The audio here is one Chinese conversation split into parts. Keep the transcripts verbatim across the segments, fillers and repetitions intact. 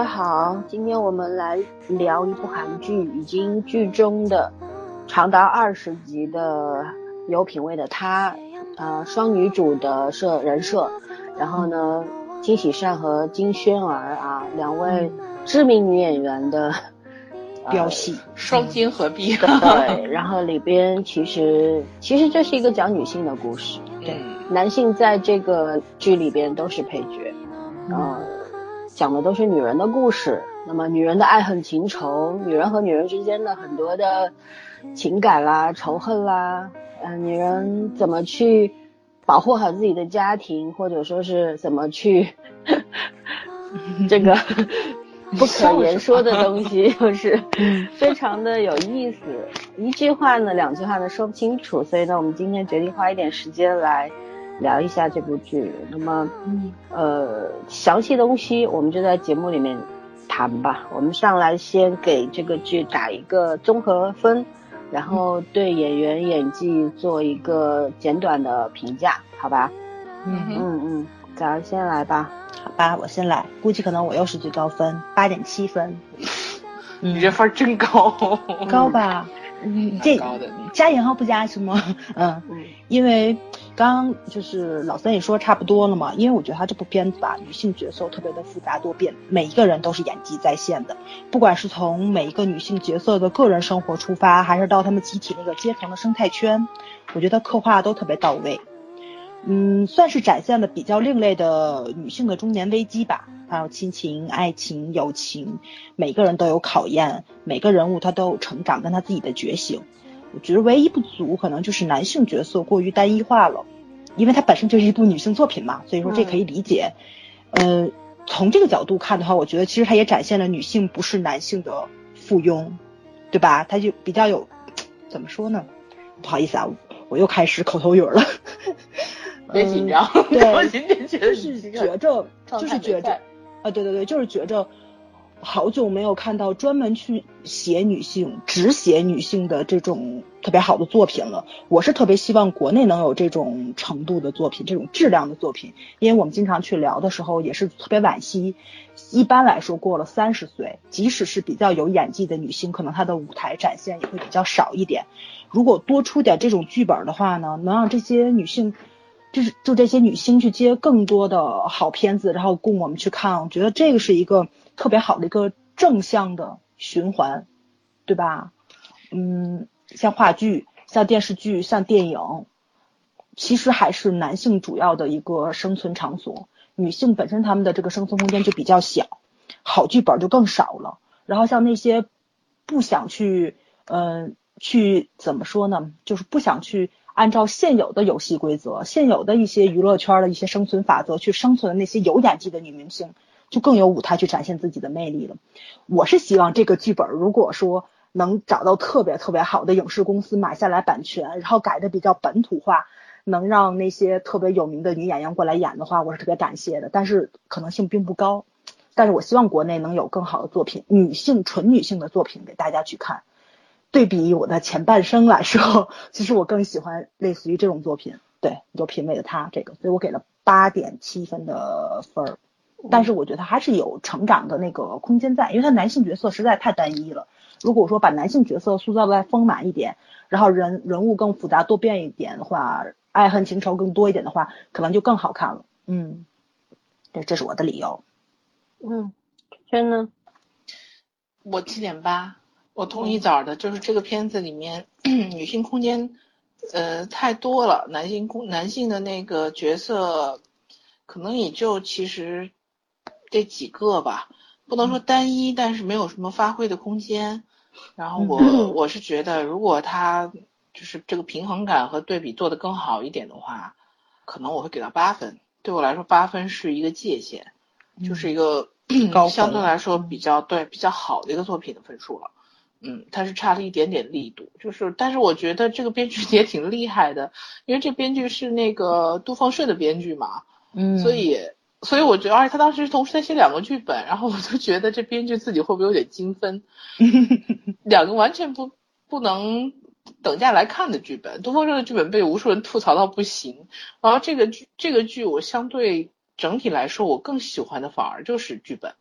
好，今天我们来聊一部韩剧，已经剧中的长达二十集的有品位的她，呃，双女主的设人设，然后呢，金喜善和金宣儿啊，两位知名女演员的飙戏， 呃、双金合璧。 对，然后里边其实其实这是一个讲女性的故事，对， 嗯、 男性在这个剧里边都是配角，嗯。呃讲的都是女人的故事，那么女人的爱恨情仇，女人和女人之间的很多的情感啦、仇恨啦，呃，女人怎么去保护好自己的家庭，或者说是怎么去这个不可言说的东西，就是非常的有意思。一句话呢，两句话呢说不清楚，所以呢，我们今天决定花一点时间来聊一下这部剧。那么呃详细东西我们就在节目里面谈吧。我们上来先给这个剧打一个综合分，然后对演员演技做一个简短的评价，好吧？ 嗯嗯嗯，早上先来吧。 好吧，我先来，估计可能我又是最高分，八点七分。 嗯、你这分真高， 高吧？嗯，这加引号不加是吗？嗯，因为刚刚就是老三也说差不多了嘛，因为我觉得他这部片子吧，女性角色特别的复杂多变，每一个人都是演技在线的，不管是从每一个女性角色的个人生活出发，还是到他们集体那个阶层的生态圈，我觉得刻画都特别到位。嗯，算是展现了比较另类的女性的中年危机吧，还有亲情、爱情、友情，每个人都有考验，每个人物他都有成长跟他自己的觉醒。我觉得唯一不足可能就是男性角色过于单一化了，因为它本身就是一部女性作品嘛，所以说这可以理解。嗯、呃，从这个角度看的话，我觉得其实它也展现了女性不是男性的附庸，对吧？它就比较有怎么说呢？不好意思啊，我又开始口头语了。 别紧张， 嗯、对， 觉得就是觉着，就是觉着，啊，对对对，就是觉着，好久没有看到专门去写女性、只写女性的这种特别好的作品了。我是特别希望国内能有这种程度的作品，这种质量的作品，因为我们经常去聊的时候也是特别惋惜。一般来说，过了三十岁，即使是比较有演技的女性，可能她的舞台展现也会比较少一点。如果多出点这种剧本的话呢，能让这些女性。就是就这些女星去接更多的好片子，然后供我们去看，我觉得这个是一个特别好的一个正向的循环，对吧？嗯，像话剧、像电视剧、像电影，其实还是男性主要的一个生存场所，女性本身她们的这个生存空间就比较小，好剧本就更少了。然后像那些不想去，嗯、呃，去怎么说呢？就是不想去。按照现有的游戏规则，现有的一些娱乐圈的一些生存法则去生存的那些有演技的女明星，就更有舞台去展现自己的魅力了。我是希望这个剧本如果说能找到特别特别好的影视公司买下来版权，然后改的比较本土化，能让那些特别有名的女演员过来演的话，我是特别感谢的，但是可能性并不高。但是我希望国内能有更好的作品，女性纯女性的作品给大家去看。对比我的前半生来说，其实我更喜欢类似于这种作品，对，有品味的他这个，所以我给了八点七分的分儿。但是我觉得还是有成长的那个空间在，因为他男性角色实在太单一了。如果说把男性角色塑造的再丰满一点，然后人人物更复杂多变一点的话，爱恨情仇更多一点的话，可能就更好看了。嗯，这这是我的理由。 嗯，真的， 我七点八。我同意枣的，就是这个片子里面女性空间呃太多了，男性空男性的那个角色可能也就其实这几个吧，不能说单一，但是没有什么发挥的空间。然后我我是觉得如果他就是这个平衡感和对比做得更好一点的话，可能我会给到八分。对我来说八分是一个界限，就是一个相对来说比较对比较好的一个作品的分数了。嗯，它是差了一点点力度，就是，但是我觉得这个编剧也挺厉害的，因为这编剧是那个杜凤顺的编剧嘛，嗯，所以，所以我觉得，而且他当时同时在写两个剧本，然后我就觉得这编剧自己会不会有点精分，两个完全不不能等价来看的剧本，杜凤顺的剧本被无数人吐槽到不行，然后这个剧这个剧我相对整体来说我更喜欢的反而就是剧本。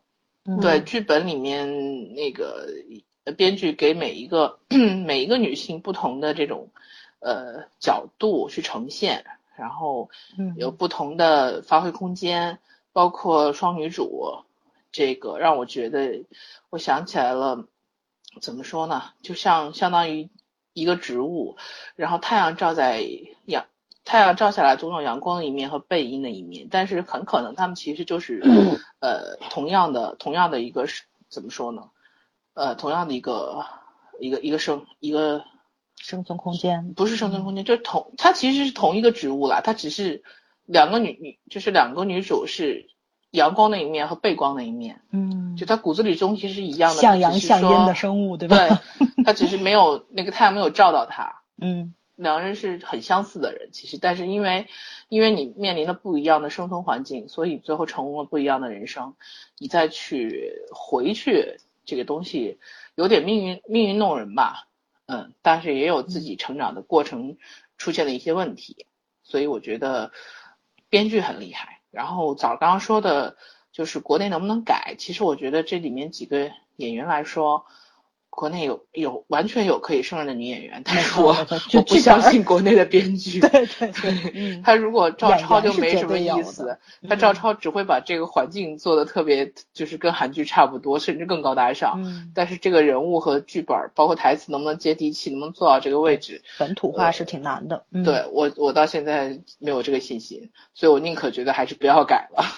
对，剧本里面那个编剧给每一个每一个女性不同的这种呃角度去呈现，然后有不同的发挥空间，包括双女主，这个让我觉得我想起来了，怎么说呢，就像相当于一个植物，然后太阳照在阳太阳照下来总有阳光的一面和背阴的一面，但是很可能他们其实就是呃同样的同样的一个怎么说呢呃同样的一个一个一个生一个生存空间， 不是生存空间，就是同它其实是同一个植物啦，它只是两个女女就是两个女主是阳光的一面和背光的一面， 嗯， 就它骨子里中其实是一样的， 向阳向阴的生物，对吧？ 对，它只是没有那个太阳没有照到它， 嗯， 两个人是很相似的人，其实，但是因为因为你面临了不一样的生存环境，所以最后成为了不一样的人生，你再去回去这个东西有点命运命运弄人吧，嗯，但是也有自己成长的过程出现了一些问题，所以我觉得编剧很厉害。然后早刚刚说的就是国内能不能改，其实我觉得这里面几个演员来说，国内有有完全有可以胜任的女演员，但是我我不相信国内的编剧。 对对对，嗯， 他如果照抄就没什么意思，他照抄只会把这个环境做得特别，就是跟韩剧差不多，甚至更高大上。 嗯， 但是这个人物和剧本，包括台词能不能接地气，能不能做到这个位置， 本土化是挺难的。 呃、对我我到现在没有这个信心，所以我宁可觉得还是不要改了。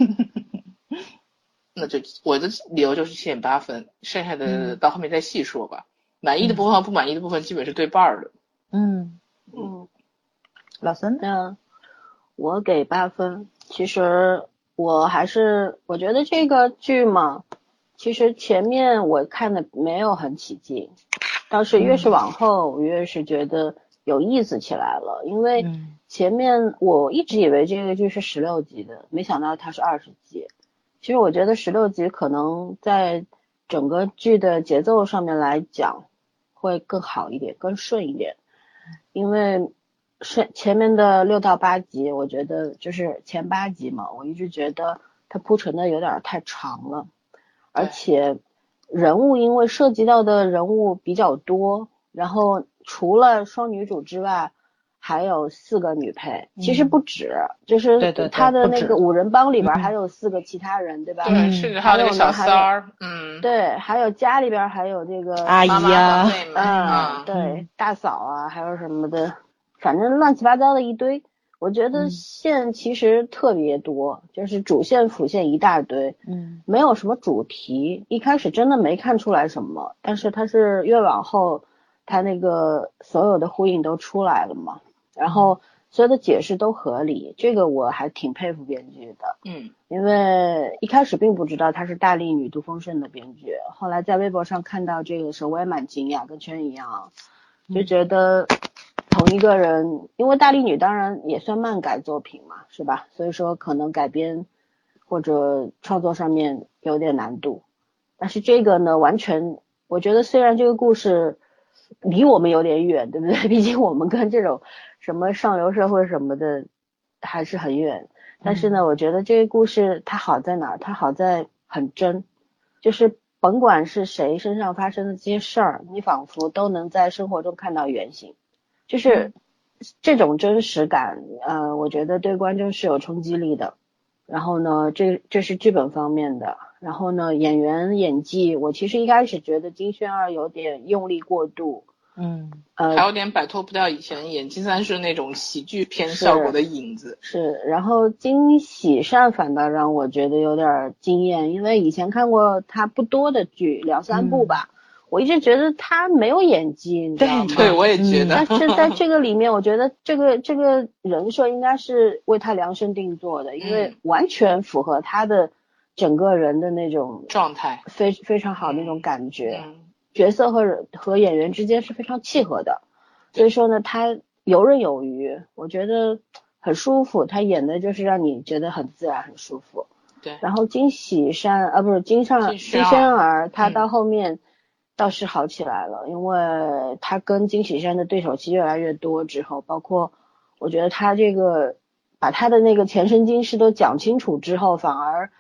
那就我的理由就是七点八分，剩下的到后面再细说吧。嗯、满意的部分和不满意的部分基本是对半的。 嗯嗯， 老孙呢？我给八分。其实我还是我觉得这个剧嘛，其实前面我看的没有很起劲，倒是越是往后我越是觉得有意思起来了。因为前面我一直以为这个剧是十六集的，没想到它是二十集。其实我觉得十六集可能在整个剧的节奏上面来讲会更好一点，更顺一点。因为是前面的六到八集，我觉得就是前八集嘛，我一直觉得它铺陈的有点太长了，而且人物因为涉及到的人物比较多，然后除了双女主之外还有四个女配，其实不止，嗯、就是他的那个五人帮里边还有四个其他人， 嗯、 对吧？ 对，甚至还有那个小三儿，嗯， 对，还有家里边还有这个阿姨呀， 嗯，对，嗯、大嫂啊，还有什么的，反正乱七八糟的一堆。我觉得线其实特别多，嗯、就是主线辅线一大堆，嗯，没有什么主题。一开始真的没看出来什么，但是它是越往后，它那个所有的呼应都出来了嘛。然后所有的解释都合理，这个我还挺佩服编剧的。 嗯， 因为一开始并不知道他是大力女杜丰盛的编剧，后来在微博上看到这个时候我也蛮惊讶，跟圈一样，就觉得同一个人，因为大力女当然也算漫改作品嘛，是吧？所以说可能改编或者创作上面有点难度，但是这个呢，完全我觉得虽然这个故事离我们有点远，对不对？毕竟我们跟这种什么上流社会什么的还是很远，但是呢、嗯、我觉得这个故事它好在哪儿？它好在很真，就是甭管是谁身上发生的这些事儿，你仿佛都能在生活中看到原型，就是这种真实感呃，我觉得对观众是有冲击力的。然后呢，这这是剧本方面的，然后呢，演员演技，我其实一开始觉得金宣二有点用力过度， 嗯， 呃，还有点摆脱不掉以前演金三顺那种喜剧片效果的影子。 是，是然后金喜善反倒让我觉得有点惊艳，因为以前看过他不多的剧，两三部吧。嗯，我一直觉得他没有演技，你知道吗？ 对，我也觉得。 但是在这个里面，我觉得这个这个人设应该是为他量身定做的，因为完全符合他的整个人的那种状态， 非非常好的那种感觉。 嗯， 角色和和演员之间是非常契合的，所以说呢，他游刃有余，我觉得很舒服。他演的就是让你觉得很自然，很舒服。 对。 然后金喜善啊，不是金上金宣儿，他到后面。嗯，倒是好起来了，因为他跟金喜善的对手戏越来越多之后，包括我觉得他这个把他的那个前生今世都讲清楚之后，反而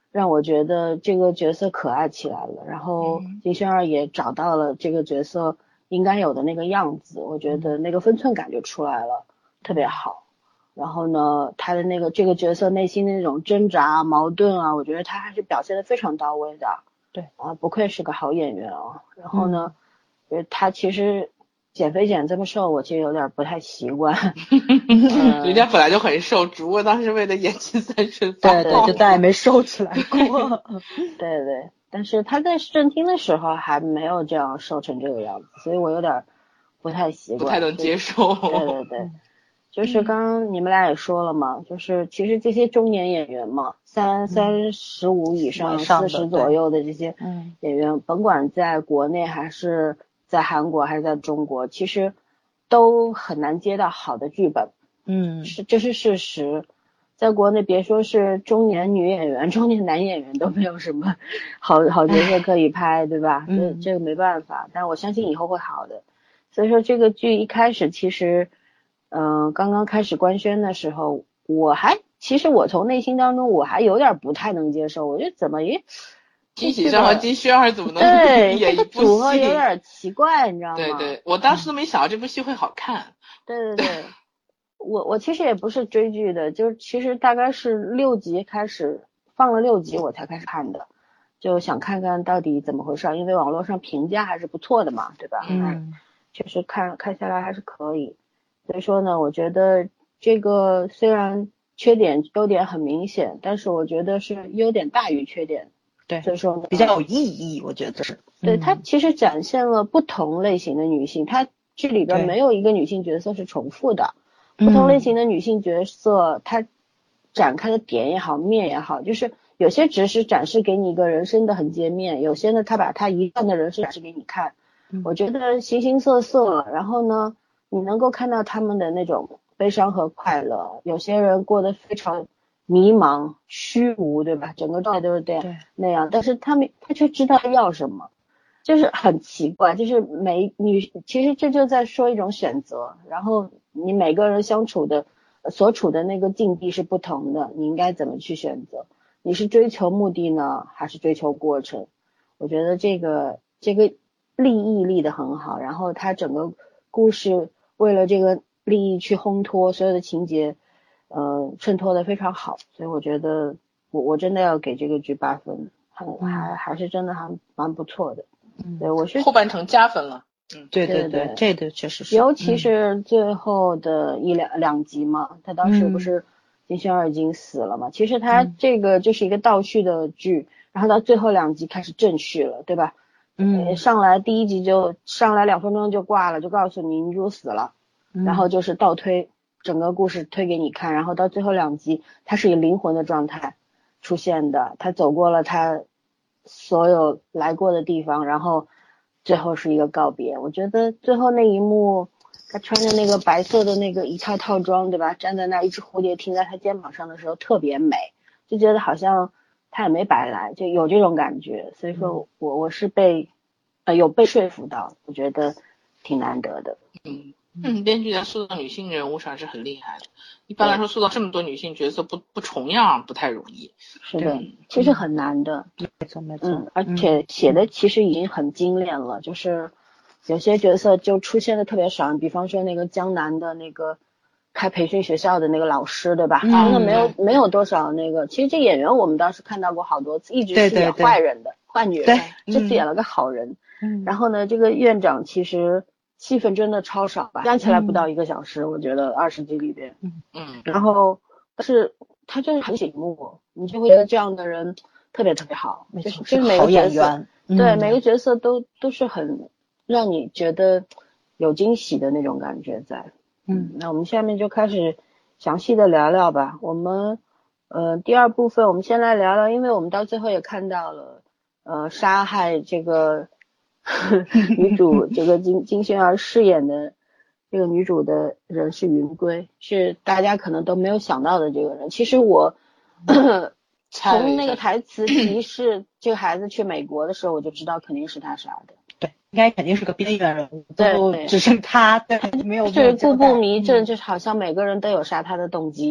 让我觉得这个角色可爱起来了，然后金宣儿也找到了这个角色应该有的那个样子，我觉得那个分寸感就出来了，特别好。然后呢，他的那个这个角色内心的那种挣扎矛盾啊，我觉得他还是表现得非常到位的。 对啊，不愧是个好演员啊。然后呢，嗯、他其实减肥减这么瘦，我其实有点不太习惯。 嗯、人家本来就很瘦，只不过当时为了演技三十八， 对对，就再也没瘦起来过。 对对，但是他在试镜的时候还没有这样瘦成这个样子，所以我有点不太习惯， 不太能接受。 对对对。就是刚刚你们俩也说了嘛，就是其实这些中年演员嘛，三三十五以上、四十左右的这些演员，甭管在国内还是在韩国还是在中国，其实都很难接到好的剧本。 嗯， 是这是事实。在国内别说是中年女演员，中年男演员都没有什么好好角色可以拍，对吧？这这个没办法，但我相信以后会好的。所以说这个剧一开始其实。嗯、呃，刚刚开始官宣的时候，我还其实我从内心当中我还有点不太能接受，我觉得怎么也金喜善和金宣儿怎么能对演一部戏？ 这个组合有点奇怪，你知道吗？ 对对，我当时都没想到这部戏会好看。 对对对，我我其实也不是追剧的，就是其实大概是六集开始放了六集我才开始看的，就想看看到底怎么回事，因为网络上评价还是不错的嘛，对吧？ 嗯， 确实看看下来还是可以。所以说呢，我觉得这个虽然缺点优点很明显，但是我觉得是优点大于缺点。 对， 所以说呢比较有意义，我觉得是。 对，它其实展现了不同类型的女性，它剧里边没有一个女性角色是重复的，不同类型的女性角色，它展开的点也好，面也好，就是有些只是展示给你一个人生的很截面，有些呢，它把它一半的人生展示给你看。我觉得形形色色，然后呢。你能够看到他们的那种悲伤和快乐，有些人过得非常迷茫、虚无，对吧？整个状态都是这样那样，但是他们他却知道要什么，就是很奇怪。就是每女，其实这就在说一种选择。然后你每个人相处的、所处的那个境地是不同的，你应该怎么去选择？你是追求目的呢，还是追求过程？我觉得这个这个立意立得很好，然后他整个故事。为了这个利益去烘托所有的情节，呃，衬托的非常好，所以我觉得我我真的要给这个剧八分，很还还是真的还蛮不错的。 嗯， 对，我是后半程加分了。 嗯，对对对，这个确实是， 尤其是最后的一两两集嘛，他当时不是金宣儿已经死了嘛，其实他这个就是一个倒叙的剧，然后到最后两集开始正叙了，对吧？嗯，上来第一集就上来两分钟就挂了，就告诉你女主死了，然后就是倒推整个故事推给你看，然后到最后两集他是以灵魂的状态出现的，他走过了他所有来过的地方，然后最后是一个告别。我觉得最后那一幕他穿着那个白色的那个一套套装，对吧，站在那一只蝴蝶停在他肩膀上的时候特别美，就觉得好像他也没白来，就有这种感觉。所以说我我是被呃有被说服到，我觉得挺难得的。 嗯嗯，编剧在塑造女性人物上是很厉害的。一般来说，塑造这么多女性角色不不重样不太容易。 是的，其实很难的。 没错没错。 嗯，而且写的其实已经很精炼了，就是有些角色就出现的特别少，比方说那个江南的那个开培训学校的那个老师，对吧？真的没有没有多少那个。其实这演员我们当时看到过好多次，一直是演坏人的坏女人，这次演了个好人。嗯。然后呢，这个院长其实戏份真的超少吧，加起来不到一个小时，我觉得二十集里边。 嗯嗯。 然后但是他就是很醒目，你就会觉得这样的人特别特别好，就是就是每个角色，对每个角色都都是很让你觉得有惊喜的那种感觉在。嗯，那我们下面就开始详细的聊聊吧。我们呃第二部分我们先来聊聊，因为我们到最后也看到了呃杀害这个女主这个金金宣儿饰演的这个女主的人是云归，是大家可能都没有想到的这个人。其实我从那个台词提示这个孩子去美国的时候，我就知道肯定是他杀的。 对，应该肯定是个边缘人物，都只剩他，对，没有就是故布迷阵，就是好像每个人都有杀他的动机。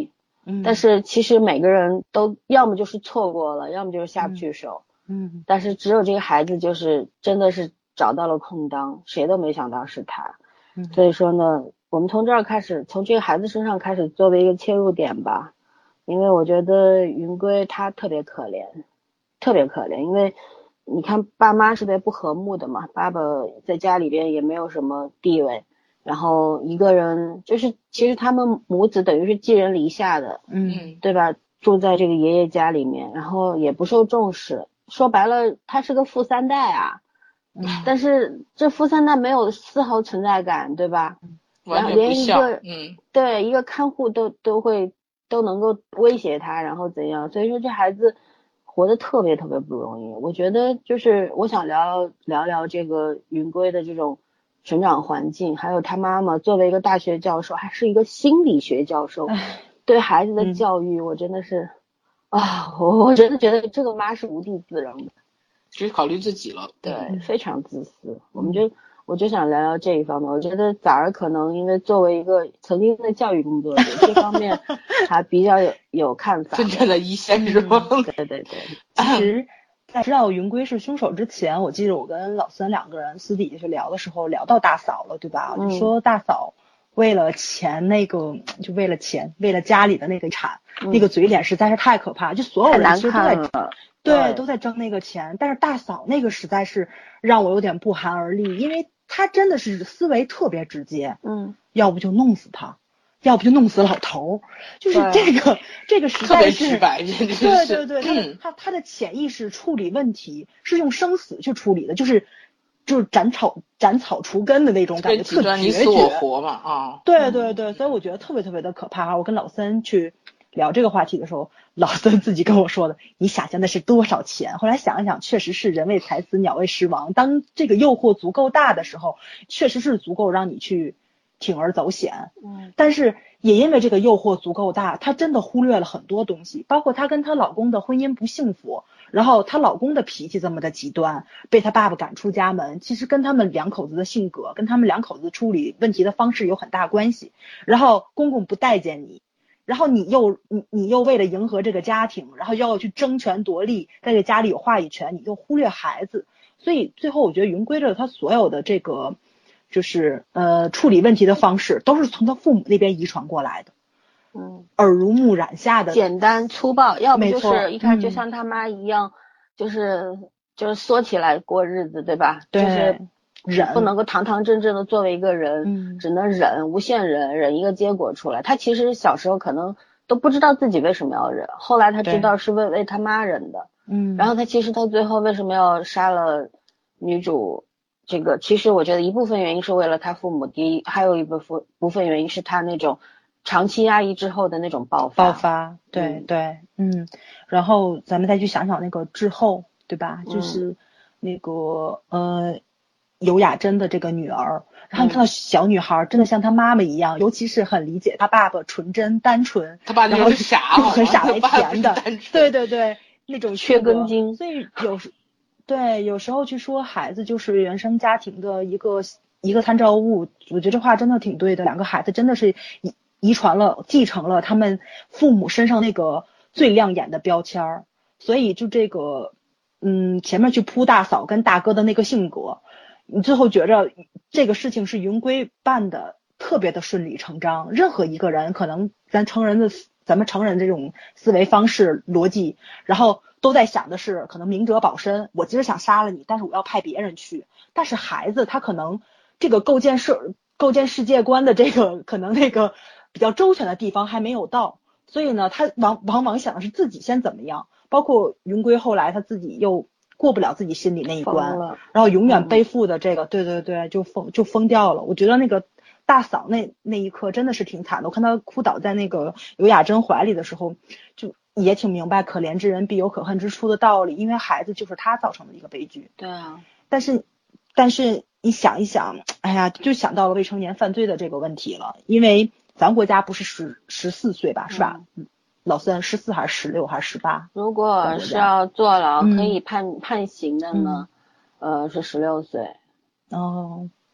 嗯， 但是其实每个人都要么就是错过了，要么就是下不去手， 嗯， 但是只有这个孩子就是真的是找到了空当，谁都没想到是他， 嗯， 所以说呢，我们从这儿开始，从这个孩子身上开始作为一个切入点吧，因为我觉得云归他特别可怜，特别可怜，因为你看爸妈是特别不和睦的嘛，爸爸在家里边也没有什么地位，然后一个人就是其实他们母子等于是寄人篱下的， 嗯， 对吧？住在这个爷爷家里面，然后也不受重视，说白了他是个富三代啊， 嗯， 但是这富三代没有丝毫存在感，对吧？然后完全不像， 连一个嗯， 对一个看护都都会都能够威胁他，然后怎样？所以说这孩子活得特别特别不容易。我觉得就是我想聊聊聊这个云归的这种成长环境，还有他妈妈作为一个大学教授，还是一个心理学教授，对孩子的教育，我真的是、嗯、啊，我我真的觉得这个妈是无地自容的， 只考虑自己了， 对， 嗯、 非常自私。我们就我就想聊聊这一方面。我觉得崽儿可能因为作为一个曾经的教育工作者，这方面还比较有有看法。 真正的一线是吧？ 对对对。 其实，在知道云归是凶手之前，我记得我跟老三两个人私底下去聊的时候，聊到大嫂了，对吧？ 嗯、 就说大嫂为了钱，那个就为了钱，为了家里的那个产，嗯、那个嘴脸实在是太可怕，就所有人其实都在。对，都在争那个钱，但是大嫂那个实在是让我有点不寒而栗，因为她真的是思维特别直接， 嗯， 要不就弄死他，要不就弄死老头，就是这个这个实在是特别直白，真的是对对对，他的他他的潜意识处理问题是用生死去处理的，就是就是斩草斩草除根的那种感觉，特决绝， 你死我活嘛啊， 对对对，所以我觉得特别特别的可怕。我跟老三去聊这个话题的时候，老三自己跟我说的，你想象的是多少钱？后来想一想，确实是人为财死，鸟为食亡。当这个诱惑足够大的时候，确实是足够让你去铤而走险。 嗯， 但是也因为这个诱惑足够大，她真的忽略了很多东西，包括她跟她老公的婚姻不幸福，然后她老公的脾气这么的极端，被她爸爸赶出家门，其实跟他们两口子的性格，跟他们两口子处理问题的方式有很大关系。然后公公不待见你。然后你又你你又为了迎合这个家庭，然后又要去争权夺利，在这家里有话语权，你又忽略孩子，所以最后我觉得云归着他所有的这个就是呃处理问题的方式，都是从他父母那边遗传过来的， 嗯， 耳濡目染下的， 简单粗暴，要不就是一开始就像他妈一样，嗯、就是就是缩起来过日子，对吧？ 对。 就是忍不能够堂堂正正的作为一个人， 嗯， 只能忍，无限忍，忍一个结果出来。他其实小时候可能都不知道自己为什么要忍，后来他知道是为为他妈忍的， 嗯， 然后他其实到最后为什么要杀了女主，这个其实我觉得一部分原因是为了他父母，第一还有一部分部分原因是他那种长期压抑之后的那种爆发， 爆发，对、嗯、对，嗯，然后咱们再去想想那个之后，对吧？ 嗯、 就是那个呃。尤雅珍的这个女儿，然后你看到小女孩真的像她妈妈一样，嗯、尤其是很理解她爸爸纯真单纯， 她爸然后傻， 又很傻白甜的，对对对，那种缺根筋。 所以有时对有时候去说孩子就是原生家庭的一个一个参照物，我觉得这话真的挺对的。两个孩子真的是遗遗传了、继承了他们父母身上那个最亮眼的标签儿，所以就这个嗯前面去扑大嫂跟大哥的那个性格。你最后觉着这个事情是云归办的特别的顺理成章，任何一个人可能咱成人的咱们成人这种思维方式逻辑，然后都在想的是可能明哲保身，我今儿想杀了你，但是我要派别人去。但是孩子他可能这个构建世构建世界观的这个可能那个比较周全的地方还没有到，所以呢他往往往想的是自己先怎么样，包括云归后来他自己又过不了自己心里那一关，然后永远背负的这个，嗯、对对对，就疯就疯掉了。我觉得那个大嫂那那一刻真的是挺惨的，我看她哭倒在那个尤雅珍怀里的时候，就也挺明白可怜之人必有可恨之处的道理，因为孩子就是他造成的一个悲剧。 对啊， 但是但是你想一想，哎呀，就想到了未成年犯罪的这个问题了，因为咱国家不是十十四岁吧，是吧？嗯。老三十四还是十六还是十八？ 如果是要坐牢、 嗯、 可以判判刑的呢， 嗯、 呃是十六岁。 哦，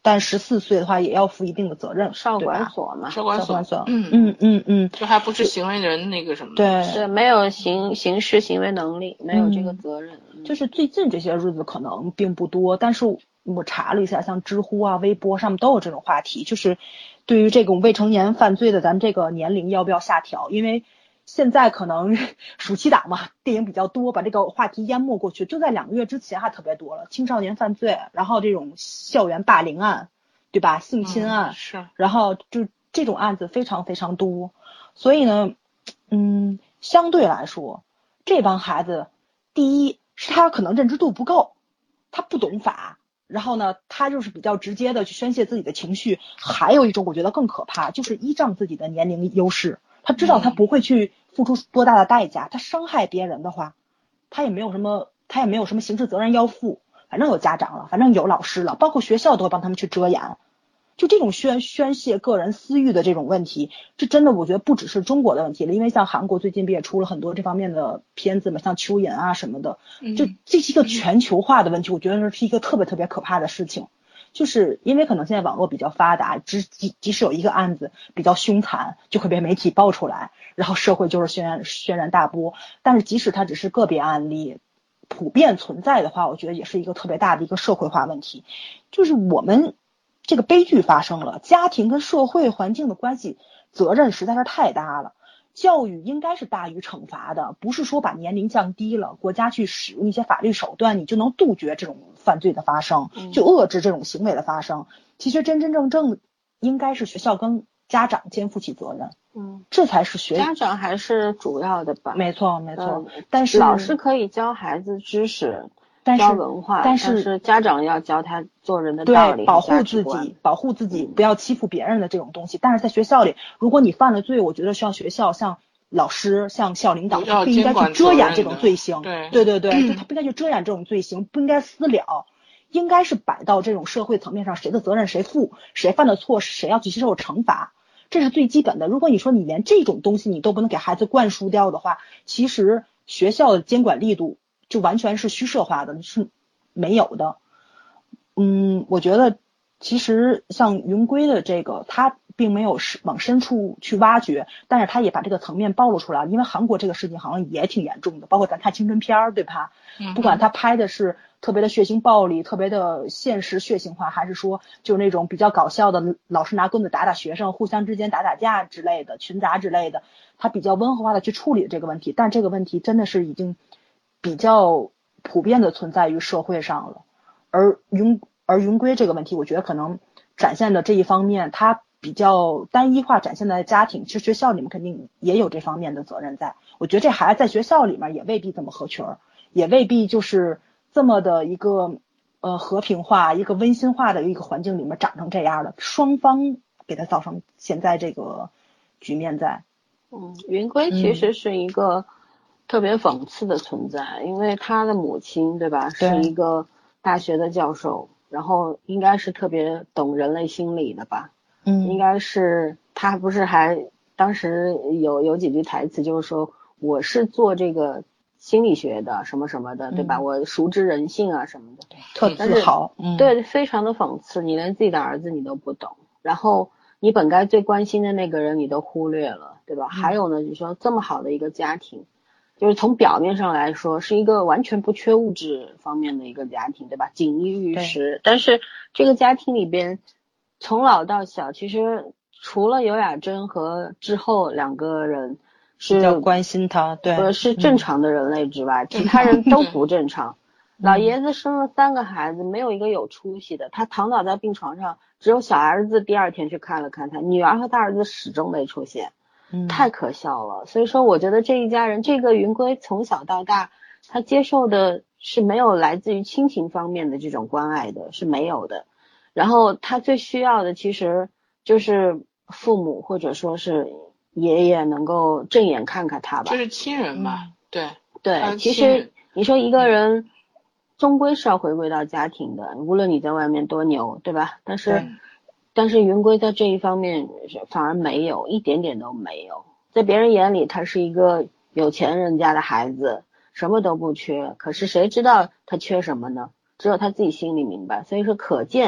但十四岁的话也要负一定的责任， 少管所嘛， 少管所， 所，嗯嗯嗯嗯， 这还不是行为人那个什么， 对对，没有行刑事行为能力，没有这个责任。 嗯、就是最近这些日子可能并不多，但是我查了一下，像知乎啊、微博上面都有这种话题，就是对于这种未成年犯罪的，咱们这个年龄要不要下调？因为现在可能暑期档嘛，电影比较多，把这个话题淹没过去。就在两个月之前还特别多了，青少年犯罪，然后这种校园霸凌案，对吧？性侵案， 嗯、是， 然后就这种案子非常非常多。所以呢，嗯，相对来说，这帮孩子，第一是他可能认知度不够，他不懂法。然后呢，他就是比较直接的去宣泄自己的情绪。还有一种我觉得更可怕，就是依仗自己的年龄优势，他知道他不会去付出多大的代价，他伤害别人的话，他也没有什么，他也没有什么刑事责任要负，反正有家长了，反正有老师了，包括学校都会帮他们去遮掩。就这种宣宣泄个人私欲的这种问题，这真的我觉得不只是中国的问题了，因为像韩国最近不也出了很多这方面的片子嘛，像蚯蚓啊什么的，就这是一个全球化的问题，我觉得是一个特别特别可怕的事情。就是因为可能现在网络比较发达，即即即使有一个案子比较凶残，就会被媒体爆出来，然后社会就是轩然轩然大波。但是即使它只是个别案例，普遍存在的话，我觉得也是一个特别大的一个社会化问题。就是我们这个悲剧发生了，家庭跟社会环境的关系责任实在是太大了。教育应该是大于惩罚的，不是说把年龄降低了，国家去使用一些法律手段，你就能杜绝这种犯罪的发生，就遏制这种行为的发生。其实真真正正应该是学校跟家长肩负起责任，嗯，这才是学家长还是主要的吧。 没错没错、 嗯， 但是老师可以教孩子知识， 但是教文化， 但是但是家长要教他做人的道理， 对，保护自己，保护自己， 嗯、 不要欺负别人的这种东西。但是在学校里，如果你犯了罪，我觉得像学校、像老师、像校领导，他不应该去遮掩这种罪行。 对对对对，就他不应该去遮掩这种罪行，不应该私了，应该是摆到这种社会层面上，谁的责任谁负，谁犯的错谁要去接受惩罚，这是最基本的。如果你说你连这种东西你都不能给孩子灌输掉的话，其实学校的监管力度就完全是虚设化的，是没有的。嗯，我觉得其实像云归的这个，他并没有往深处去挖掘，但是他也把这个层面暴露出来。因为韩国这个事情好像也挺严重的，包括咱看青春片儿，对吧？不管他拍的是特别的血腥暴力，特别的现实血腥化，还是说就那种比较搞笑的，老师拿棍子打打学生，互相之间打打架之类的，群杂之类的，他比较温和化的去处理这个问题。但这个问题真的是已经比较普遍的存在于社会上了。而云而云归这个问题，我觉得可能展现的这一方面，它比较单一化展现在家庭，其实学校里面肯定也有这方面的责任在。我觉得这孩子在学校里面也未必这么合群，也未必就是这么的一个呃和平化、一个温馨化的一个环境里面长成这样的，双方给他造成现在这个局面在。 嗯，云归其实是一个特别讽刺的存在，嗯、因为他的母亲对吧， 对是一个大学的教授，然后应该是特别懂人类心理的吧， 嗯， 应该是他不是还当时有有几句台词就是说我是做这个心理学的什么什么的，对吧？ 嗯、 我熟知人性啊什么的， 特自豪， 嗯，对，非常的讽刺，你连自己的儿子你都不懂，然后你本该最关心的那个人你都忽略了，对吧？嗯、还有呢，你说这么好的一个家庭。就是从表面上来说是一个完全不缺物质方面的一个家庭，对吧？锦衣玉食，但是这个家庭里边从老到小，其实除了尤雅珍和之后两个人是比较关心他，对， 呃是正常的人类之外，嗯、其他人都不正常。老爷子生了三个孩子，没有一个有出息的，他躺倒在病床上，只有小儿子第二天去看了看他，女儿和大儿子始终没出现。太可笑了，所以说我觉得这一家人，这个云归从小到大，他接受的是没有来自于亲情方面的这种关爱的，是没有的。然后他最需要的其实就是父母或者说是爷爷能够正眼看看他吧， 就是亲人吧，嗯、对对。其实你说一个人终归是要回归到家庭的，无论你在外面多牛，对吧？但是。但是云归在这一方面反而没有，一点点都没有。在别人眼里他是一个有钱人家的孩子，什么都不缺，可是谁知道他缺什么呢？只有他自己心里明白。所以说可见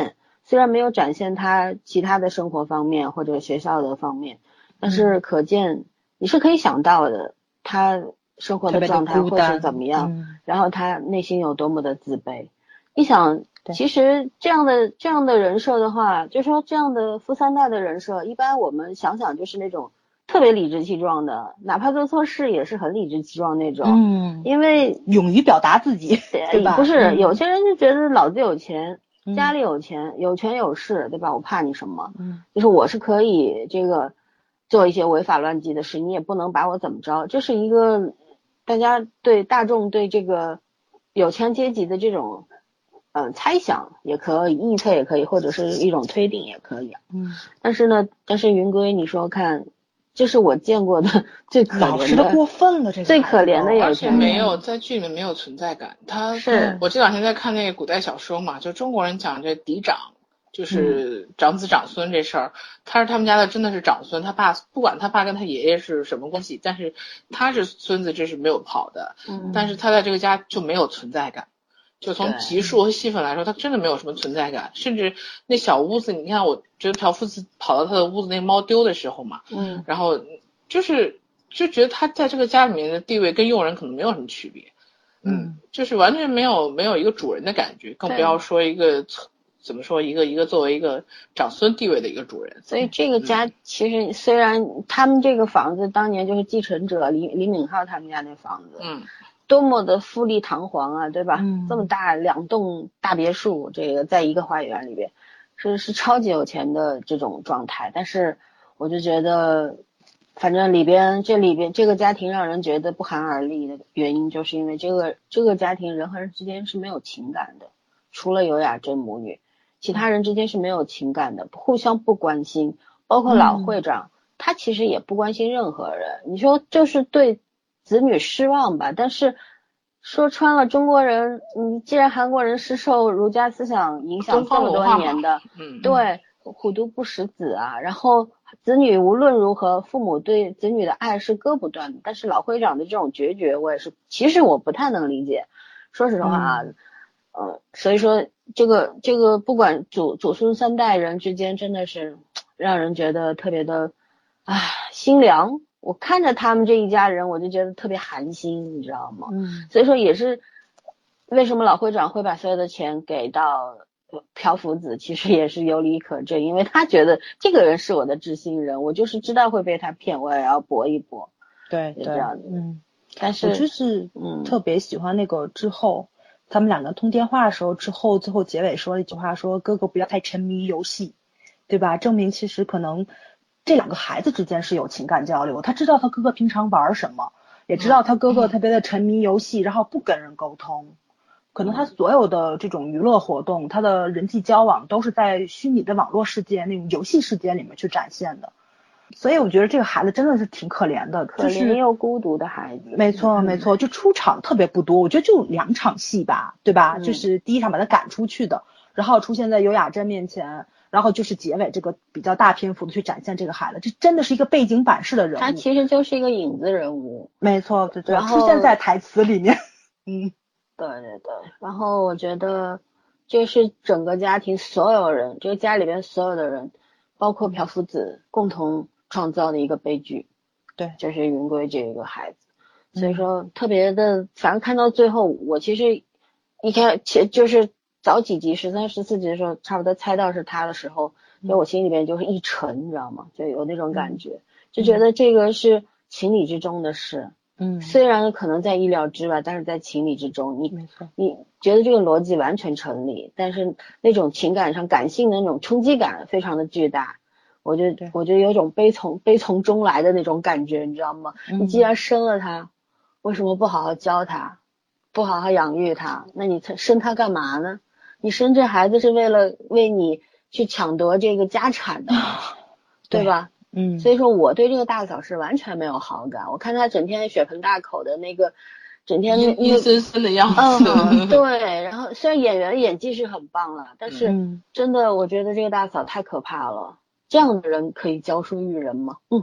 虽然没有展现他其他的生活方面或者学校的方面，但是可见你是可以想到的，他生活的状态会是怎么样， 嗯、 然后他内心有多么的自卑。你想，其实这样的这样的人设的话，就说这样的富三代的人设，一般我们想想就是那种特别理直气壮的，哪怕做错事也是很理直气壮那种。 嗯， 因为勇于表达自己，对吧？ 不是、 嗯、 有些人就觉得老子有钱，嗯、家里有钱，有权有势，对吧？我怕你什么？ 嗯， 就是我是可以这个做一些违法乱纪的事，你也不能把我怎么着。这是一个大家对大众对这个有钱阶级的这种呃猜想也可以，臆测也可以，或者是一种推定也可以。 嗯， 但是呢，但是云归你说看，这是我见过的最可怜的， 老实的过分了，这个最可怜的有钱人， 而且没有在剧里面没有存在感。他是我这两天在看那个古代小说嘛，就中国人讲这嫡长，就是长子长孙这事儿，嗯、他是他们家的真的是长孙，他爸不管他爸跟他爷爷是什么关系，但是他是孙子，这是没有跑的。 嗯， 但是他在这个家就没有存在感。就从集数和戏份来说，他真的没有什么存在感，甚至那小屋子，你看，我觉得朴夫子跑到他的屋子，那个猫丢的时候嘛， 嗯， 然后就是就觉得他在这个家里面的地位跟佣人可能没有什么区别，嗯，就是完全没有没有一个主人的感觉，更不要说一个怎么说一个一个作为一个长孙地位的一个主人。 所以这个家其实虽然他们这个房子当年就是继承者李李敏镐他们家那房子， 嗯。 多么的富丽堂皇啊，对吧？ 嗯， 这么大两栋大别墅，这个在一个花园里边，是是超级有钱的这种状态。但是我就觉得，反正里边这里边这个家庭让人觉得不寒而栗的原因，就是因为这个这个家庭人和人之间是没有情感的，除了尤雅珍母女，其他人之间是没有情感的，互相不关心，包括老会长，嗯、他其实也不关心任何人。你说就是对子女失望吧，但是说穿了，中国人，你既然韩国人是受儒家思想影响这么多年的， 嗯， 对，虎毒不食子啊。然后子女无论如何，父母对子女的爱是割不断的。但是老会长的这种决绝，我也是，其实我不太能理解。说实话啊，嗯、呃，所以说这个这个不管祖祖孙三代人之间，真的是让人觉得特别的，唉，心凉。我看着他们这一家人，我就觉得特别寒心，你知道吗？ 嗯， 所以说也是为什么老会长会把所有的钱给到朴福子，其实也是有理可证，因为他觉得这个人是我的知心人，我就是知道会被他骗，我也要搏一搏。 对对， 这样子。 嗯， 但是我就是嗯特别喜欢那个之后、嗯、他们两个通电话的时候，之后最后结尾说了一句话，说哥哥不要太沉迷游戏，对吧？证明其实可能这两个孩子之间是有情感交流，他知道他哥哥平常玩什么，也知道他哥哥特别的沉迷游戏，然后不跟人沟通，可能他所有的这种娱乐活动，他的人际交往都是在虚拟的网络世界那种游戏世界里面去展现的。所以我觉得这个孩子真的是挺可怜的， 可怜又孤独的孩子。 没错没错，就出场特别不多，我觉得就两场戏吧，对吧？嗯、就是第一场把他赶出去的，然后出现在尤雅珍面前，然后就是结尾这个比较大篇幅的去展现这个孩子，这真的是一个背景板式的人物。 他其实就是一个影子人物。 没错，对对，出现在台词里面。嗯， 对对对。然后我觉得这是整个家庭所有人，这个家里边所有的人，包括朴福子共同创造的一个悲剧。 对， 就是云归这个孩子。所以说特别的，反正看到最后，我其实一开其就是早几集十三十四集的时候，差不多猜到是他的时候，就我心里边就是一沉，你知道吗？就有那种感觉，就觉得这个是情理之中的事。 嗯， 虽然可能在意料之外，但是在情理之中，你你觉得这个逻辑完全成立，但是那种情感上感性的那种冲击感非常的巨大。我就我就有种悲从悲从中来的那种感觉，你知道吗？ 嗯、 你既然生了他，为什么不好好教他，不好好养育他？那你生他干嘛呢？你生这孩子是为了为你去抢夺这个家产的，对吧？ 嗯， 所以说我对这个大嫂是完全没有好感。我看他整天血盆大口的那个，整天阴阴森森的样子。 嗯，对。然后虽然演员演技是很棒了，但是真的我觉得这个大嫂太可怕了。这样的人可以教书育人吗？嗯，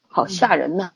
好吓人呐、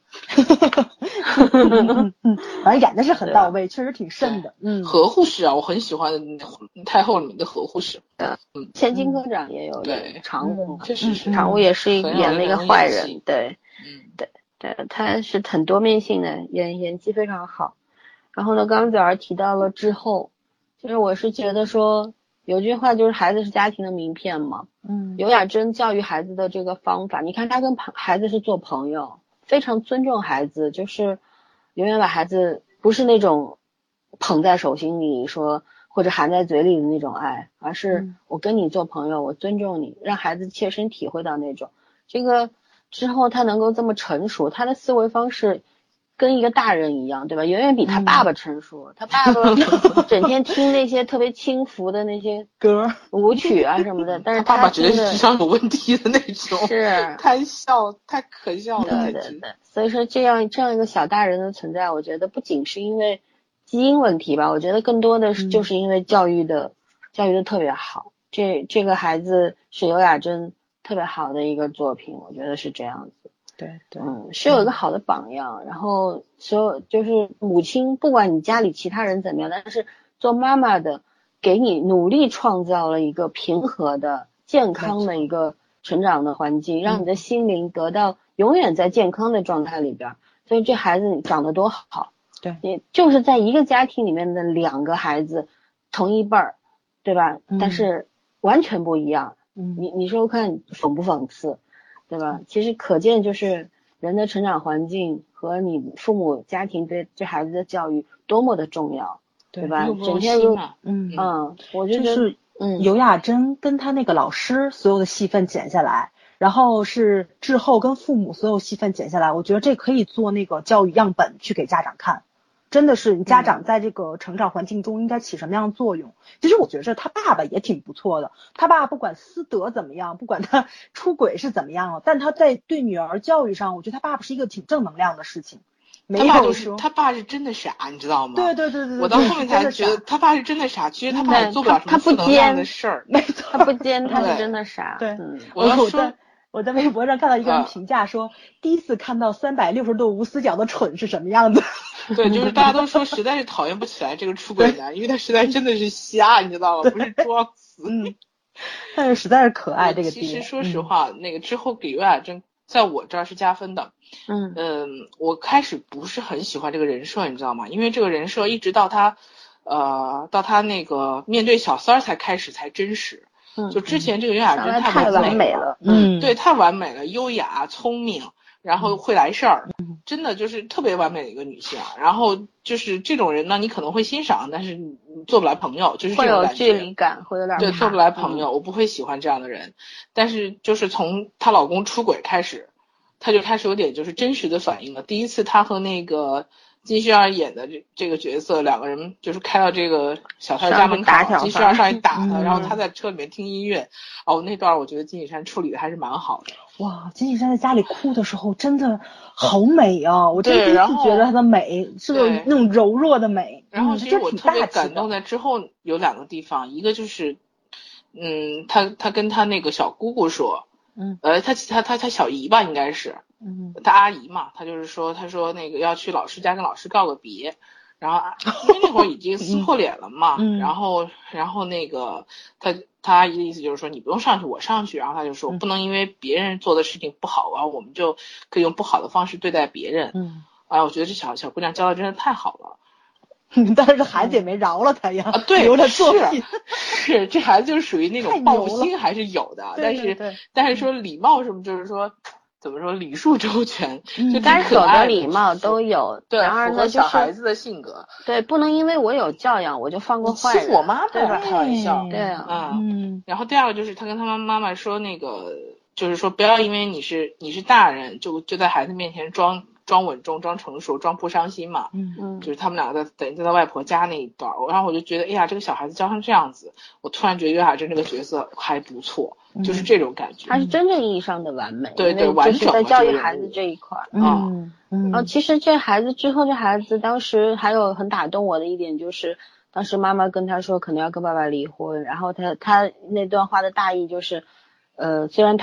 嗯嗯，反正演的是很到位，确实挺深的。嗯， 何护士啊，我很喜欢太后里面的何护士。 嗯，千金科长也有对常务嘛， 确实是常务也是演了一个坏人，对， 嗯， 对对，他是很多面性的，演演技非常好。然后呢，刚刚早上提到了之后，其实我是觉得说有句话就是孩子是家庭的名片嘛。 嗯， 尤雅珍教育孩子的这个方法，你看他跟孩子是做朋友，非常尊重孩子，就是永远把孩子不是那种捧在手心里说或者含在嘴里的那种爱，而是我跟你做朋友，我尊重你，让孩子切身体会到那种。这个之后他能够这么成熟，他的思维方式跟一个大人一样，对吧？远远比他爸爸成熟。嗯、他爸爸整天听那些特别轻浮的那些歌、 舞曲啊什么的，但是他爸爸绝对是智商有问题的那种， 是太笑太可笑了。 对对对，所以说这样这样一个小大人的存在，我觉得不仅是因为基因问题吧，我觉得更多的是就是因为教育的、嗯、教育的特别好。这这个孩子是尤雅珍特别好的一个作品，我觉得是这样子。 对对， 嗯，是有一个好的榜样，嗯、然后所有就是母亲，不管你家里其他人怎么样，但是做妈妈的给你努力创造了一个平和的、健康的一个成长的环境，让你的心灵得到永远在健康的状态里边。所以这孩子长得多好， 对， 也就是在一个家庭里面的两个孩子，同一辈儿，对吧？嗯、但是完全不一样。 嗯， 你你说看讽不讽刺？对吧？其实可见就是人的成长环境和你父母家庭对这孩子的教育多么的重要， 对, 对吧？整天就嗯嗯，我就觉得嗯，尤雅珍跟他那个老师所有的戏份剪下来，然后是之后跟父母所有戏份剪下来，我觉得这可以做那个教育样本去给家长看。真的是你家长在这个成长环境中应该起什么样的作用、嗯、其实我觉得他爸爸也挺不错的，他爸不管私德怎么样，不管他出轨是怎么样了，但他在对女儿教育上，我觉得他爸爸是一个挺正能量的事情。 他爸就是他爸是真的傻，你知道吗？ 对对对对对， 我到后面才觉得他爸是真的傻，其实他爸也做不了什么负能量的事儿。 没错， 他不奸，他是真的傻。 对， 嗯， 我要说。我在微博上看到一个人评价说、啊、第一次看到三百六十度无死角的蠢是什么样子。 对，就是大家都说实在是讨厌不起来这个出轨男，因为他实在真的是瞎，你知道吗？不是装死。 嗯，但是实在是可爱这个爹。 其实说实话、嗯、那个之后给尤雅珍在我这儿是加分的。 嗯嗯，我开始不是很喜欢这个人设，你知道吗？因为这个人设一直到他呃到他那个面对小三儿才开始才真实。 嗯， 就之前这个尤雅珍太完美了， 嗯，对，太完美了，优雅、聪明，然后会来事儿，嗯、真的就是特别完美的一个女性。然后就是这种人呢，你可能会欣赏，但是你做不来朋友，就是这种感觉。 会有距离感，会有点对，做不来朋友、嗯，我不会喜欢这样的人。但是就是从她老公出轨开始，她就开始有点就是真实的反应了。第一次她和那个金旭二演的这这个角色，两个人就是开到这个小三家门口，金旭二上去打他、嗯，然后他在车里面听音乐。哦，那段我觉得金喜山处理的还是蛮好的。 哇，金喜山在家里哭的时候真的好美啊！我真第一次觉得她的美是个那种柔弱的美。 然后其实我特别感动在之后有两个地方，一个就是，嗯，他他跟他那个小姑姑说， 嗯， 呃，他他他他小姨吧应该是。 嗯， 他阿姨嘛，他就是说，他说那个要去老师家跟老师告个别，然后因为那会儿已经撕破脸了嘛， 嗯、 然后然后那个他他阿姨的意思就是说你不用上去，我上去，然后他就说、嗯、不能因为别人做的事情不好，然后我们就可以用不好的方式对待别人。 嗯， 哎，我觉得这小小姑娘教的真的太好了。 但是这孩子也没饶了他呀， 啊，对， 留着作品。 是, 是这孩子就是属于那种报复心还是有的， 但是对但是说礼貌什么，就是说。怎么说礼数周全， 嗯、 就该有的礼貌都有。 对， 然而呢， 小孩子的性格， 对，不能因为我有教养，我就放过坏人。 欺负我妈， 对吧？ 开玩笑， 对啊， 嗯。 然后第二个就是他跟他妈妈说，那个就是说不要因为你是你是大人，就就在孩子面前装装稳重、装成熟、装不伤心嘛。 嗯嗯。 就是他们两个在等于在他外婆家那一段，然后我就觉得，哎呀，这个小孩子教成这样子，我突然觉得岳海珍这个角色还不错。就是这种感觉， 他是真正意义上的完美， 对对，完整在教育孩子这一块。 嗯嗯。 然后其实这孩子之后，这孩子当时还有很打动我的一点就是，当时妈妈跟他说可能要跟爸爸离婚，然后他他那段话的大意就是，呃，虽然他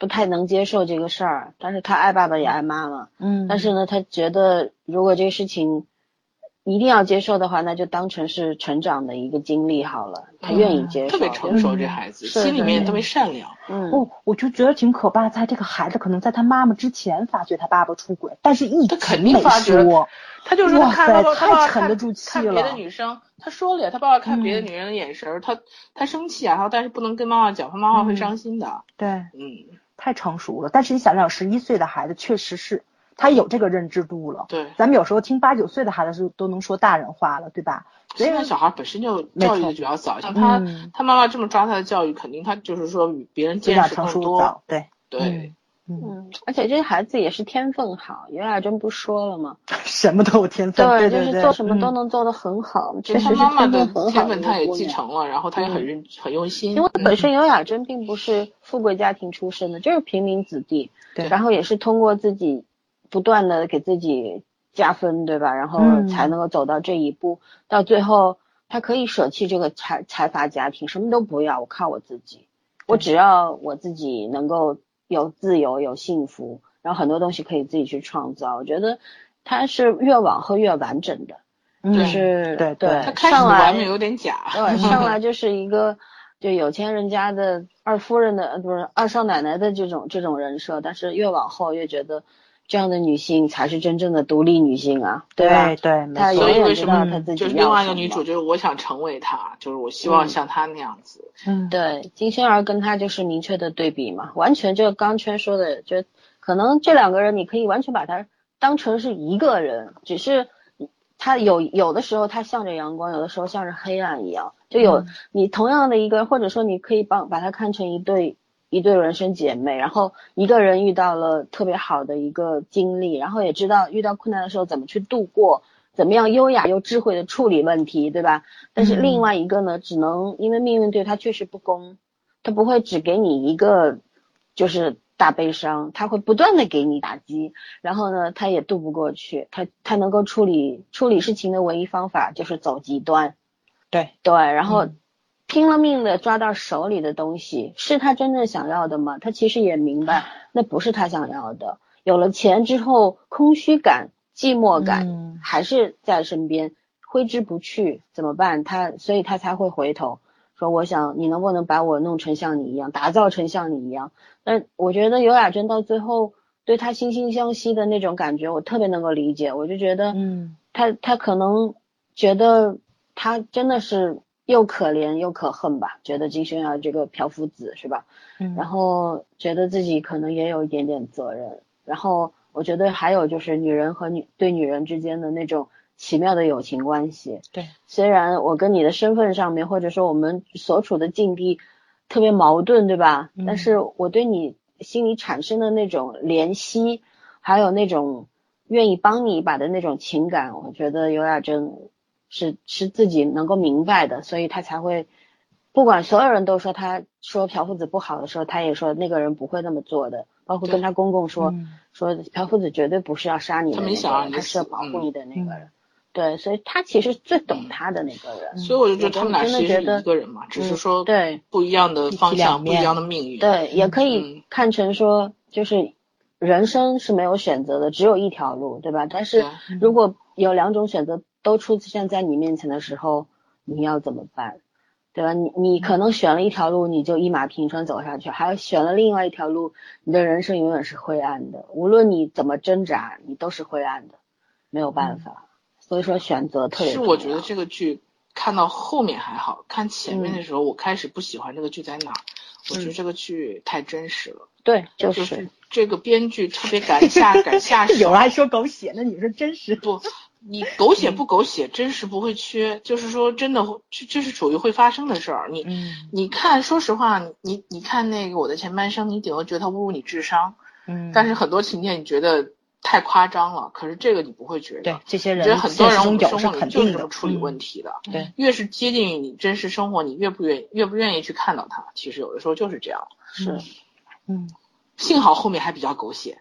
不太能接受这个事儿，但是他爱爸爸也爱妈妈， 嗯， 但是呢，他觉得如果这个事情一定要接受的话，那就当成是成长的一个经历好了，他愿意接受， 特别成熟，这孩子心里面特别善良。 嗯，哦，我就觉得挺可怕，在这个孩子可能在他妈妈之前发觉他爸爸出轨，但是一直没说。 他就是他看他太沉得住气了。 看别的女生，他说了呀，他爸爸看别的女人的眼神，嗯、他他生气啊，然后但是不能跟妈妈讲，他妈妈会伤心的。 嗯、对， 嗯， 太成熟了。但是你想想，十一岁的孩子确实是。他有这个认知度了， 对， 咱们有时候听八九岁的孩子是都能说大人话了，对吧？ 所以现在小孩本身就教育的比较早，像他、嗯、他妈妈这么抓他的教育，肯定他就是说比别人见识更多， 对对， 嗯, 嗯，而且这些孩子也是天分好，尤亚珍不说了吗？ 什么都有天分，对对对， 就是做什么都能做得很好， 嗯、 确实是他妈妈的天分很好天分他也继承了，然后他也很认、嗯、很用心， 因为本身尤亚珍并不是富贵家庭出身的，就是平民子弟， 对， 然后也是通过自己不断的给自己加分，对吧？然后才能够走到这一步，嗯、到最后他可以舍弃这个财财阀家庭，什么都不要，我靠我自己，我只要我自己能够有自由有幸福，然后很多东西可以自己去创造。我觉得他是越往后越完整的， 嗯、 就是对对， 他开始的完美有点假， 对，上来就是一个就有钱人家的二夫人的不是二少奶奶的这种这种人设，但是越往后越觉得这样的女性才是真正的独立女性啊，对吧？ 对对， 她永远知道她自己就是另外一个女主，就是我想成为她，就是我希望像她那样子。 嗯， 对，金星儿跟她就是明确的对比嘛，完全就刚圈说的，就可能这两个人你可以完全把她当成是一个人，只是她有有的时候她向着阳光，有的时候像是黑暗一样，就有、嗯、你同样的一个，或者说你可以帮把她看成一对。一对人生姐妹，然后一个人遇到了特别好的一个经历，然后也知道遇到困难的时候怎么去度过，怎么样优雅又智慧的处理问题，对吧？但是另外一个呢，只能因为命运对他确实不公，他不会只给你一个就是大悲伤，他会不断的给你打击，然后呢他也渡不过去，他他能够处理处理事情的唯一方法就是走极端， 对对，然后、嗯拼了命的抓到手里的东西，是他真正想要的吗？他其实也明白，那不是他想要的。有了钱之后，空虚感、寂寞感、嗯、还是在身边，挥之不去，怎么办？他，所以他才会回头说：“我想你能不能把我弄成像你一样，打造成像你一样？”但我觉得尤雅珍到最后对他惺惺相惜的那种感觉，我特别能够理解。我就觉得， 嗯， 他他可能觉得他真的是。又可怜又可恨吧，觉得金轩儿这个朴夫子是吧？ 嗯， 然后觉得自己可能也有一点点责任，然后我觉得还有就是女人和女对女人之间的那种奇妙的友情关系。 对， 虽然我跟你的身份上面或者说我们所处的境地特别矛盾，对吧？ 嗯、 但是我对你心里产生的那种怜惜，还有那种愿意帮你一把的那种情感，我觉得尤亚珍。是是自己能够明白的，所以他才会，不管所有人都说他说朴夫子不好的时候，他也说那个人不会那么做的，包括跟他公公说、嗯、说朴夫子绝对不是要杀你的那个人，他是要保护你的那个人、嗯、对，所以他其实最懂他的那个人、 嗯、所以我就觉得他们俩其实是一个人嘛，只是说对不一样的方向、嗯、不一样的命运， 对，也可以看成说就是人生是没有选择的，只有一条路，对吧？但是如果有两种选择都出现在你面前的时候，你要怎么办？对吧？你你可能选了一条路，你就一马平川走下去，还有选了另外一条路，你的人生永远是灰暗的。无论你怎么挣扎，你都是灰暗的，没有办法。嗯、所以说选择特别重要。 是我觉得这个剧看到后面还好，看前面的时候，嗯、我开始不喜欢这个剧在哪？我觉得这个剧太真实了。 对，就是、就是、这个编剧特别敢下敢下手。 有人还说狗血，那你说真实不？你狗血不狗血，真实不会缺，就是说真的，这这是属于会发生的事儿。你、 嗯、 你看，说实话，你你看那个我的前半生，你顶多觉得他侮辱你智商， 嗯， 但是很多情节你觉得太夸张了，可是这个你不会觉得。 对，这些人觉得很多人生活里就是这么处理问题的。 嗯、对， 越是接近于你真实生活，你越不愿越不愿意去看到它。其实有的时候就是这样。 是， 嗯， 幸好后面还比较狗血。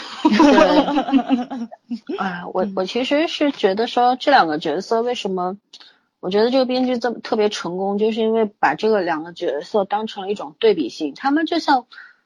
对，啊，我我其实是觉得说这两个角色为什么，我觉得这个编剧这么特别成功，就是因为把这个两个角色当成了一种对比性，他们就像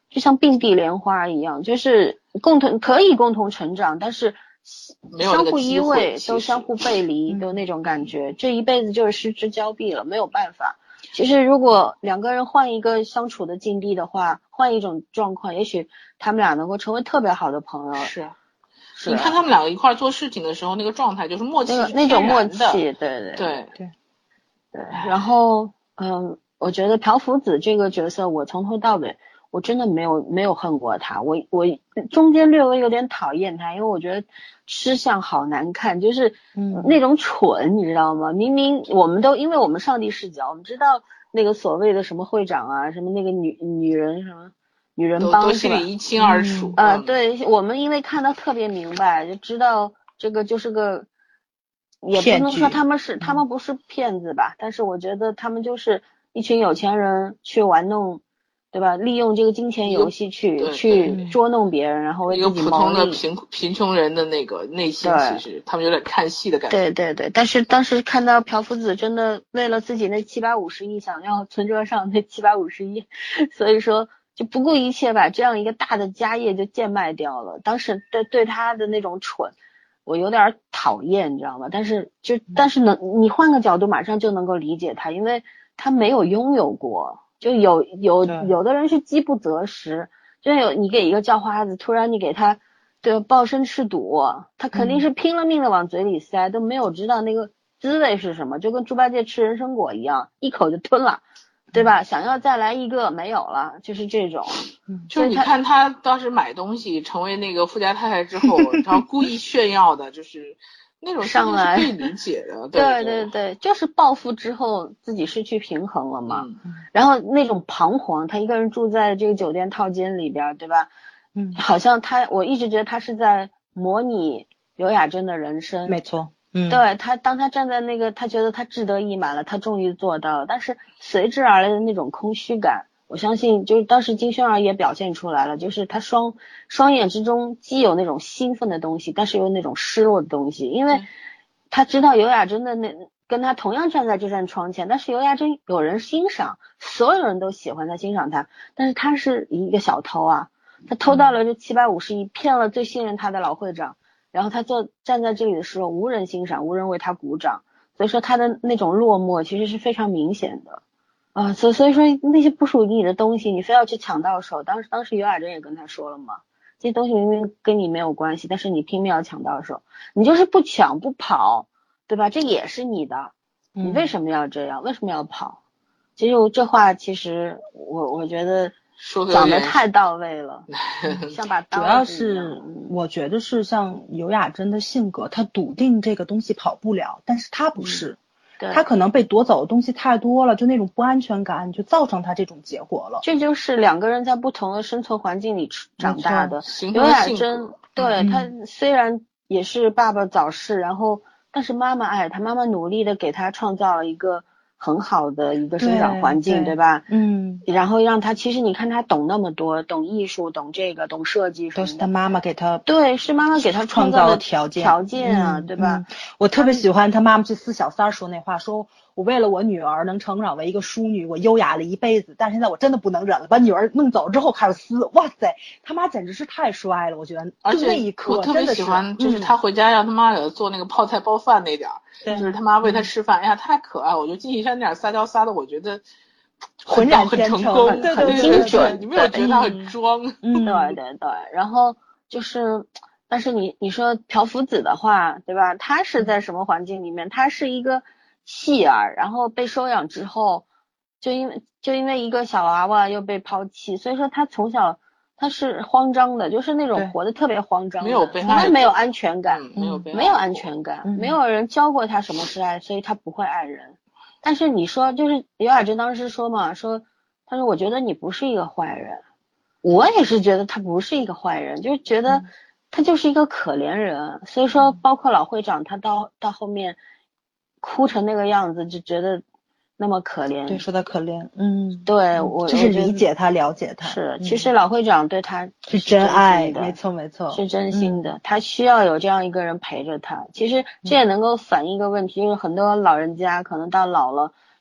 就像并蒂莲花一样，就是共同可以共同成长，但是相互依偎，都相互背离，都那种感觉，这一辈子就是失之交臂了，没有办法。其实如果两个人换一个相处的境地的话，换一种状况，也许他们俩能够成为特别好的朋友。 是，是你看他们两个一块做事情的时候，那个状态就是默契是天然的， 那种默契，对对对对对。然后，嗯，我觉得朴福子这个角色，我从头到尾，我真的没有没有恨过他，我我中间略微有点讨厌他，因为我觉得吃相好难看，就是那种蠢，你知道吗？明明我们都因为我们上帝视角，我们知道那个所谓的什么会长啊，什么那个女女人什么女人帮都心里一清二楚。 啊、嗯呃，对，我们因为看得特别明白，就知道这个就是个，也不能说他们是他们不是骗子吧，但是我觉得他们就是一群有钱人去玩弄。对吧？利用这个金钱游戏去去捉弄别人，然后为自己谋利。 一个普通的贫贫穷人的那个内心，其实他们有点看戏的感觉。 对对对，但是当时看到朴福子真的为了自己那七百五十亿，想要存折上那七百五十亿，所以说就不顾一切把这样一个大的家业就贱卖掉了。当时对对他的那种蠢，我有点讨厌，你知道吗？但是就但是能你换个角度，马上就能够理解他，因为他没有拥有过。就有有有的人是饥不择食，就有你给一个叫花子，突然你给他对抱生吃肚，他肯定是拼了命的往嘴里塞，嗯、都没有知道那个滋味是什么，就跟猪八戒吃人参果一样，一口就吞了，对吧？嗯、想要再来一个没有了，就是这种。 嗯、就是你看他当时买东西成为那个富家太太之后，然后故意炫耀的，就是那种上来可以理解的。 对对对 对, 对，就是报复之后自己失去平衡了嘛。嗯、然后那种彷徨，他一个人住在这个酒店套间里边，对吧？嗯，好像他，我一直觉得他是在模拟刘雅珍的人生。 没错。嗯， 对他，当他站在那个，他觉得他志得意满了，他终于做到了，但是随之而来的那种空虚感。我相信就是当时金宣儿也表现出来了，就是他双双眼之中既有那种兴奋的东西，但是又有那种失落的东西，因为他知道尤雅珍的那跟他同样站在这扇窗前，但是尤雅珍有人欣赏，所有人都喜欢他欣赏他，但是他是一个小偷啊，他偷到了这七百五十亿，骗了最信任他的老会长，然后他坐站在这里的时候无人欣赏，无人为他鼓掌，所以说他的那种落寞其实是非常明显的。啊，所所以说那些不属于你的东西，你非要去抢到手。当时当时尤雅珍也跟他说了嘛，这些东西明明跟你没有关系，但是你拼命要抢到手，你就是不抢不跑，对吧？这也是你的，你为什么要这样？嗯、为什么要跑？其实这话其实我我觉得讲得太到位了，像把刀主要是我觉得是像尤雅珍的性格，她笃定这个东西跑不了，但是她不是。嗯他可能被夺走的东西太多了，就那种不安全感就造成他这种结果了。 这就是两个人在不同的生存环境里长大的。尤雅珍对、嗯、他虽然也是爸爸早逝，然后但是妈妈爱他，妈妈努力的给他创造了一个很好的一个生长环境， 对, 对吧？ 嗯， 然后让他，其实你看他懂那么多，懂艺术，懂这个，懂设计， 都是他妈妈给他， 对，是妈妈给他创造的条件条件啊， 嗯、 对吧、 嗯？我特别喜欢他妈妈去撕小三儿说那话，说我为了我女儿能成长为一个淑女，我优雅了一辈子，但是现在我真的不能忍了，把女儿弄走之后开始撕，哇塞，他妈简直是太帅了，我觉得， 而且就那一刻我特别喜欢，就是他回家让他妈给他做那个泡菜包饭那点儿。 嗯、 就是他妈喂他吃饭，哎呀太可爱，我觉得金喜山那点撒娇撒的，我觉得浑然很成功， 对对对， 很精准， 你没有觉得他很装？ 嗯，对对对。然后就是，但是你你说朴福子的话，对吧？他是在什么环境里面？他是一个弃儿，然后被收养之后，就因为就因为一个小娃娃又被抛弃，所以说他从小。他是慌张的，就是那种活得特别慌张的， 没有被从来没有安全感， 嗯、没有被没有安全感、嗯，没有人教过他什么是爱，所以他不会爱人。但是你说，就是尤雅珍当时说嘛，说他说我觉得你不是一个坏人，我也是觉得他不是一个坏人，就是觉得他就是一个可怜人。所以说，包括老会长他到到后面哭成那个样子，就觉得。那么可怜， 对，说他可怜，嗯， 对我就是理解他，了解他。 是，其实老会长对他是真爱，没错没错， 是真心的、嗯。他需要有这样一个人陪着他。其实这也能够反映一个问题，就是很多老人家可能到老了，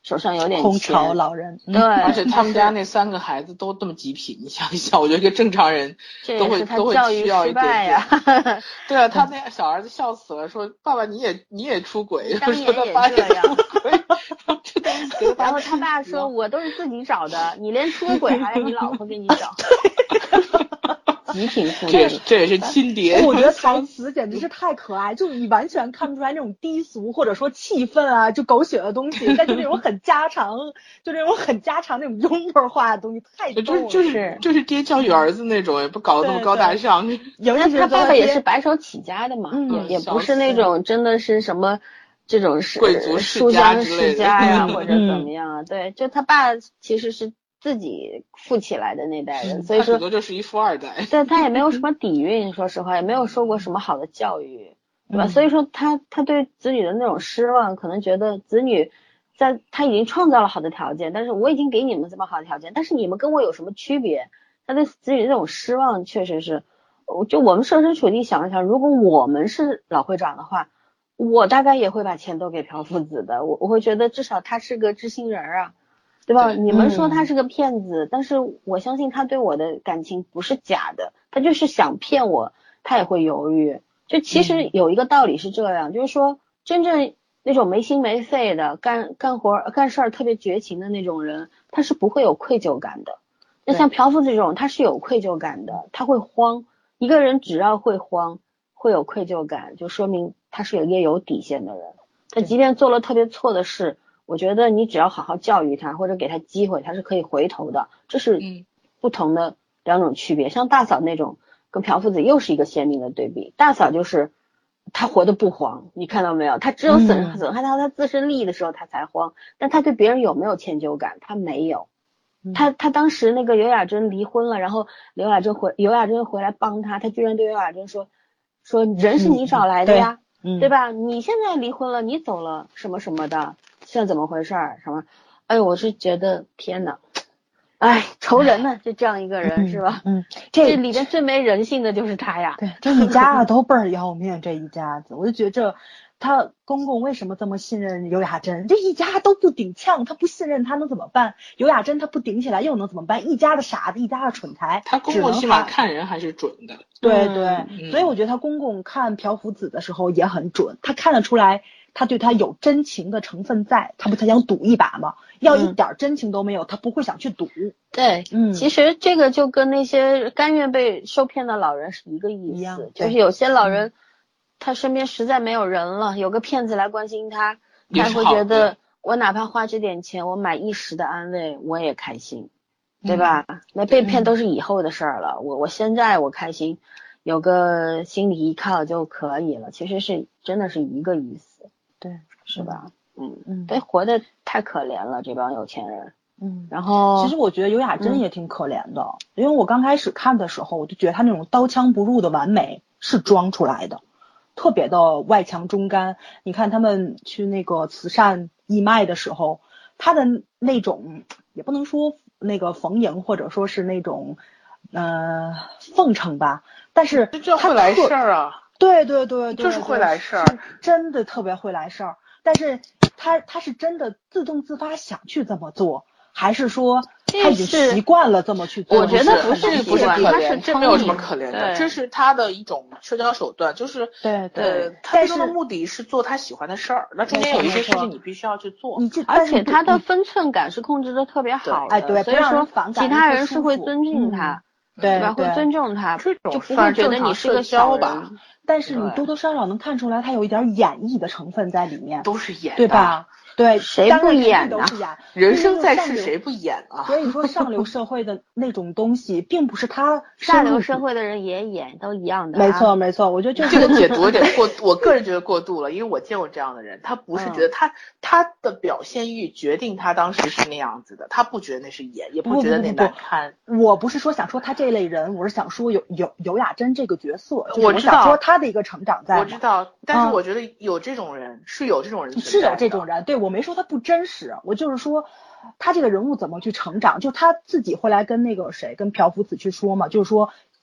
手上有点空巢老人， 对， 而且他们家那三个孩子都这么极品，你想一想，我觉得一个正常人都会都会需要一点点。对啊，他那小儿子笑死了，说爸爸你也你也出轨， 当年也这样。然后他爸说我都是自己找的，你连出轨还是你老婆给你找。极品父这这也是亲爹。 我觉得台词简直是太可爱，就你完全看不出来那种低俗或者说气愤啊，就狗血的东西，但就那种很家常，就那种很家常那种幽默化的东西，太逗了。 就是就是就是爹教育儿子那种，也不搞得那么高大上。 尤其是他爸爸也是白手起家的嘛，嗯、也也不是那种真的是什么这种是贵族书香世家呀、嗯、或者怎么样啊？对，就他爸其实是自己富起来的那代人，所以说他顶多就是一富二代。 对，他也没有什么底蕴，说实话，也没有受过什么好的教育，对吧？嗯、所以说他他对子女的那种失望，可能觉得子女在他已经创造了好的条件，但是我已经给你们这么好的条件，但是你们跟我有什么区别？他对子女那种失望，确实是，就我们设身处地想一想，如果我们是老会长的话，我大概也会把钱都给朴父子的，我我会觉得至少他是个知心人啊。对吧？对，你们说他是个骗子，嗯，但是我相信他对我的感情不是假的，他就是想骗我，他也会犹豫。就其实有一个道理是这样，嗯，就是说真正那种没心没肺的干干活干事儿特别绝情的那种人，他是不会有愧疚感的。那像朴父这种，他是有愧疚感的，他会慌。一个人只要会慌，会有愧疚感，就说明他是一个有底线的人。他即便做了特别错的事，我觉得你只要好好教育他，或者给他机会，他是可以回头的。这是不同的两种区别。像大嫂那种跟朴父子又是一个鲜明的对比。大嫂就是他活得不慌，你看到没有？他只有损损害到他自身利益的时候他才慌，但他对别人有没有歉疚感？他没有。他他当时那个尤雅珍离婚了，然后刘雅珍回尤雅珍回来帮他，他居然对尤雅珍说说人是你找来的呀，嗯，对, 对吧？你现在离婚了，你走了什么什么的。现在怎么回事儿？什么？哎，我是觉得天哪，哎，仇人呢，就这样一个人，嗯，是吧？ 嗯， 这, 这里边最没人性的就是他呀。 对，这一家都倍儿要命，这一家子，我就觉着他公公为什么这么信任尤雅珍？这一家都不顶呛，他不信任他能怎么办？尤雅珍他不顶起来又能怎么办？一家的傻子，一家的蠢材。 他公公起码看人还是准的。 对对，嗯，所以我觉得他公公看朴父子的时候也很准，他看得出来。他对他有真情的成分在，他不才想赌一把吗？要一点真情都没有，嗯，他不会想去赌。 对，嗯，其实这个就跟那些甘愿被受骗的老人是一个意思，就是有些老人，嗯，他身边实在没有人了，有个骗子来关心他，他会觉得我哪怕花这点钱，我买一时的安慰，我也开心，对吧？嗯，那被骗都是以后的事儿了，嗯，我我现在我开心，有个心理依靠就可以了，其实是真的是一个意思。对，是吧？嗯嗯，对，活得太可怜了，这帮有钱人。嗯，然后其实我觉得尤雅珍也挺可怜的，嗯，因为我刚开始看的时候，我就觉得她那种刀枪不入的完美是装出来的，特别的外强中干。你看他们去那个慈善义卖的时候，她的那种也不能说那个逢迎，或者说是那种呃奉承吧，但是这会来事儿啊。 对对对对， 就是会来事儿， 真的特别会来事儿。但是他他是真的自动自发想去这么做，还是说他已经习惯了这么去做？ 我觉得不是不是可怜， 这没有什么可怜的，这是他的一种社交手段，就是对对， 呃，他最终的目的是做他喜欢的事儿，那中间有一些事情你必须要去做， 而且他的分寸感是控制的特别好的， 哎对， 所以说其他人是会尊敬他。 对吧？会尊重他， 这种就不会觉得你是个小吧。 但是你多多少少能看出来，他有一点演绎的成分在里面， 都是演的， 对吧？对， 谁不演呢？ 人生在世谁不演啊？ 所以说上流社会的那种东西，并不是他下流社会的人也演，都一样的，啊。 没错没错，我觉得就这个解读有点过，我个人觉得过度了，因为我见过这样的人，他不是觉得他、嗯、他的表现欲决定他当时是那样子的，他不觉得那是演，也不觉得那难看。 不不不我不是说想说他这类人，我是想说有有尤雅珍这个角色， 我知道说他的一个成长在。 我知道，但是我觉得有这种人、嗯、是有这种人， 是有这种人，对我没说他不真实，我就是说他这个人物怎么去成长，就他自己会来跟那个谁跟朴父子去说嘛，就是说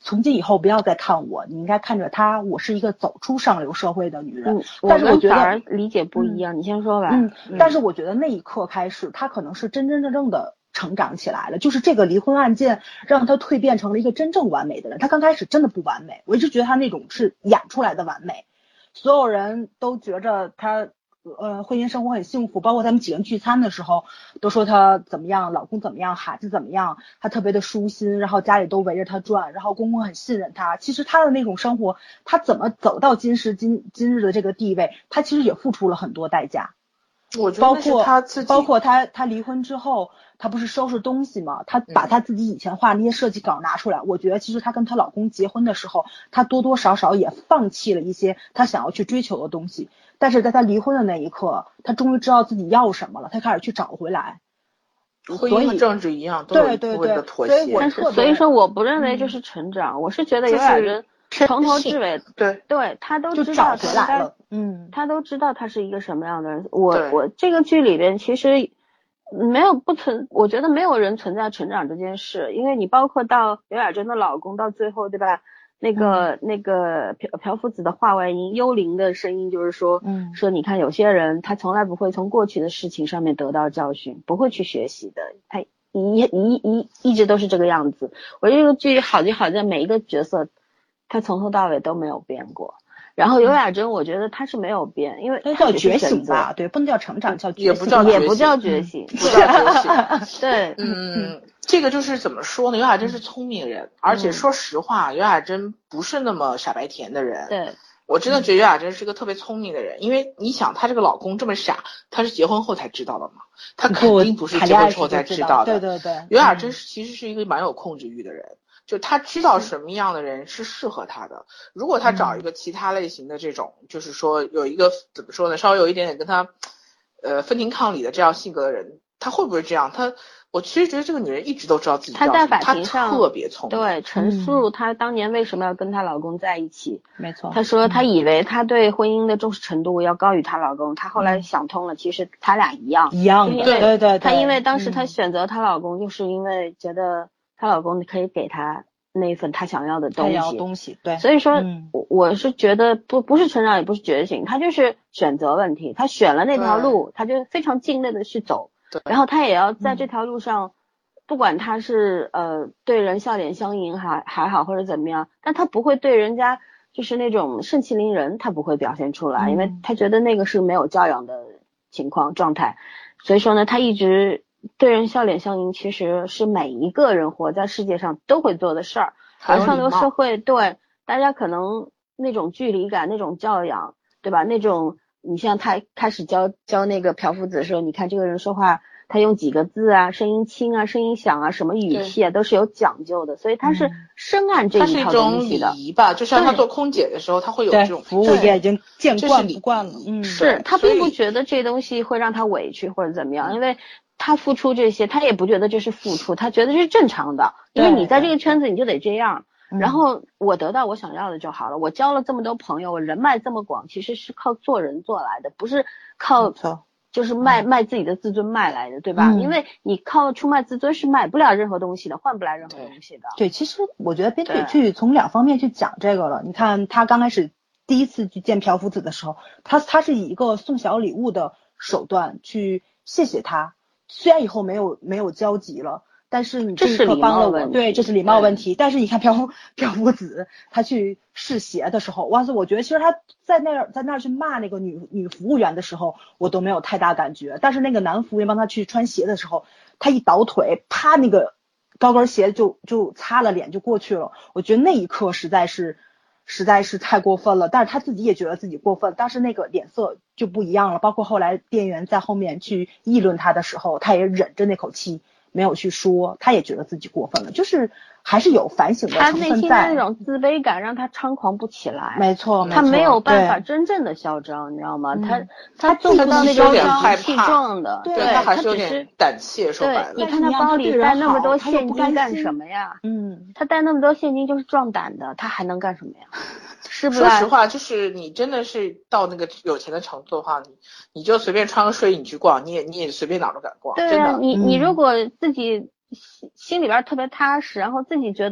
从今以后不要再看我，你应该看着她，我是一个走出上流社会的女人。 嗯， 但是我觉得理解不一样，嗯、你先说吧。 嗯，但是我觉得那一刻开始，她可能是真真正正的成长起来了，就是这个离婚案件让她蜕变成了一个真正完美的人。她刚开始真的不完美，我一直觉得她那种是演出来的完美，所有人都觉着她呃，婚姻生活很幸福，包括他们几个人聚餐的时候，都说她怎么样，老公怎么样，孩子怎么样，她特别的舒心，然后家里都围着她转，然后公公很信任她。其实她的那种生活，她怎么走到今时今今日的这个地位，她其实也付出了很多代价。 我觉得那是她自己， 包括她她离婚之后，她不是收拾东西吗？她把她自己以前画那些设计稿拿出来，嗯、我觉得其实她跟她老公结婚的时候，她多多少少也放弃了一些她想要去追求的东西。但是在她离婚的那一刻，她终于知道自己要什么了，她开始去找回来。 婚姻和政治一样，都有一部分的妥协。 对对对， 但是所以说我不认为这是成长，嗯、我是觉得有点人从头至尾， 对对他都知道回来了，嗯， 他都知道他是一个什么样的人。我我这个剧里边其实没有不存，我觉得没有人存在成长这件事，因为你包括到刘雅珍的老公到最后，对吧？那个、嗯、那个朴朴夫子的话外音，幽灵的声音就是说，嗯，说你看有些人他从来不会从过去的事情上面得到教训，不会去学习的，他一一一一直都是这个样子。我这个剧好就好在每一个角色，他从头到尾都没有变过。然后刘雅珍，我觉得她是没有变，因为她叫觉醒吧，对，不能叫成长，叫也不叫也不叫觉醒， 不叫觉醒， 对， 嗯。这个就是怎么说呢？刘雅珍是聪明人，嗯、而且说实话，刘雅珍不是那么傻白甜的人。 对， 我真的觉得刘雅珍是个特别聪明的人，因为你想，她这个老公这么傻，她是结婚后才知道的嘛？她肯定不是结婚后才知道的。对对对， 刘雅珍其实是一个蛮有控制欲的人，就她知道什么样的人是适合她的。如果她找一个其他类型的这种，嗯、就是说有一个怎么说呢，稍微有一点点跟她呃分庭抗礼的这样性格的人，她会不会这样？她。我其实觉得这个女人一直都知道自己要什么， 她在法庭上特别聪明。 对，陈述她当年为什么要跟她老公在一起。 没错。 她说她以为她对婚姻的重视程度要高于她老公，她后来想通了，其实她俩一样。 一样的。对对对。 她因为当时她选择她老公，就是因为觉得她老公可以给她那一份她想要的东西。 她要东西，对。 所以说，嗯、我我是觉得不不是成长，也不是觉醒，她就是选择问题。她选了那条路，她就非常尽力的去走。然后他也要在这条路上，嗯、不管他是呃对人笑脸相迎还还好或者怎么样，但他不会对人家就是那种盛气凌人，他不会表现出来，嗯、因为他觉得那个是没有教养的情况状态。所以说呢，他一直对人笑脸相迎，其实是每一个人活在世界上都会做的事儿。而上流社会对大家可能那种距离感、那种教养，对吧？那种。你像他开始教教那个朴夫子的时候，你看这个人说话，他用几个字啊，声音轻啊，声音响啊，什么语气啊，都是有讲究的，所以他是深谙这一套东西的。 它是一种礼仪吧，就像他做空姐的时候，他会有这种服务业已经见惯不惯了。嗯， 是他并不觉得这东西会让他委屈或者怎么样，因为他付出这些，他也不觉得这是付出，他觉得这是正常的，因为你在这个圈子你就得这样。然后我得到我想要的就好了。我交了这么多朋友，我人脉这么广，其实是靠做人做来的，不是靠就是卖、嗯、卖自己的自尊卖来的，对吧？嗯、因为你靠出卖自尊是买不了任何东西的，换不来任何东西的。 对，其实我觉得编剧剧从两方面去讲这个了。你看他刚开始第一次去见朴夫子的时候，他他是以一个送小礼物的手段去谢谢他，虽然以后没有没有交集了。但是你这一刻帮了我，对，这是礼貌问题。但是你看朴朴夫子他去试鞋的时候，哇塞，我觉得其实他在那儿在那儿去骂那个女女服务员的时候，我都没有太大感觉。但是那个男服务员帮他去穿鞋的时候，他一倒腿，啪，那个高跟鞋就就擦了脸就过去了。我觉得那一刻实在是实在是太过分了。但是他自己也觉得自己过分，但是那个脸色就不一样了。包括后来店员在后面去议论他的时候，他也忍着那口气。没有去说，他也觉得自己过分了，就是还是有反省的成分在。 他内心的那种自卑感让他猖狂不起来。 没错， 他没有办法真正的嚣张，你知道吗？他他做不到那种有点气壮的， 对，他还是有点胆怯。说白了， 你看他包里带那么多现金干什么呀？ 嗯， 他带那么多现金就是壮胆的，他还能干什么呀？是不是？ 说实话，就是你真的是到那个有钱的程度的话，你你就随便穿个睡衣你去逛，你也你也随便哪都敢逛。 对啊，你你如果自己心里边特别踏实，然后自己觉得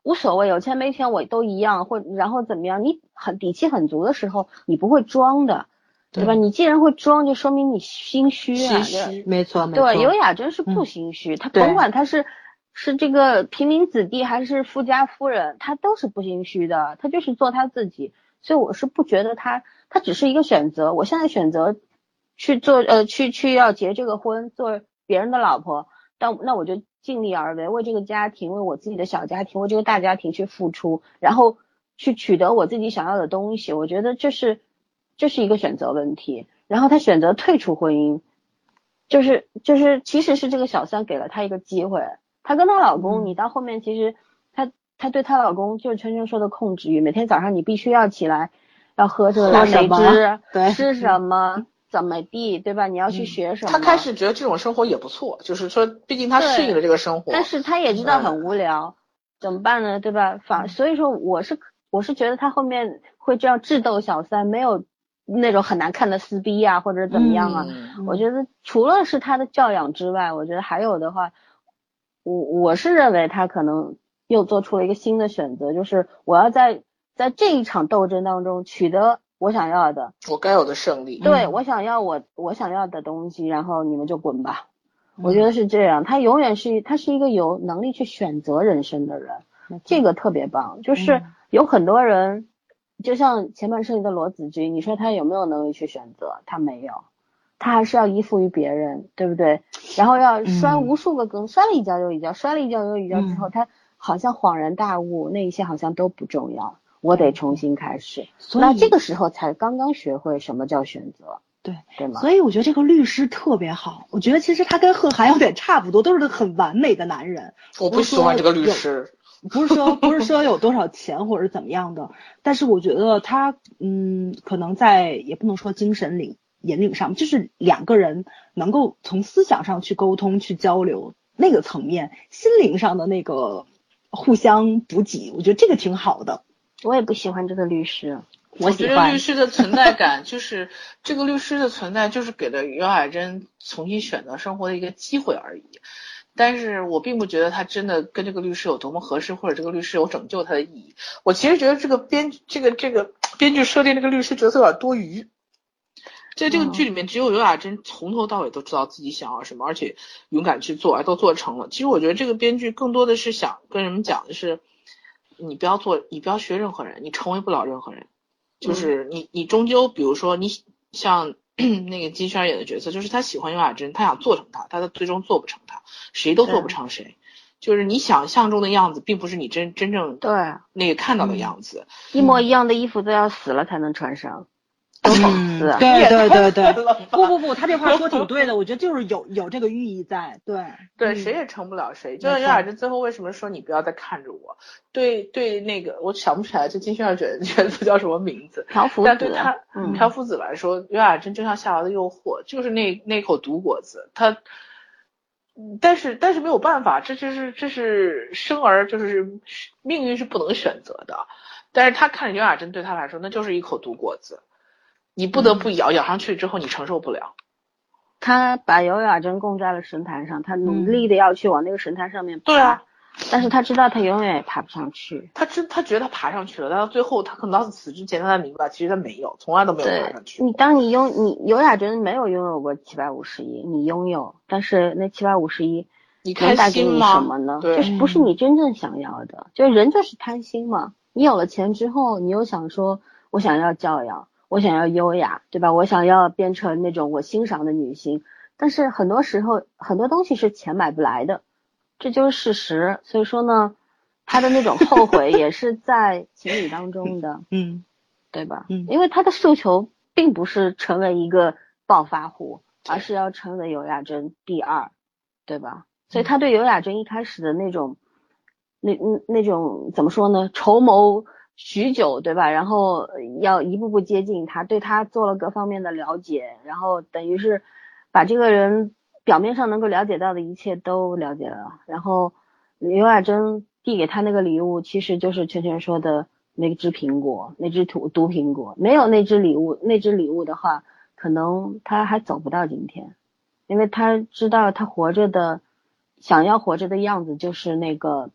无所谓，有钱没钱我都一样，或然后怎么样，你很底气很足的时候，你不会装的，对吧？你既然会装，就说明你心虚啊。 心虚， 没错没错。 对，尤雅真是不心虚，他、嗯、甭管他是是这个平民子弟还是富家夫人，他都是不心虚的，他就是做他自己。所以我是不觉得他他只是一个选择，我现在选择去做呃去去要结这个婚，做别人的老婆，但那我就尽力而为，为这个家庭，为我自己的小家庭，为这个大家庭去付出，然后去取得我自己想要的东西。我觉得这是这是一个选择问题。然后他选择退出婚姻，就是就是其实是这个小三给了他一个机会。她跟她老公，你到后面其实她她对她老公就是圈圈说的控制欲，每天早上你必须要起来要喝这个蓝莓汁， 对， 吃什么怎么地，对吧？你要去学什么。 她开始觉得这种生活也不错，就是说毕竟她适应了这个生活， 但是她也知道很无聊，怎么办呢？对吧？反所以说我是我是觉得她后面会这样智斗小三，没有那种很难看的撕逼啊或者怎么样啊、嗯、我觉得除了是她的教养之外，我觉得还有的话，我我是认为她可能又做出了一个新的选择，就是我要在在这一场斗争当中取得我想要的， 我该有的胜利。 对、嗯、我想要我我想要的东西，然后你们就滚吧。我觉得是这样，他永远是他是一个有能力去选择人生的人，这个特别棒。就是有很多人，就像前半生里的罗子君，你说他有没有能力去选择？他没有，他还是要依附于别人，对不对？然后要摔无数个跟、嗯、摔了一跤又一跤，摔了一跤又一跤之后、嗯、他好像恍然大悟，那一些好像都不重要，我得重新开始。那这个时候才刚刚学会什么叫选择。 对对吗？ 所以我觉得这个律师特别好，我觉得其实他跟贺涵有点差不多，都是很完美的男人。 我不喜欢这个律师， 不是说不是说有多少钱或者是怎么样的，但是我觉得他嗯，可能在也不能说精神领引领上，就是两个人能够从思想上去沟通去交流，那个层面心灵上的那个互相补给，我觉得这个挺好的。 我也不喜欢这个律师。 我觉得律师的存在感就是这个律师的存在就是给了姚雅珍重新选择生活的一个机会而已，但是我并不觉得他真的跟这个律师有多么合适，或者这个律师有拯救他的意义。我其实觉得这个编这个这个编剧设定这个律师角色有点多余，在这个剧里面只有姚雅珍从头到尾都知道自己想要什么，而且勇敢去做，都做成了。其实我觉得这个编剧更多的是想跟人们讲的是，你不要做，你不要学任何人，你成为不了任何人。就是你，你终究，比如说你像那个金轩演的角色，就是他喜欢尤雅珍，他想做成他，他最终做不成他，谁都做不成谁。就是你想象中的样子，并不是你真真正对那个看到的样子。 嗯、一模一样的衣服都要死了才能穿上。都讽刺、 嗯，对对对对，不不不，他这话说挺对的，我觉得就是有有这个寓意在，对对、嗯，谁也成不了谁。就像尤雅珍最后为什么说你不要再看着我？对对，那个我想不起来这金轩角角色叫什么名字， 朴福子。 但对他嗯朴福子来说，尤雅珍就像夏娃的诱惑，就是那那口毒果子，他。但是但是没有办法，这就是这是生而就是命运是不能选择的。但是他看着尤雅珍对他来说，那就是一口毒果子。你不得不咬，咬上去之后你承受不了。 他把尤雅珍供在了神坛上，他努力的要去往那个神坛上面爬， 对啊， 但是他知道他永远也爬不上去。 他知他觉得他爬上去了，但到最后他可能到死之前他才明白，其实他没有，从来都没有爬上去。 你当你拥你尤雅珍没有拥有过七百五十亿，你拥有，但是那七百五十亿你能带给你什么呢？ 对， 就是不是你真正想要的，就是人就是贪心嘛。你有了钱之后，你又想说，我想要教养。我想要优雅，对吧？我想要变成那种我欣赏的女性，但是很多时候很多东西是钱买不来的，这就是事实。所以说呢，他的那种后悔也是在情理当中的， 嗯， 对吧？ 嗯， 因为他的诉求并不是成为一个暴发户，而是要成为尤雅珍第二，对吧？所以他对尤雅珍一开始的那种，那那种怎么说呢？筹谋许久，对吧？然后要一步步接近他，对他做了各方面的了解，然后等于是把这个人表面上能够了解到的一切都了解了。然后尤雅珍递给他那个礼物，其实就是圈圈说的那只苹果，那只毒毒苹果。没有那只礼物，那只礼物的话，可能他还走不到今天，因为他知道他活着的，想要活着的样子就是那个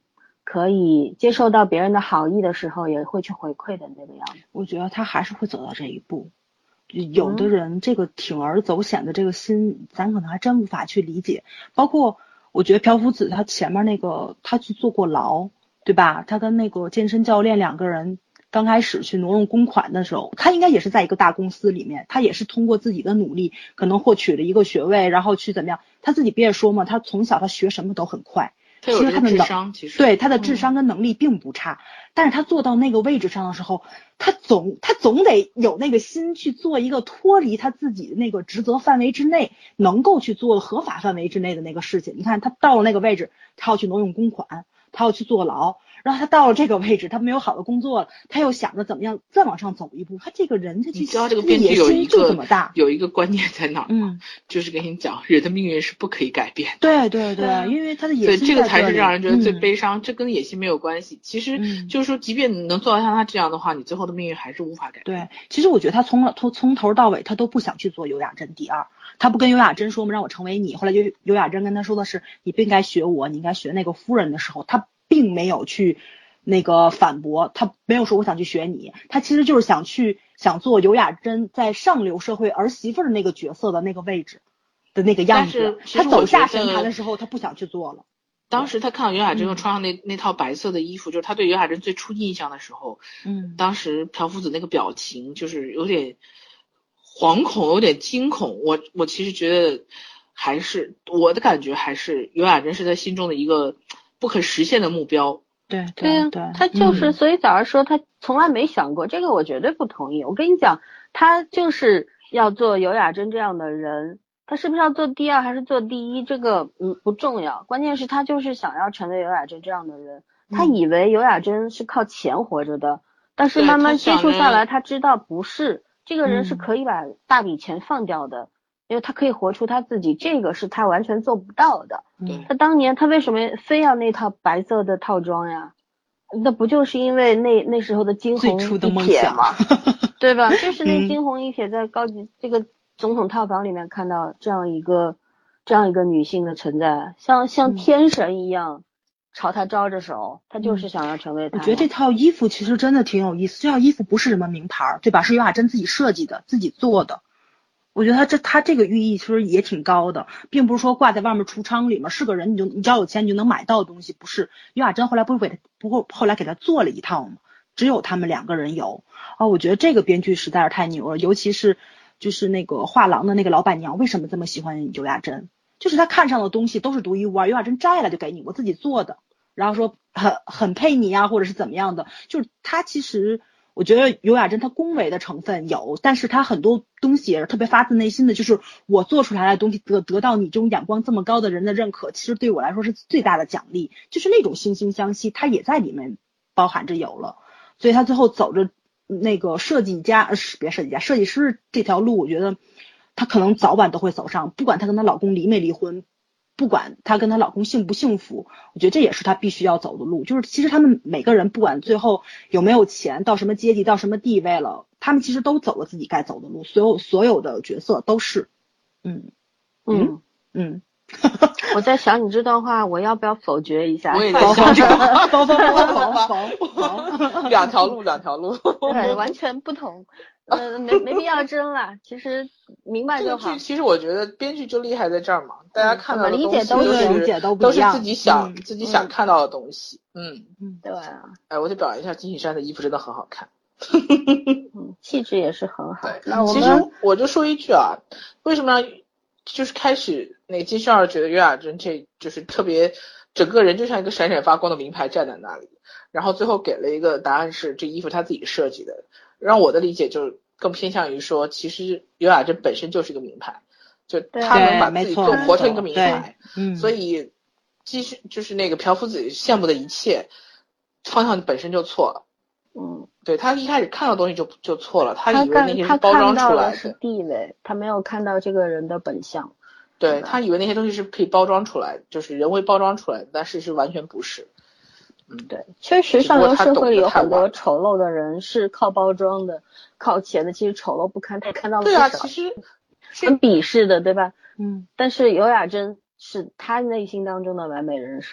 可以接受到别人的好意的时候，也会去回馈的那个样子。 我觉得他还是会走到这一步。有的人这个铤而走险的这个心，咱可能还真无法去理解。包括我觉得朴福子他前面那个他去坐过牢，对吧？他跟那个健身教练两个人刚开始去挪用公款的时候，他应该也是在一个大公司里面，他也是通过自己的努力可能获取了一个学位，然后去怎么样。他自己不也说嘛，他从小他学什么都很快， 他有这个智商，其实对他的智商跟能力并不差、嗯、但是他做到那个位置上的时候，他总他总得有那个心去做一个脱离他自己的那个职责范围之内能够去做合法范围之内的那个事情。你看他到了那个位置，他要去挪用公款，他要去坐牢，然后他到了这个位置，他没有好的工作了，他又想着怎么样再往上走一步。他这个人他你知道这个编剧有一个这么大有一个观念在哪儿吗？ 嗯， 就是跟你讲人的命运是不可以改变的。 对对对、嗯、因为他的野心在这里， 对，这个才是让人觉得最悲伤、嗯、这跟野心没有关系。其实就是说即便你能做到像他这样的话，你最后的命运还是无法改变。 对，其实我觉得他从从从头到尾他都不想去做尤雅珍第二，他不跟尤雅珍说吗让我成为你，后来就尤雅珍跟他说的是你不应该学我，你应该学那个夫人的时候，他并没有去那个反驳，他没有说我想去学你，他其实就是想去想做尤雅珍在上流社会儿媳妇的那个角色的那个位置的那个样子。他走下神坛的时候他不想去做了。 当时他看到尤雅珍又穿上那、嗯、那套白色的衣服，就是他对尤雅珍最初印象的时候，嗯，当时朴福子那个表情就是有点惶恐有点惊恐，我我其实觉得还是我的感觉还是尤雅珍是他心中的一个不可实现的目标。 对对对， 他就是、嗯、所以早上说他从来没想过这个，我绝对不同意。我跟你讲，他就是要做尤雅珍这样的人，他是不是要做第二还是做第一，这个嗯不重要，关键是他就是想要成为尤雅珍这样的人。他以为尤雅珍是靠钱活着的、嗯、但是慢慢接触下来他知道不是，这个人是可以把大笔钱放掉的、嗯，因为他可以活出他自己，这个是他完全做不到的。 对， 他当年他为什么非要那套白色的套装呀？那不就是因为那那时候的惊鸿一瞥吗？对吧？就是那惊鸿一瞥在高级、嗯、这个总统套房里面看到这样一个这样一个女性的存在，像像天神一样、嗯、朝他招着手，他就是想要成为他、 嗯。我觉得这套衣服其实真的挺有意思，这套衣服不是什么名牌，对吧？是尤雅珍自己设计的，自己做的。我觉得他这他这个寓意其实也挺高的，并不是说挂在外面橱窗里面是个人你就你只要有钱你就能买到的东西，不是。尤雅珍后来不是给他不过后来给他做了一套吗？只有他们两个人有啊，我觉得这个编剧实在是太牛了，尤其是就是那个画廊的那个老板娘为什么这么喜欢尤雅珍，就是他看上的东西都是独一无二，尤雅珍摘了就给你，我自己做的，然后说很很配你啊，或者是怎么样的，就是他其实。我觉得尤雅珍她恭维的成分有，但是她很多东西也是特别发自内心的，就是我做出来的东西得得到你这种眼光这么高的人的认可，其实对我来说是最大的奖励，就是那种惺惺相惜，它也在里面包含着有了，所以她最后走着那个设计家呃别设计家设计师这条路，我觉得她可能早晚都会走上，不管她跟她老公离没离婚，不管她跟她老公幸不幸福，我觉得这也是她必须要走的路。就是其实他们每个人不管最后有没有钱，到什么阶级，到什么地位了，他们其实都走了自己该走的路，所有所有的角色都是。嗯嗯嗯我在想你这段话我要不要否决一下？ 我也在想这个否否否否两条路两条路对，完全不同。呃，没没必要争了，其实明白就好。 这个剧其实我觉得编剧就厉害在这儿嘛，大家看到的东西理解都是理解都都是自己想、嗯、自己想看到的东西。嗯嗯，对啊。 哎，我得表扬一下金喜山的衣服真的很好看。 嗯，气质也是很好。 那我们其实我就说一句啊，为什么就是开始那个金秀儿觉得尤雅珍这就是特别整个人就像一个闪闪发光的名牌站在那里，然后最后给了一个答案是这衣服他自己设计的。让我的理解就更偏向于说，其实尤雅珍本身就是一个名牌，就他能把自己做活成一个名牌， 嗯， 所以继续就是那个朴福子羡慕的一切方向本身就错了。 嗯， 对，他一开始看到东西就就错了，他以为那些是包装出来的， 他是地位，他没有看到这个人的本相。 对，他以为那些东西是可以包装出来，就是人为包装出来的，但事实完全不是。 嗯，对，确实上流社会里有很多丑陋的人是靠包装的，靠钱的，其实丑陋不堪，他看到了不少。 对啊，其实很鄙视的，对吧？ 嗯， 但是尤雅珍是他内心当中的完美人设。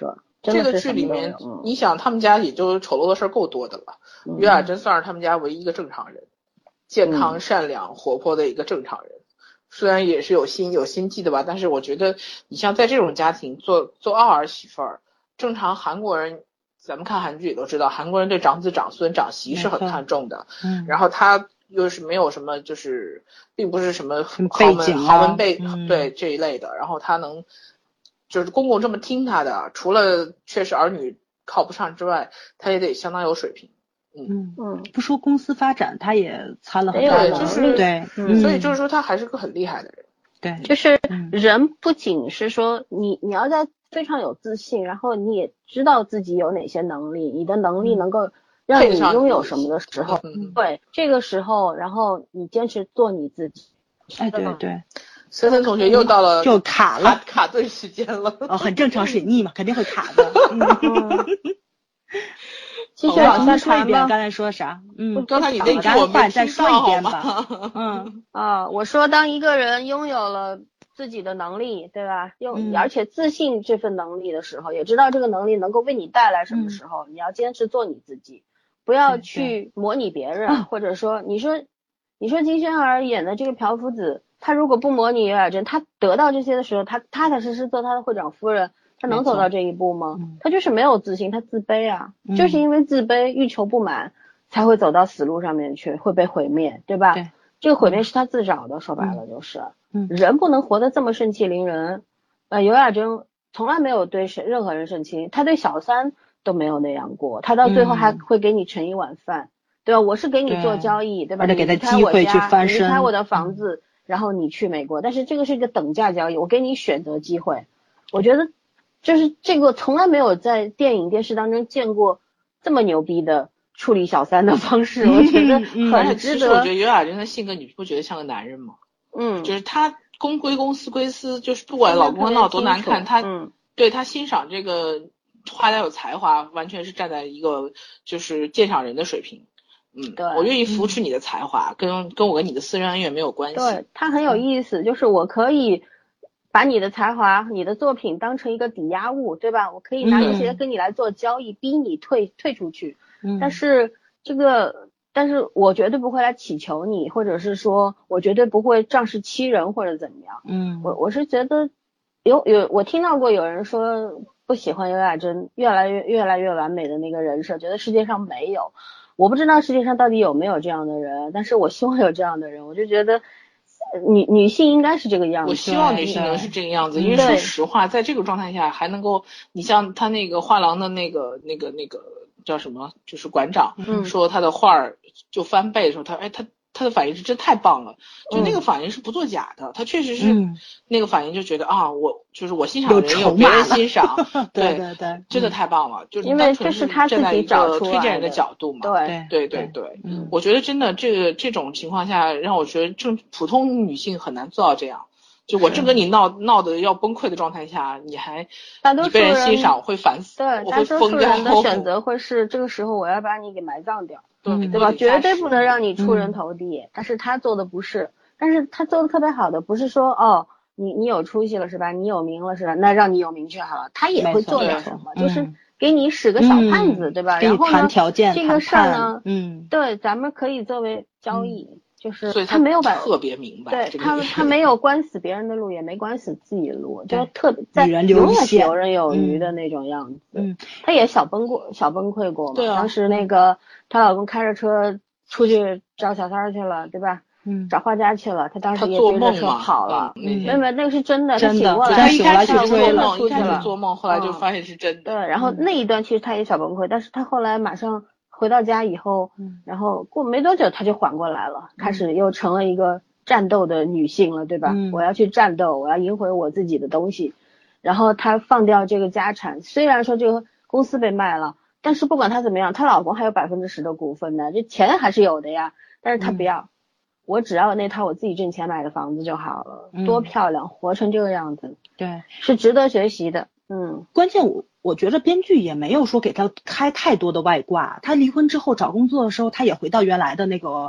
这个剧里面，嗯、你想他们家也就丑陋的事够多的了。嗯、于雅珍算是他们家唯一一个正常人，健康、善良、活泼的一个正常人。虽然也是有心有心计的吧，但是我觉得你像在这种家庭做做二儿媳妇儿，正常韩国人。咱们看韩剧也都知道，韩国人对长子长孙长媳是很看重的。嗯，然后他又是没有什么，就是并不是什么豪门、啊、豪门辈、嗯、对这一类的。然后他能就是公公这么听他的，除了确实儿女靠不上之外，他也得相当有水平。 嗯嗯，不说公司发展，他也参了很大的能力。就是对、 嗯，所以就是说他还是个很厉害的人。 对， 就是人不仅是说你你要在非常有自信，然后你也知道自己有哪些能力，你的能力能够让你拥有什么的时候， 嗯、 对这个时候，然后你坚持做你自己。 哎，对对， 森森同学又到了就卡了卡顿时间了。 哦，很正常，水逆嘛，肯定会卡的。嗯继续往下说一遍，刚才说啥？嗯， 刚才你那句我没再说一遍吧。 嗯啊，我说当一个人拥有了自己的能力，对吧？用、嗯、而且自信这份能力的时候，也知道这个能力能够为你带来什么时候，嗯、你要坚持做你自己，不要去模拟别人， 嗯、 或者说你说你说金宣儿演的这个朴福子，她如果不模拟刘雅珍，她得到这些的时候，她踏踏实实做她的会长夫人，她能走到这一步吗？她就是没有自信，她自卑啊， 嗯、 就是因为自卑欲求不满才会走到死路上面去，会被毁灭，对吧？ 对， 这个毁灭是她自找的，嗯、说白了就是。 嗯， 人不能活得这么盛气凌人。呃，刘雅珍从来没有对谁任何人盛气，她对小三都没有那样过，她到最后还会给你盛一碗饭，嗯、对吧？我是给你做交易， 对, 对吧？ 而且给他机会去翻身， 离开我的房子，嗯、然后你去美国，但是这个是一个等价交易，我给你选择机会。我觉得就是这个从来没有在电影电视当中见过这么牛逼的处理小三的方式，我觉得很值得。 其实我觉得刘雅珍的性格，你不觉得像个男人吗？ 嗯， 就是他公归公私归私，就是不管老公闹多难看，他、 嗯、 对他欣赏这个花家有才华，完全是站在一个就是鉴赏人的水平。嗯， 对， 我愿意扶持你的才华，嗯、跟跟我跟你的私人恩怨没有关系。 对，他很有意思，就是我可以把你的才华、你的作品当成一个抵押物，对吧？我可以拿这些跟你来做交易，嗯、逼你退退出去。 嗯， 但是这个。但是我绝对不会来乞求你，或者是说我绝对不会仗势欺人或者怎么样。 嗯， 我我是觉得有有我听到过有人说不喜欢刘雅珍越来越越来越完美的那个人设，觉得世界上没有。我不知道世界上到底有没有这样的人，但是我希望有这样的人。我就觉得女女性应该是这个样子。 我希望女性能是这个样子，因为说实话，在这个状态下还能够，你像他那个画廊的那个那个那个。叫什么？就是馆长、 嗯、 说他的画儿就翻倍的时候，他哎他他的反应是真太棒了，就那个反应是不作假的，嗯、他确实是、 嗯、 那个反应就觉得啊，我就是我欣赏的人有别人欣赏， 对对对， 真的太棒了，嗯、就是因为这是他自己找出来的， 推荐人的角度嘛， 对对对对对， 嗯、 我觉得真的这个这种情况下，让我觉得正普通女性很难做到这样。就我正跟你闹闹得要崩溃的状态下，你还你被人欣赏，我会烦死， 对， 我会疯掉。 大多数人的选择会是这个时候我要把你给埋葬掉， 对对吧？绝对不能让你出人头地。嗯、但是他做的不是，但是他做的特别好的不是说哦，你你有出息了是吧？你有名了是吧？那让你有名就好了。他也会做点什么，就是给你使个小探子， 嗯、 对吧？然后呢， 条件这个事儿呢， 嗯， 对，咱们可以作为交易。嗯就是他没有把特别明白， 对他他没有关死别人的路，也没关死自己的路，就特别在永远是游刃有余的那种样子。 嗯， 他也小崩过，小崩溃过嘛。 对啊， 当时那个她老公开着车出去找小三儿去了，对吧？ 嗯， 找画家去了，他当时也追着车跑了。 嗯， 没没，那个是真的， 真的。 他醒过来， 他一开始做梦， 出去了， 做梦，后来就发现是真的。 对，然后那一段其实他也小崩溃，但是他后来马上。回到家以后，然后过没多久他就缓过来了， 嗯、 开始又成了一个战斗的女性了，对吧？ 嗯、 我要去战斗，我要赢回我自己的东西。然后她放掉这个家产，虽然说这个公司被卖了，但是不管她怎么样，她老公还有百分之十的股份呢，这钱还是有的呀。但是她不要，嗯、我只要那套我自己挣钱买的房子就好了， 嗯、 多漂亮，活成这个样子， 对， 是值得学习的。嗯， 关键我我觉得编剧也没有说给他开太多的外挂。他离婚之后找工作的时候，他也回到原来的那个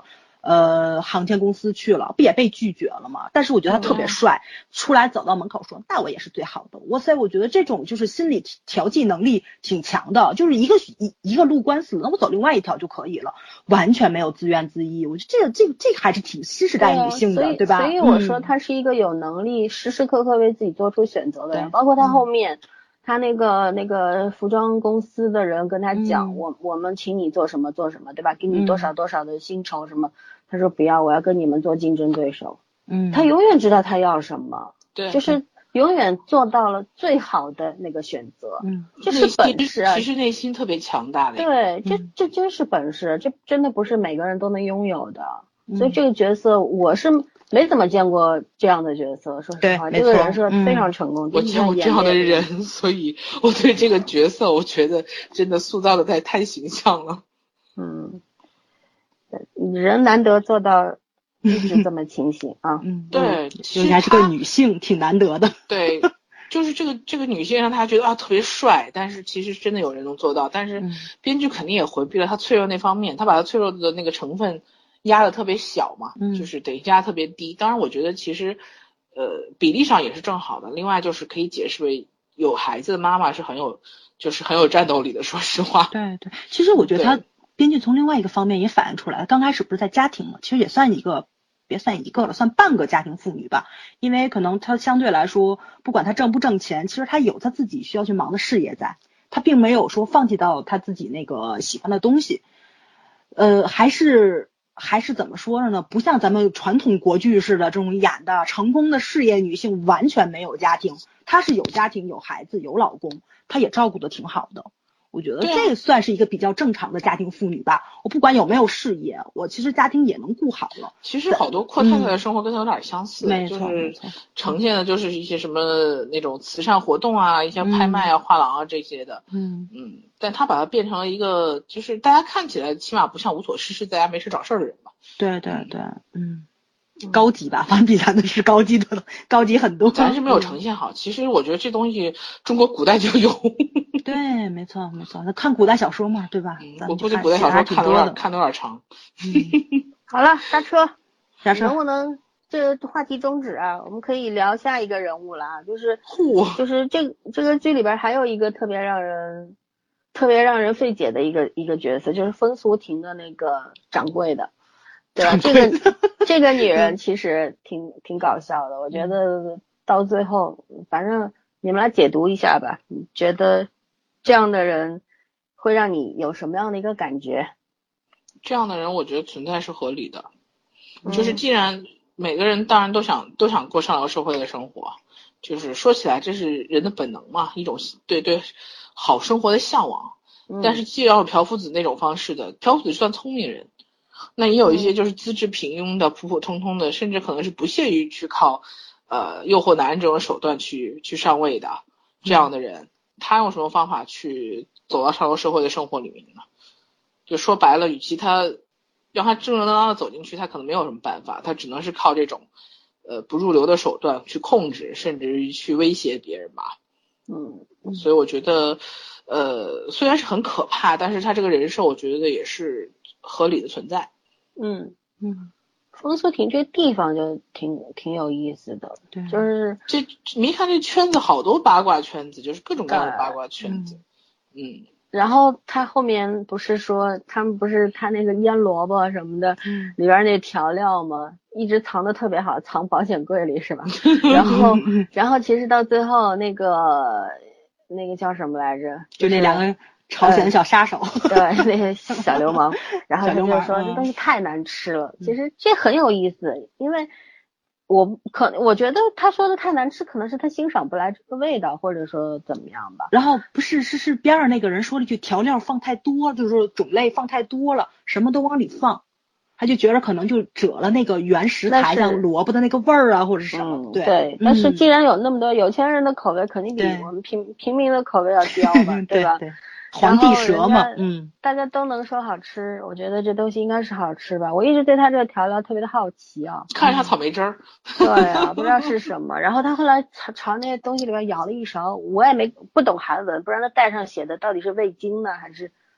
呃航天公司去了，不也被拒绝了吗？但是我觉得他特别帅，嗯、出来走到门口说那我也是最好的。哇塞，我觉得这种就是心理调剂能力挺强的，就是一个一一个路关死了，那我走另外一条就可以了，完全没有自怨自艾。我觉得这个这个这个还是挺新时代女性的， 对,、啊、 对吧？ 所以我说她是一个有能力时时刻刻为自己做出选择的人，包括她后面。嗯他那个那个服装公司的人跟他讲，嗯、我我们请你做什么做什么，对吧？给你多少多少的薪酬什么，嗯、他说不要，我要跟你们做竞争对手。嗯，他永远知道他要什么， 对， 就是永远做到了最好的那个选择。嗯，这是本事啊， 其实内心特别强大的。 对，这这真是本事，这真的不是每个人都能拥有的。嗯、所以这个角色我是。没怎么见过这样的角色，说实话，这个人设非常成功。 嗯、我见过这样的人，所以我对这个角色，我觉得真的塑造的太太形象了。 嗯，人难得做到一直这么清醒啊。 嗯， 对， 应该是个女性，挺难得的。 对，就是这个这个女性让他觉得啊特别帅，但是其实真的有人能做到，但是编剧肯定也回避了他脆弱那方面，他把他脆弱的那个成分。压的特别小嘛，嗯、就是等于压特别低。当然，我觉得其实，呃，比例上也是正好的。另外就是可以解释为有孩子的妈妈是很有，就是很有战斗力的。说实话， 对对，其实我觉得他编剧从另外一个方面也反映出来了。刚开始不是在家庭嘛，其实也算一个，别算一个了，算半个家庭妇女吧。因为可能他相对来说，不管他挣不挣钱，其实他有他自己需要去忙的事业在，他并没有说放弃到他自己那个喜欢的东西，呃，还是。还是怎么说呢？不像咱们传统国剧似的这种演的成功的事业女性完全没有家庭，她是有家庭有孩子有老公，她也照顾得挺好的。我觉得这算是一个比较正常的家庭妇女吧。我不管有没有事业，我其实家庭也能顾好了。 其实好多阔太太的生活跟她有点相似， 嗯、 就是呈现的就是一些什么那种慈善活动啊，一些拍卖啊、画廊啊这些的。 嗯嗯，但她把它变成了一个，就是大家看起来起码不像无所事事在家没事找事儿的人吧。 对对对，嗯。高级吧，反正比咱的是高级的，高级很多。 咱是没有呈现好，其实我觉得这东西中国古代就有。 对，没错没错，那看古代小说嘛，对吧？ 嗯、我估计古代小说看的有点看的有点长。 嗯、好了，刹车， 刹车， 能不能这个话题终止啊？我们可以聊下一个人物了，就是就是这这个剧里边还有一个特别让人特别让人费解的一个一个角色，就是风俗亭的那个掌柜的。对吧？这个这个女人其实挺挺搞笑的，我觉得到最后，反正你们来解读一下吧。你觉得这样的人会让你有什么样的一个感觉？ 这样的人，我觉得存在是合理的。嗯、就是既然每个人当然都想都想过上流社会的生活，就是说起来这是人的本能嘛，一种对对好生活的向往。嗯、但是既要朴夫子那种方式的，朴夫子算聪明人。那也有一些就是资质平庸的、普普通通的，甚至可能是不屑于去靠呃诱惑男人这种手段去去上位的这样的人，他用什么方法去走到上流社会的生活里面呢？就说白了，与其他让他正正当当的走进去，他可能没有什么办法，他只能是靠这种呃不入流的手段去控制，甚至于去威胁别人吧。嗯，所以我觉得呃虽然是很可怕，但是他这个人设我觉得也是合理的存在。 嗯嗯，风俗亭这个地方就挺挺有意思的， 对， 就是这你看这圈子好多八卦圈子，就是各种各样的八卦圈子。嗯, 嗯然后他后面不是说他们不是他那个腌萝卜什么的，嗯、里边那调料嘛，一直藏的特别好，藏保险柜里是吧？然后然后其实到最后那个那个叫什么来着？ 就那两个朝鲜的小杀手， 呃、对，那些小流氓，然后他就说这东西太难吃了。嗯、其实这很有意思，因为我可我觉得他说的太难吃，可能是他欣赏不来这个味道，或者说怎么样吧。 然后不是是是边上那个人说了一句调料放太多，就是说种类放太多了，什么都往里放，他就觉得可能就遮了那个原食材上萝卜的那个味儿啊，或者是什么。 嗯、 对对，但是既然有那么多有钱人的口味，肯定比我们平平民的口味要刁吧， 对吧？ 对。皇帝蛇嘛，嗯， 大家都能说好吃，我觉得这东西应该是好吃吧。我一直对他这个调料特别的好奇啊， 看着它草莓汁儿， 对啊，不知道是什么。然后他后来朝朝那些东西里边舀了一勺，我也没不懂韩文，不知道那袋上写的到底是味精呢，还是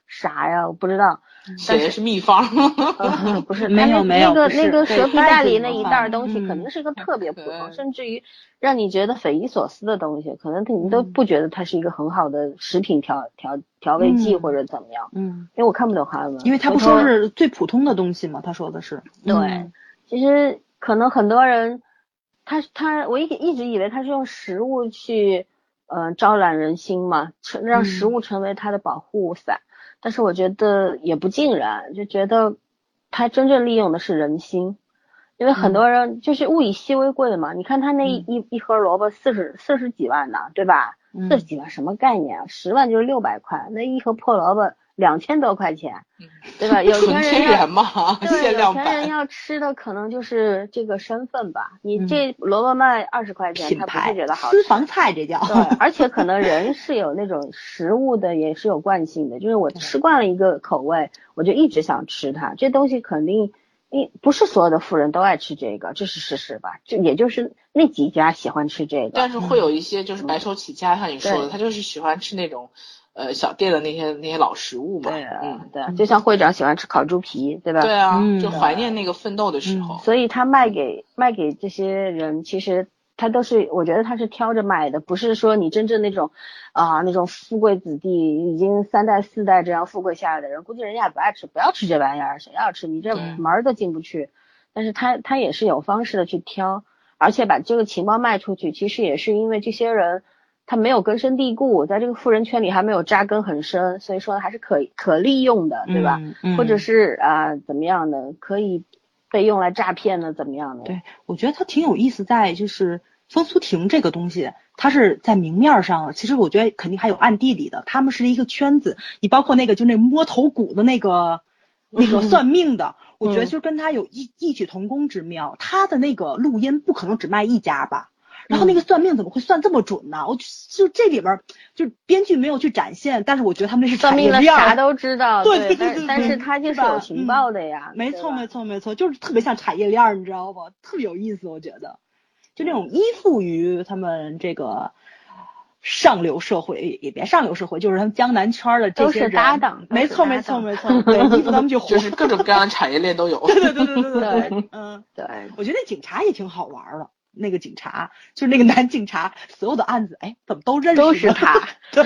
啥呀？我不知道。 写的是秘方。 呃、不是， 没有没有， 那个那个蛇皮袋里那一袋东西嗯、 肯定是一个特别普通，甚至于让你觉得匪夷所思的东西，可能你都不觉得它是一个很好的食品调调调味剂或者怎么样。 嗯， 因为我看不懂韩文。 因为他不说是最普通的东西吗？他说的是。 对， 嗯、 其实可能很多人，他他我一一直以为他是用食物去呃招揽人心嘛，让食物成为他的保护伞。嗯，但是我觉得也不尽然，就觉得他真正利用的是人心，因为很多人就是物以稀为贵嘛。嗯、你看他那一、嗯、一盒萝卜四十四十几万呢，对吧？四十几万什么概念啊？十万就是六百块，那一盒破萝卜两千多块钱，对吧？有钱人要嘛， 对，有钱人要吃的可能就是这个身份吧。你这萝卜卖二十块钱，他不会觉得好吃。 私房菜这叫。 对，而且可能人是有那种食物的，也是有惯性的，就是我吃惯了一个口味，我就一直想吃它。这东西肯定，因不是所有的富人都爱吃这个，这是事实吧？就也就是那几家喜欢吃这个。 但是会有一些就是白手起家，像你说的，他就是喜欢吃那种。呃，小店的那些那些老食物嘛， 对啊， 嗯， 对啊，就像会长喜欢吃烤猪皮，对吧？ 对啊，嗯、就怀念那个奋斗的时候。 嗯、所以他卖给卖给这些人，其实他都是，我觉得他是挑着卖的，不是说你真正那种啊那种富贵子弟，已经三代四代这样富贵下来的人，估计人家也不爱吃，不要吃这玩意儿，谁要吃？你这门儿都进不去。但是他他也是有方式的去挑，而且把这个情报卖出去，其实也是因为这些人。他没有根深蒂固，在这个富人圈里还没有扎根很深，所以说还是可可利用的，对吧？ 嗯嗯、 或者是啊、呃、怎么样的，可以被用来诈骗的，怎么样的？ 对，我觉得它挺有意思，在就是风俗亭这个东西，它是在明面上，其实我觉得肯定还有暗地里的，他们是一个圈子。你包括那个就那摸头骨的那个那个算命的，嗯、我觉得就跟他有异异曲同工之妙。他的那个录音不可能只卖一家吧？然后那个算命怎么会算这么准呢？我就就这里边就编剧没有去展现，但是我觉得他们那是算命的啥都知道， 对对对对，但是他就是有情报的呀。 嗯、没错没错没错，就是特别像产业链，你知道不？特别有意思，我觉得，就那种依附于他们这个上流社会，也别上流社会，就是他们江南圈的这些人， 都是搭档， 没错没错没错，对，依附他们就活， 就是各种各样的产业链都有。 对对对对对对对， 嗯， 对， 我觉得那警察也挺好玩的。那个警察就是那个男警察，所有的案子，哎，怎么都认识？ 都是他。 对，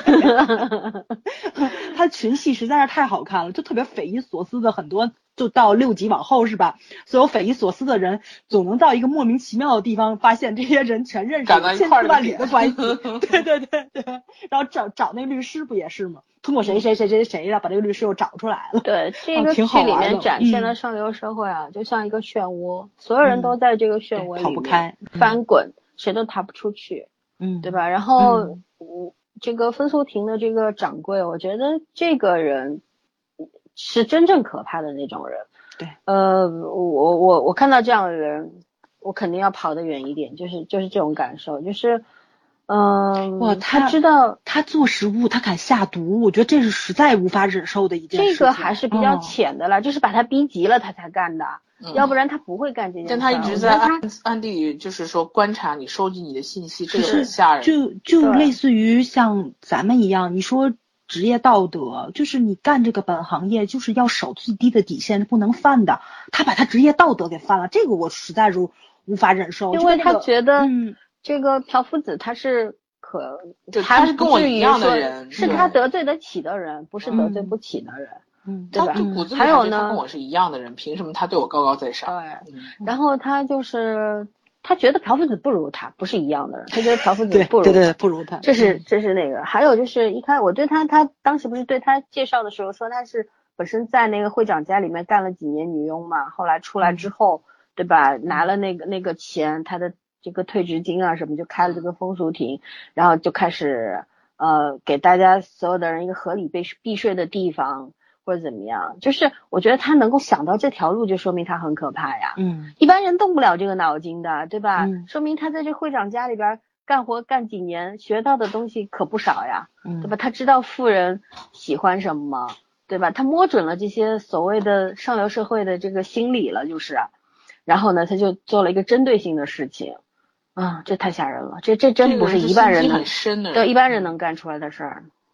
他群戏实在是太好看了，就特别匪夷所思的很多，就到六集往后是吧？所有匪夷所思的人，总能到一个莫名其妙的地方，发现这些人全认识，千丝万缕的关系。对对对对，然后找找那个律师不也是吗？通过谁谁谁谁谁，然后把这个律师又找出来了。 对，这个剧里面展现了上流社会啊，嗯、就像一个漩涡，所有人都在这个漩涡里面、 嗯、跑不开， 翻滚，谁都逃不出去， 嗯， 对吧？然后， 嗯、 这个风俗亭的这个掌柜，我觉得这个人是真正可怕的那种人。 对， 呃，我我我看到这样的人，我肯定要跑得远一点，就是就是这种感受，就是。嗯， 哇， 他知道他做食物，他敢下毒，我觉得这是实在无法忍受的一件事。 这个还是比较浅的了，哦、就是把他逼急了，他才干的，嗯、要不然他不会干这件事。 但他一直在暗暗地里，就是说观察你，收集你的信息，这个很吓人。 就就类似于像咱们一样，你说职业道德，就是你干这个本行业，就是要守最低的底线，不能犯的。他把他职业道德给犯了，这个我实在是无法忍受， 因为他觉得， 嗯。 这个朴夫子他是可， 他是跟我一样的人， 是他得罪得起的人，不是得罪不起的人， 嗯， 对吧？ 嗯、 还有呢， 他跟我是一样的人，凭什么他对我高高在上？ 对，嗯、然后他就是他觉得朴夫子不如他，不是一样的人，他觉得朴夫子不如他， 对对对，不如他。 这是这是那个，还有就是一开我对他，他当时不是对他介绍的时候说他是本身在那个会长家里面干了几年女佣嘛，后来出来之后，嗯、对吧？拿了那个那个钱，他的。这个退职金啊什么就开了这个风俗亭，然后就开始呃给大家所有的人一个合理被避税的地方或者怎么样，就是我觉得他能够想到这条路就说明他很可怕呀， 嗯， 一般人动不了这个脑筋的，对吧？ 嗯、 说明他在这会长家里边干活干几年，学到的东西可不少呀， 嗯、 对吧？他知道富人喜欢什么，对吧？他摸准了这些所谓的上流社会的这个心理了，就是，然后呢他就做了一个针对性的事情。啊、嗯，这太吓人了！这这真不是一般人能， 很深的人对一般人能干出来的事儿。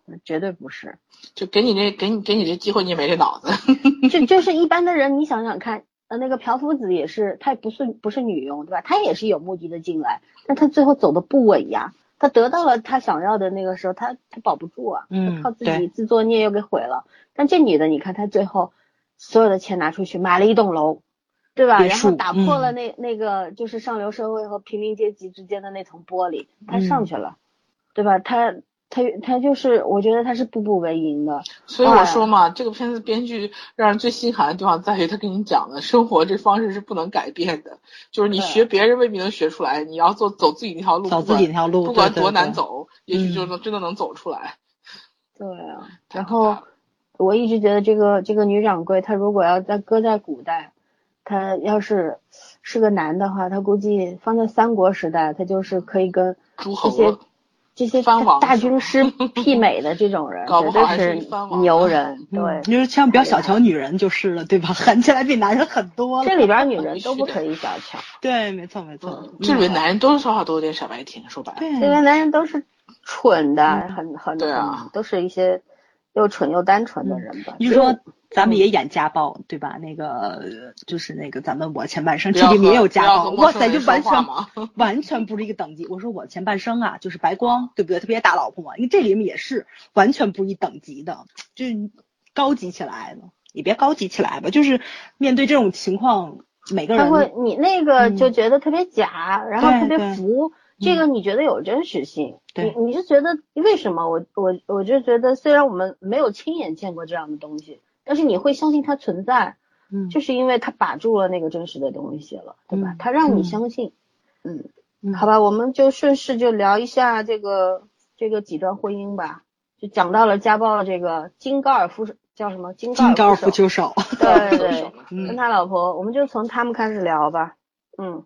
绝对不是。 就给你这给你给你这机会，你也没这脑子。 就就是一般的人，你想想看，呃，那个朴夫子也是，他不是不是女佣，对吧？他也是有目的的进来，但他最后走的不稳呀。他得到了他想要的那个时候，他他保不住啊， 嗯， 他靠自己自作孽又给毁了。但这女的，你看她最后所有的钱拿出去买了一栋楼，对吧？然后打破了那、嗯、那个就是上流社会和平民阶级之间的那层玻璃，她上去了，嗯、对吧？她他他就是，我觉得他是步步为营的。 所以我说嘛，这个片子编剧让人最心寒的地方在于他跟你讲的生活这方式是不能改变的，就是你学别人未必能学出来，你要做走自己那条路， 走自己那条路， 不管多难走， 对对对也许就能、嗯、真的能走出来。 对啊，然后我一直觉得这个这个女掌柜，她如果要在搁在古代，她要是是个男的话，她估计放在三国时代，她就是可以跟诸侯这些。这些大军师媲美的这种人，绝对是牛人。对， 你说千万不要小瞧女人就是了，对吧？狠起来比男人狠多了。 这里边女人都不可以小瞧。 对，没错没错。 这里面男人多多少少都有点傻白甜，说白了。 对，这边男人都是蠢的，嗯、很很对啊， 都是一些又蠢又单纯的人吧。 你、嗯、说咱们也演家暴，对吧？那个就是那个咱们我前半生这里面也有家暴，哇塞，就完全完全不是一个等级。我说我前半生啊，就是白光，对不对？特别打老婆嘛，因为这里面也是完全不一等级的，就是高级起来了，也别高级起来吧，就是面对这种情况，每个人他会你那个就觉得特别假，嗯、然后特别服。这个你觉得有真实性， 对你你是觉得为什么？我我我就觉得虽然我们没有亲眼见过这样的东西，但是你会相信它存在， 嗯， 就是因为它把住了那个真实的东西了，对吧？它让你相信，嗯，嗯好吧，我们就顺势就聊一下这个这个几段婚姻吧，就讲到了家暴这个金高尔夫叫什么金高尔夫球手， 对对对，嗯、跟他老婆，我们就从他们开始聊吧，嗯。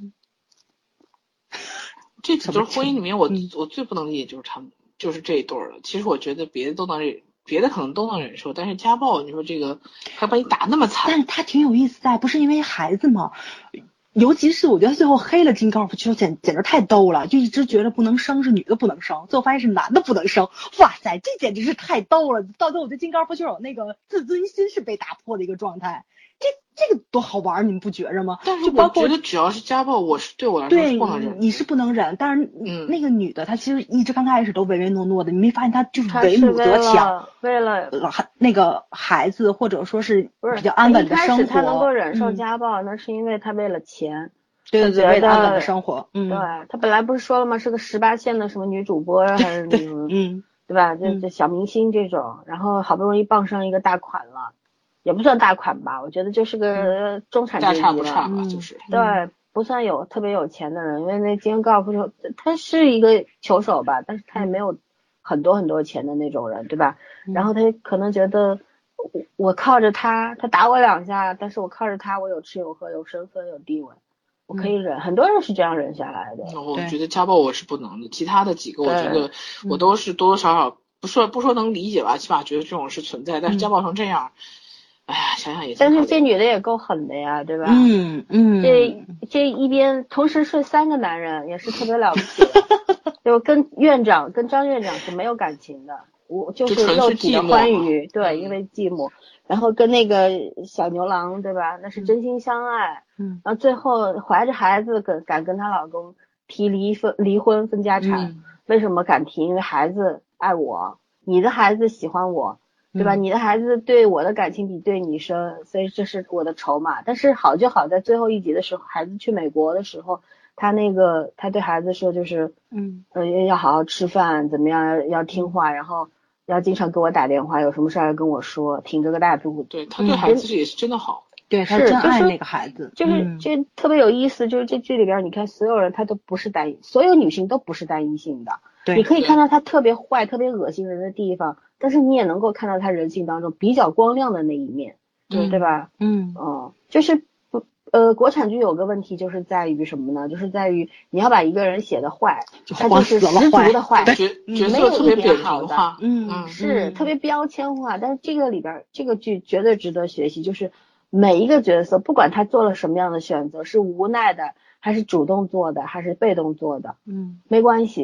这几对婚姻里面我，我、嗯、我最不能理解就是他们，就是这一对了。其实我觉得别的都能忍，别的可能都能忍受，但是家暴，你说这个还把你打那么惨， 但是他挺有意思的，不是因为孩子吗？尤其是我觉得最后黑了金高尔夫球简简直太逗了，就一直觉得不能生是女的不能生，最后发现是男的不能生，哇塞，这简直是太逗了。到最后我觉得金高尔夫球手那个自尊心是被打破的一个状态。这这个多好玩，你们不觉着吗？ 但是我觉得只要是家暴，我是对我来说是不能忍。 对，你是不能忍，但是嗯， 那个女的她其实一直刚开始都唯唯诺诺的，你没发现她就是为母则强， 为了那个孩子或者说是比较安稳的生活。 一开始她能够忍受家暴，嗯、那是因为她为了钱。 对对对，为了安稳的生活。嗯， 对，她本来不是说了吗？是个十八线的什么女主播还是什么？ 嗯， 对吧？就就小明星这种，然后好不容易傍上一个大款了。也不算大款吧，我觉得就是个中产阶级了，不差吧，就是对，不算有特别有钱的人，因为那金高尔夫球他是一个球手吧，但是他也没有很多很多钱的那种人，对吧？ 嗯、 然后他可能觉得我我靠着他，他打我两下，但是我靠着他，我有吃有喝有身份有地位，我可以忍，嗯、很多人是这样忍下来的。 我觉得家暴我是不能的，其他的几个我觉得我都是多多少少不说不说能理解吧，起码觉得这种是存在，但是家暴成这样。嗯哎呀，想想也。 但是这女的也够狠的呀，对吧？ 嗯嗯。 这这一边同时睡三个男人，也是特别了不起的。就跟院长跟张院长是没有感情的，我就是肉体的欢愉，对，因为寂寞。然后跟那个小牛郎，对吧？那是真心相爱。 嗯。 然后最后怀着孩子跟敢跟她老公提离分离婚分家产， 嗯、 为什么敢提？因为孩子爱我，你的孩子喜欢我。对吧？你的孩子对我的感情比对你深，所以这是我的筹码。但是好就好在最后一集的时候，孩子去美国的时候，他那个他对孩子说就是， 嗯呃要好好吃饭，怎么样要听话，然后要经常给我打电话，有什么事要跟我说，挺着个大肚子。 对，他对孩子也是真的好， 嗯、对他真爱那个孩子， 就是、嗯、就特别有意思。就是这剧里边，你看所有人他都不是单一，所有女性都不是单一性的。 对， 你可以看到他特别坏、特别恶心人的地方。但是你也能够看到他人性当中比较光亮的那一面， 对对吧？ 嗯哦，就是呃，国产剧有个问题就是在于什么呢？就是在于你要把一个人写的坏，他就是十足的坏，没有一点好的， 嗯， 是特别标签化。但是这个里边这个剧绝对值得学习，就是每一个角色，不管他做了什么样的选择，是无奈的，还是主动做的，还是被动做的， 嗯， 没关系。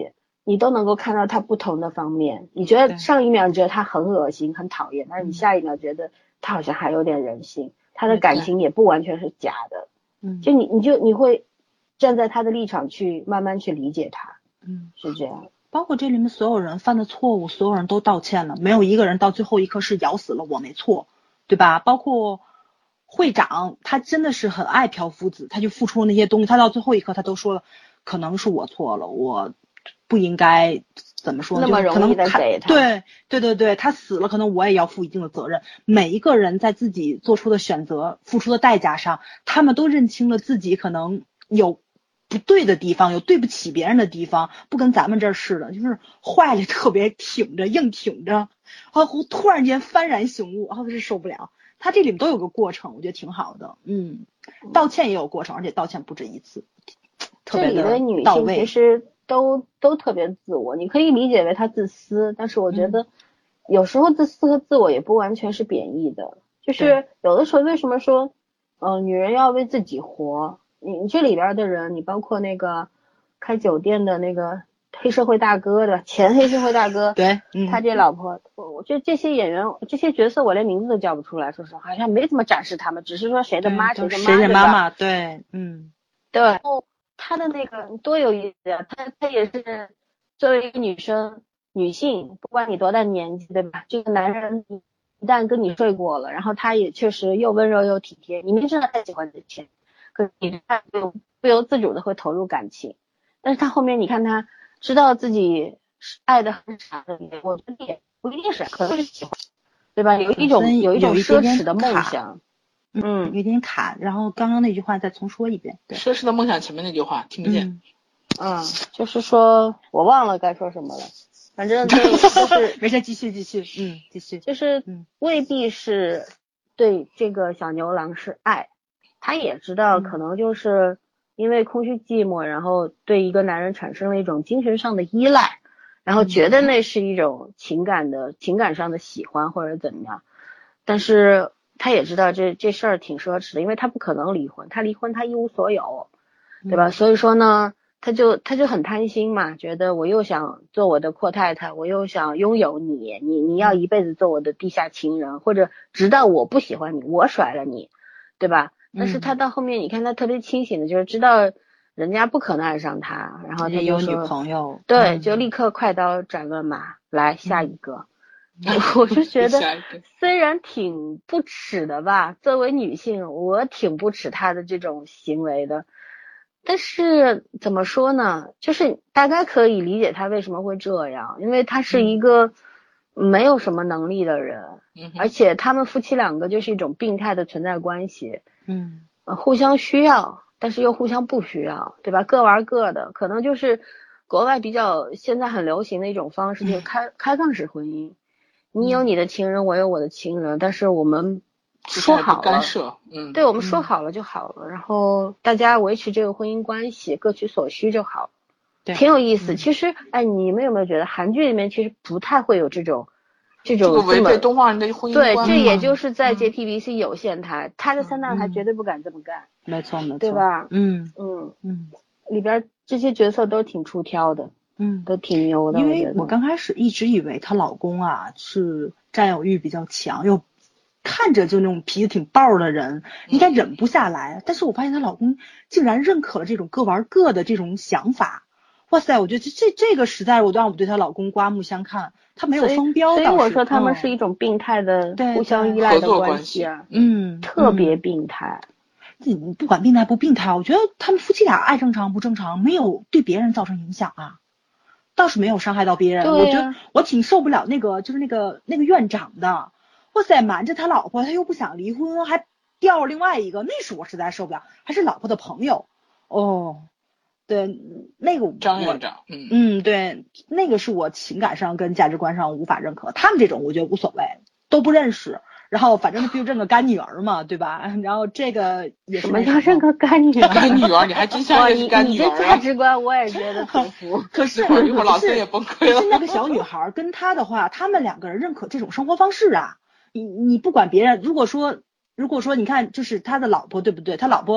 你都能够看到他不同的方面。你觉得上一秒觉得他很恶心很讨厌，但是你下一秒觉得他好像还有点人性，他的感情也不完全是假的。嗯，就你你就你会站在他的立场去慢慢去理解他。嗯，是这样。 包括这里面所有人犯的错误，所有人都道歉了，没有一个人到最后一刻是咬死了我没错，对吧？包括会长，他真的是很爱朴夫子，他就付出了那些东西，他到最后一刻他都说了，可能是我错了，我不应该怎么说呢？ 那么容易的给他， 对对对对，他死了，可能我也要负一定的责任。每一个人在自己做出的选择、付出的代价上，他们都认清了自己可能有不对的地方，有对不起别人的地方，不跟咱们这儿似的，就是坏了特别挺着硬挺着，然后突然间幡然醒悟，然后是受不了。他这里面都有个过程，我觉得挺好的。嗯，道歉也有过程，而且道歉不止一次，特别的到位。 这里的女性其实都都特别自我，你可以理解为她自私，但是我觉得有时候自私和自我也不完全是贬义的，就是有的时候为什么说，呃，女人要为自己活？你你这里边的人，你包括那个开酒店的那个黑社会大哥的前黑社会大哥， 对，嗯、 他这老婆，我我觉得这些演员这些角色我连名字都叫不出来，说实话好像没怎么展示他们，只是说谁的妈谁的妈谁的妈妈，对，嗯， 对。然后他的那个多有意思啊，他他也是作为一个女生女性，不管你多大年纪，对吧？这个男人一旦跟你睡过了，然后他也确实又温柔又体贴，你明知道他喜欢这些，可是你他就不由自主的会投入感情，但是他后面你看他知道自己爱的很傻的，我觉得也不一定是，可能是喜欢，对吧？有一种有一种奢侈的梦想， 嗯，有点卡。然后刚刚那句话再重说一遍，对， 奢侈的梦想前面那句话听不见。 嗯，嗯就是说我忘了该说什么了，反正就就是没事，继续继续，嗯，继续， 就是未必是对这个小牛郎是爱，他也知道可能就是因为空虚寂寞，然后对一个男人产生了一种精神上的依赖，然后觉得那是一种情感的情感上的喜欢或者怎么样，但是他也知道这这事儿挺奢侈的，因为他不可能离婚，他离婚他一无所有，对吧？所以说呢他就他就很贪心嘛，觉得我又想做我的阔太太，我又想拥有你，你你要一辈子做我的地下情人，或者直到我不喜欢你，我甩了你，对吧？但是他到后面你看他特别清醒的，就是知道人家不可能爱上他，然后他就有女朋友， 对，就立刻快刀斩乱麻，来下一个。我就觉得虽然挺不耻的吧，作为女性我挺不耻他的这种行为的，但是怎么说呢，就是大概可以理解他为什么会这样，因为他是一个没有什么能力的人， 嗯， 而且他们夫妻两个就是一种病态的存在关系， 嗯， 呃，互相需要但是又互相不需要，对吧？各玩各的，可能就是国外比较现在很流行的一种方式，就是开开放式婚姻，你有你的情人，我有我的情人，但是我们说好了， 干涉，嗯， 对，我们说好了就好了，然后大家维持这个婚姻关系，各取所需就好， 对， 挺有意思。其实，哎，你们有没有觉得韩剧里面其实不太会有这种这种这个违背东方人的婚姻观？ 对，这也就是在 J T B C 有线台，他的三大台绝对不敢这么干， 没错没错， 对吧？ 嗯嗯嗯， 里边这些角色都挺出挑的。 嗯， 都挺牛的。 因为我刚开始一直以为她老公啊是占有欲比较强，又看着就那种脾气挺暴的人，应该忍不下来。但是我发现她老公竟然认可了这种各玩各的这种想法。哇塞，我觉得这这个实在我让我对她老公刮目相看，他没有双标。 所以我说他们是一种病态的互相依赖的关系啊， 嗯， 特别病态。 你不管病态不病态，我觉得他们夫妻俩爱正常不正常，没有对别人造成影响啊。倒是没有伤害到别人，我觉得我挺受不了那个就是那个那个院长的，哇塞，瞒着他老婆，他又不想离婚，还调另外一个，那是我实在受不了，还是老婆的朋友，哦，对，那个张院长，嗯嗯，对，那个是我情感上跟价值观上无法认可，他们这种我觉得无所谓，都不认识。然后反正他不就认个干女儿嘛，对吧？然后这个也是什么叫认个干女儿？ 干女儿，你还真相信是干女儿、啊？ 你这价值观我也觉得挺服。 可是一会儿一会儿老孙也崩溃了。 是那个小女孩跟他的话，他们两个人认可这种生活方式啊。你你不管别人，如果说如果说你看就是他的老婆对不对？他老婆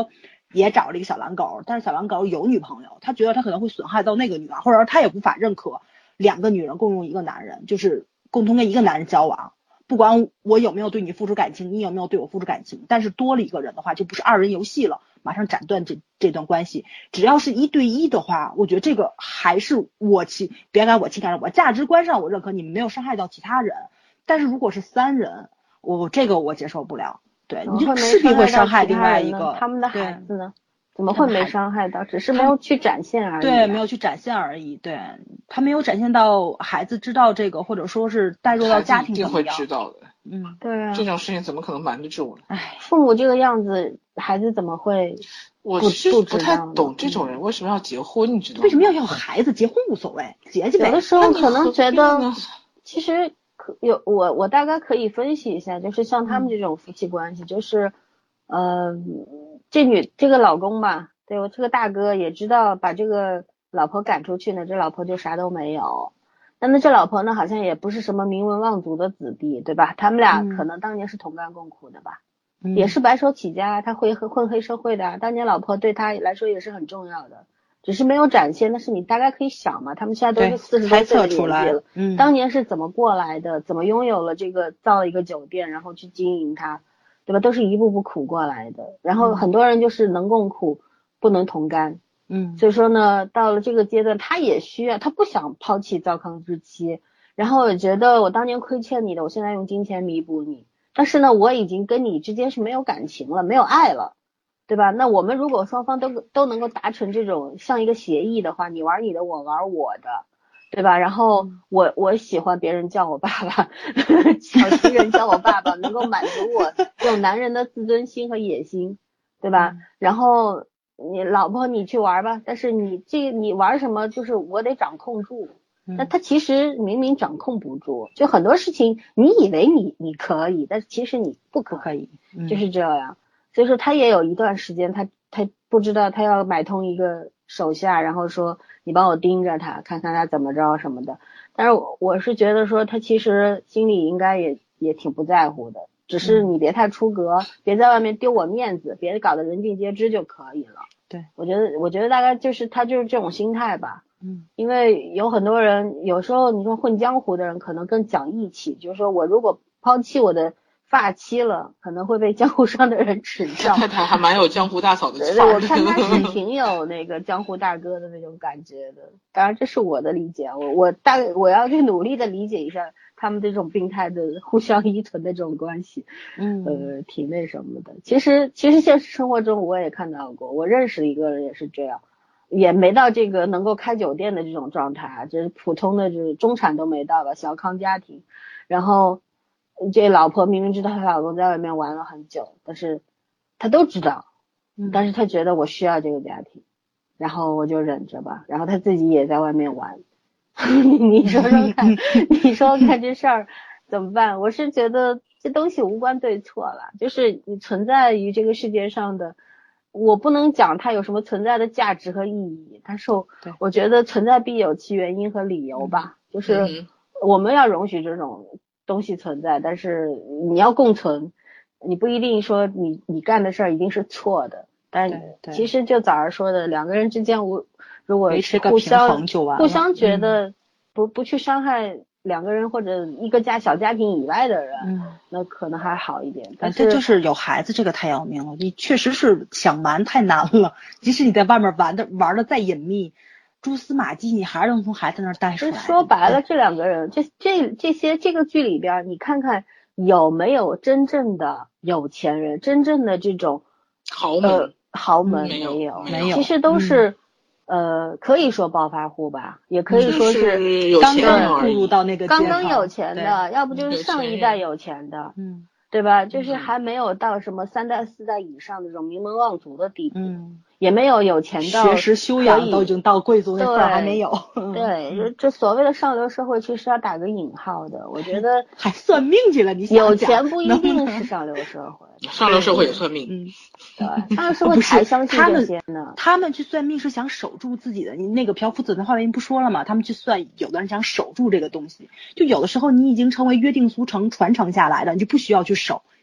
也找了一个小狼狗，但是小狼狗有女朋友，他觉得他可能会损害到那个女儿，或者说他也无法认可两个女人共用一个男人，就是共同跟一个男人交往，不管我有没有对你付出感情，你有没有对我付出感情，但是多了一个人的话就不是二人游戏了，马上斩断这这段关系。只要是一对一的话，我觉得这个还是我情别看我情感上我价值观上我认可，你们没有伤害到其他人，但是如果是三人，我这个我接受不了。对，你就势必会伤害另外一个他们的孩子呢，怎么会没伤害到？只是没有去展现而已、啊。 对，没有去展现而已。对，他没有展现到孩子知道这个，或者说是带入到家庭怎么样。 一定会知道的。 嗯， 对啊， 这种事情怎么可能瞒得住呢？ 唉， 父母这个样子，孩子怎么会不？ 我是不太懂这种人为什么要结婚，你知道吗？ 为什么要要孩子？结婚无所谓，结结呗。 有的时候可能觉得，其实有我我大概可以分析一下，就是像他们这种夫妻关系，嗯、就是。呃，这女这个老公吧，对我这个大哥也知道把这个老婆赶出去呢，这老婆就啥都没有。但那这老婆呢，好像也不是什么名门望族的子弟，对吧？他们俩可能当年是同甘共苦的吧，嗯、也是白手起家，他会混黑社会的。当年老婆对他来说也是很重要的，只是没有展现。但是你大概可以想嘛，他们现在都是四十多岁的年纪了，嗯，当年是怎么过来的？怎么拥有了这个造了一个酒店，然后去经营它？对吧？都是一步步苦过来的，然后很多人就是能共苦，不能同甘。嗯，所以说呢，到了这个阶段，他也需要，他不想抛弃糟糠之妻，然后也觉得我当年亏欠你的，我现在用金钱弥补你，但是呢，我已经跟你之间是没有感情了，没有爱了，对吧？那我们如果双方都都能够达成这种像一个协议的话，你玩你的，我玩我的。对吧？然后我我喜欢别人叫我爸爸，小情人叫我爸爸，能够满足我这种男人的自尊心和野心，对吧？嗯、然后你老婆你去玩吧，但是你这你玩什么，就是我得掌控住。那、嗯、他其实明明掌控不住，就很多事情你以为你你可以，但是其实你不可以，嗯、就是这样。所以说他也有一段时间，他他不知道他要买通一个手下，然后说你帮我盯着他，看看他怎么着什么的。但是我是觉得说他其实心里应该也也挺不在乎的，只是你别太出格，嗯、别在外面丢我面子，别搞得人尽皆知就可以了。 对， 我觉得我觉得大概就是他就是这种心态吧。嗯，因为有很多人有时候你说混江湖的人可能更讲义气，就是说我如果抛弃我的发妻了，可能会被江湖上的人耻笑。 太太还蛮有江湖大嫂的范儿。对，我看他是挺有那个江湖大哥的那种感觉的。当然这是我的理解，我我大我要去努力的理解一下他们这种病态的互相依存的这种关系。嗯，呃，挺那什么的。其实其实现实生活中我也看到过，我认识一个人也是这样，也没到这个能够开酒店的这种状态，就是普通的就是中产都没到吧，小康家庭，然后。这老婆明明知道她老公在外面玩了很久，但是她都知道，但是她觉得我需要这个家庭，然后我就忍着吧，然后她自己也在外面玩。你说说看，你说看这事儿怎么办？我是觉得这东西无关对错了，就是你存在于这个世界上的，我不能讲它有什么存在的价值和意义，但是我觉得存在必有其原因和理由吧，就是我们要容许这种东西存在，但是你要共存，你不一定说你你干的事儿一定是错的，但其实就早上说的，两个人之间无如果互相互相觉得不不去伤害两个人或者一个家小家庭以外的人，嗯，那可能还好一点。但是这就是有孩子这个太要命了，你确实是想瞒太难了，即使你在外面玩的玩的再隐秘。蛛丝马迹你还是能从孩子那儿带出来。 说白了，这两个人，这这这些这个剧里边，你看看有没有真正的有钱人，真正的这种豪门？ 呃、豪门没有， 没有，其实都是、嗯、呃，可以说暴发户吧，也可以说是刚刚步入到那个刚刚有钱的，要不就是上一代有钱的，嗯，对吧？就是还没有到什么三代四代以上的这种名门望族的地步。嗯，也没有有钱到学识修养都已经到贵族那份儿还没有。 对，这所谓的上流社会其实要打个引号的，我觉得还算命去了，你想有钱不一定是上流社会， 上流社会也算命。 嗯，对，上流社会才相信这些呢。 他们去算命是想守住自己的，你那个朴夫子的话音不说了嘛，他们去算，有的人想守住这个东西，就有的时候你已经成为约定俗成传承下来的，你就不需要去守。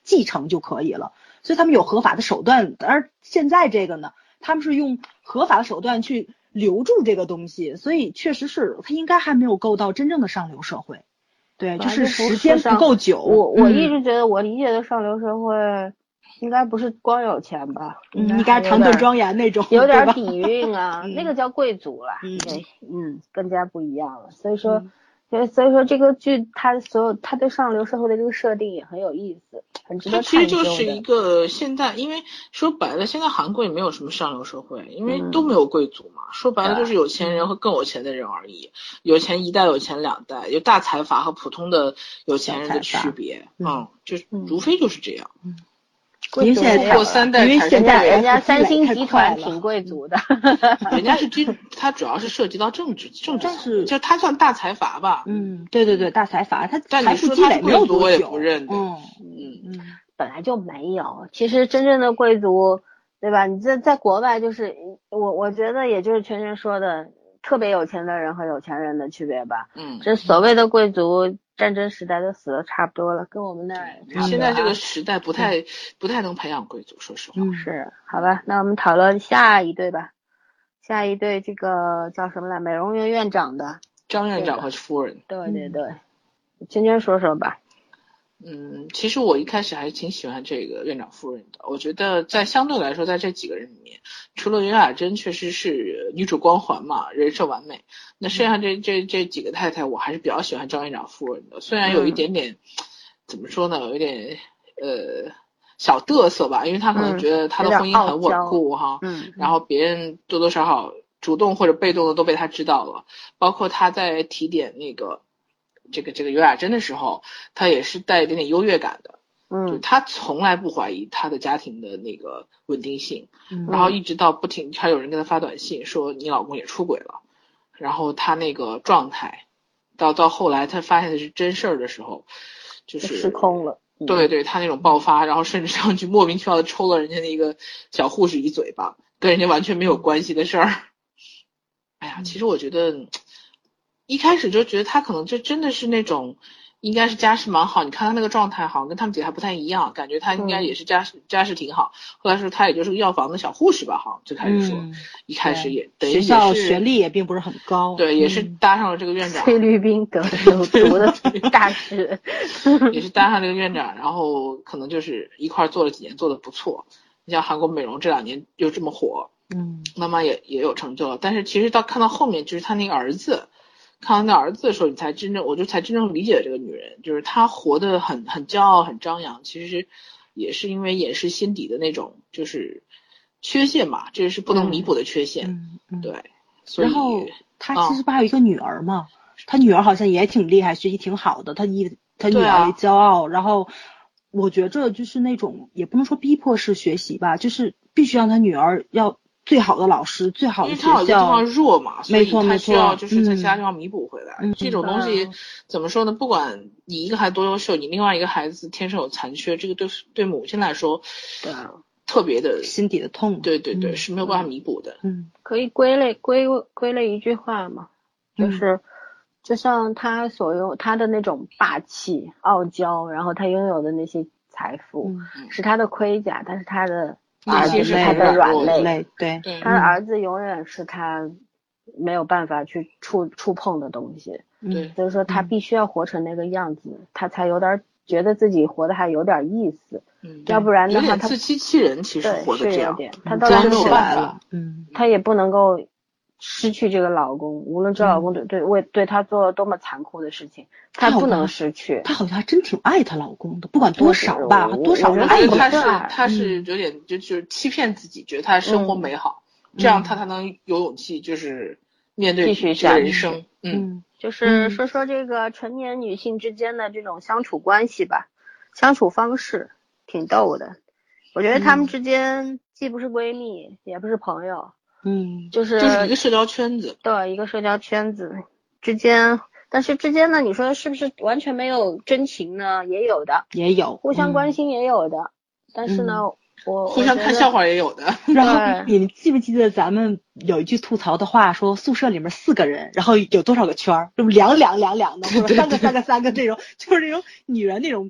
继承就可以了，所以他们有合法的手段。而现在这个呢，他们是用合法的手段去留住这个东西，所以确实是他应该还没有够到真正的上流社会。对，就是时间不够久。 我我一直觉得我理解的上流社会应该不是光有钱吧， 嗯，应该唐顿庄园那种， 有点底蕴啊， 嗯、 那个叫贵族啦， 嗯对，嗯，更加不一样了。所以说，所以、嗯、所以说这个剧它所有它对上流社会的这个设定也很有意思，很值得探究的。 它其实就是一个现在，因为说白了，现在韩国也没有什么上流社会，因为都没有贵族嘛。嗯、说白了就是有钱人和更有钱的人而已，有钱一代有钱两代，有大财阀和普通的有钱人的区别，嗯，嗯就是无非就是这样。 嗯。 因为现在过三代， 因为现在人家三星集团挺贵族的， 人家是基，它主要是涉及到政治，政治， 但是就它算大财阀吧。 嗯，对对对，大财阀，他财富但你说积累没有多久，我也久不认得。 嗯嗯嗯，本来就没有。其实真正的贵族，对吧？你在在国外就是我我觉得也就是圈圈说的，特别有钱的人和有钱人的区别吧。 嗯， 这所谓的贵族。战争时代都死的差不多了，跟我们那儿差不多、啊。 现在这个时代不太、嗯、不太能培养贵族，说实话。 嗯，是，好吧，那我们讨论下一对吧。下一对这个叫什么来？美容院院长的张院长和夫人。 这个、对对对，圈圈、嗯、说说吧。 嗯，其实我一开始还是挺喜欢这个院长夫人的。我觉得在相对来说，在这几个人里面，除了袁雅珍确实是女主光环嘛，人设完美。那剩下这这这几个太太，我还是比较喜欢张院长夫人的。虽然有一点点，嗯、怎么说呢，有一点呃小嘚瑟吧，因为她可能觉得她的婚姻很稳固哈， 嗯， 然后别人多多少少主动或者被动的都被她知道了，包括她在提点那个。这个这个尤雅珍的时候，他也是带一点点优越感的， 嗯， 就他从来不怀疑他的家庭的那个稳定性， 嗯， 然后一直到不停还有人跟他发短信说你老公也出轨了，然后他那个状态，到到后来他发现的是真事儿的时候，就是失控了， 嗯、对对，他那种爆发，然后甚至上去莫名其妙的抽了人家那个小护士一嘴巴，跟人家完全没有关系的事儿，哎呀，其实我觉得。一开始就觉得他可能就真的是那种应该是家世蛮好，你看他那个状态好像跟他们姐还不太一样，感觉他应该也是家世、嗯、家世挺好。后来说他也就是个药房的小护士吧，好像最开始说、嗯、一开始也等于学校学历也并不是很高， 对，也是搭上了这个院长菲律宾得有读的大师也是搭上这个院长，然后可能就是一块做了几年做的不错。你像韩国美容这两年又这么火， 嗯， 妈妈也也有成就了，但是其实到看到后面就是他那个儿子。看到那儿子的时候，你才真正，我就才真正理解了这个女人，就是她活得很很骄傲、很张扬，其实也是因为掩饰心底的那种就是缺陷嘛，这是不能弥补的缺陷。 嗯嗯、 对。所以， 然后她其实不还有一个女儿嘛？她、嗯、女儿好像也挺厉害，学习挺好的，她以她女儿为骄傲。啊、然后我觉着就是那种也不能说逼迫式学习吧，就是必须让她女儿要。最好的老师，最好的学校， 因为他有个地方弱嘛，所以他需要就是在其他地方弥补回来。 嗯、 这种东西、嗯、怎么说呢？不管你一个孩子多优秀，你另外一个孩子天生有残缺，这个对对母亲来说， 对， 特别的心底的痛。 对对对， 嗯、 是没有办法弥补的。 嗯， 可以归类归归类一句话嘛，就是、嗯、就像他所有他的那种霸气、傲娇，然后他拥有的那些财富、 嗯、 是他的盔甲，但是他的。 儿子是他的软肋， 对，他的儿子永远是他没有办法去触触碰的东西， 对， 所以说他必须要活成那个样子，嗯、他才有点觉得自己活得还有点意思， 嗯， 要不然的话他自欺欺人，其实活得这样， 他到最后办法， 嗯， 他也不能够失去这个老公，无论这老公对、嗯、对为对他做了多么残酷的事情，他不能失去。 他好像还真挺爱他老公的，不管多少吧，多少人爱他是他是有点就就是欺骗自己，觉得他生活美好， 嗯、 这样他才能有勇气就是面对继续这个人生。 嗯，就是说说这个成年女性之间的这种相处关系吧，相处方式挺逗的。我觉得她们之间既不是闺蜜，也不是朋友。 嗯， 就是就是一个社交圈子， 对，一个社交圈子之间，但是之间呢，你说是不是完全没有真情呢？也有的， 也有互相关心也有的，嗯、但是呢，嗯、我互相看笑话也有的。 然后你记不记得咱们有一句吐槽的话，说宿舍里面四个人，然后有多少个圈儿，这不两两两两的，或者三个三个三个这种，就是那种女人那种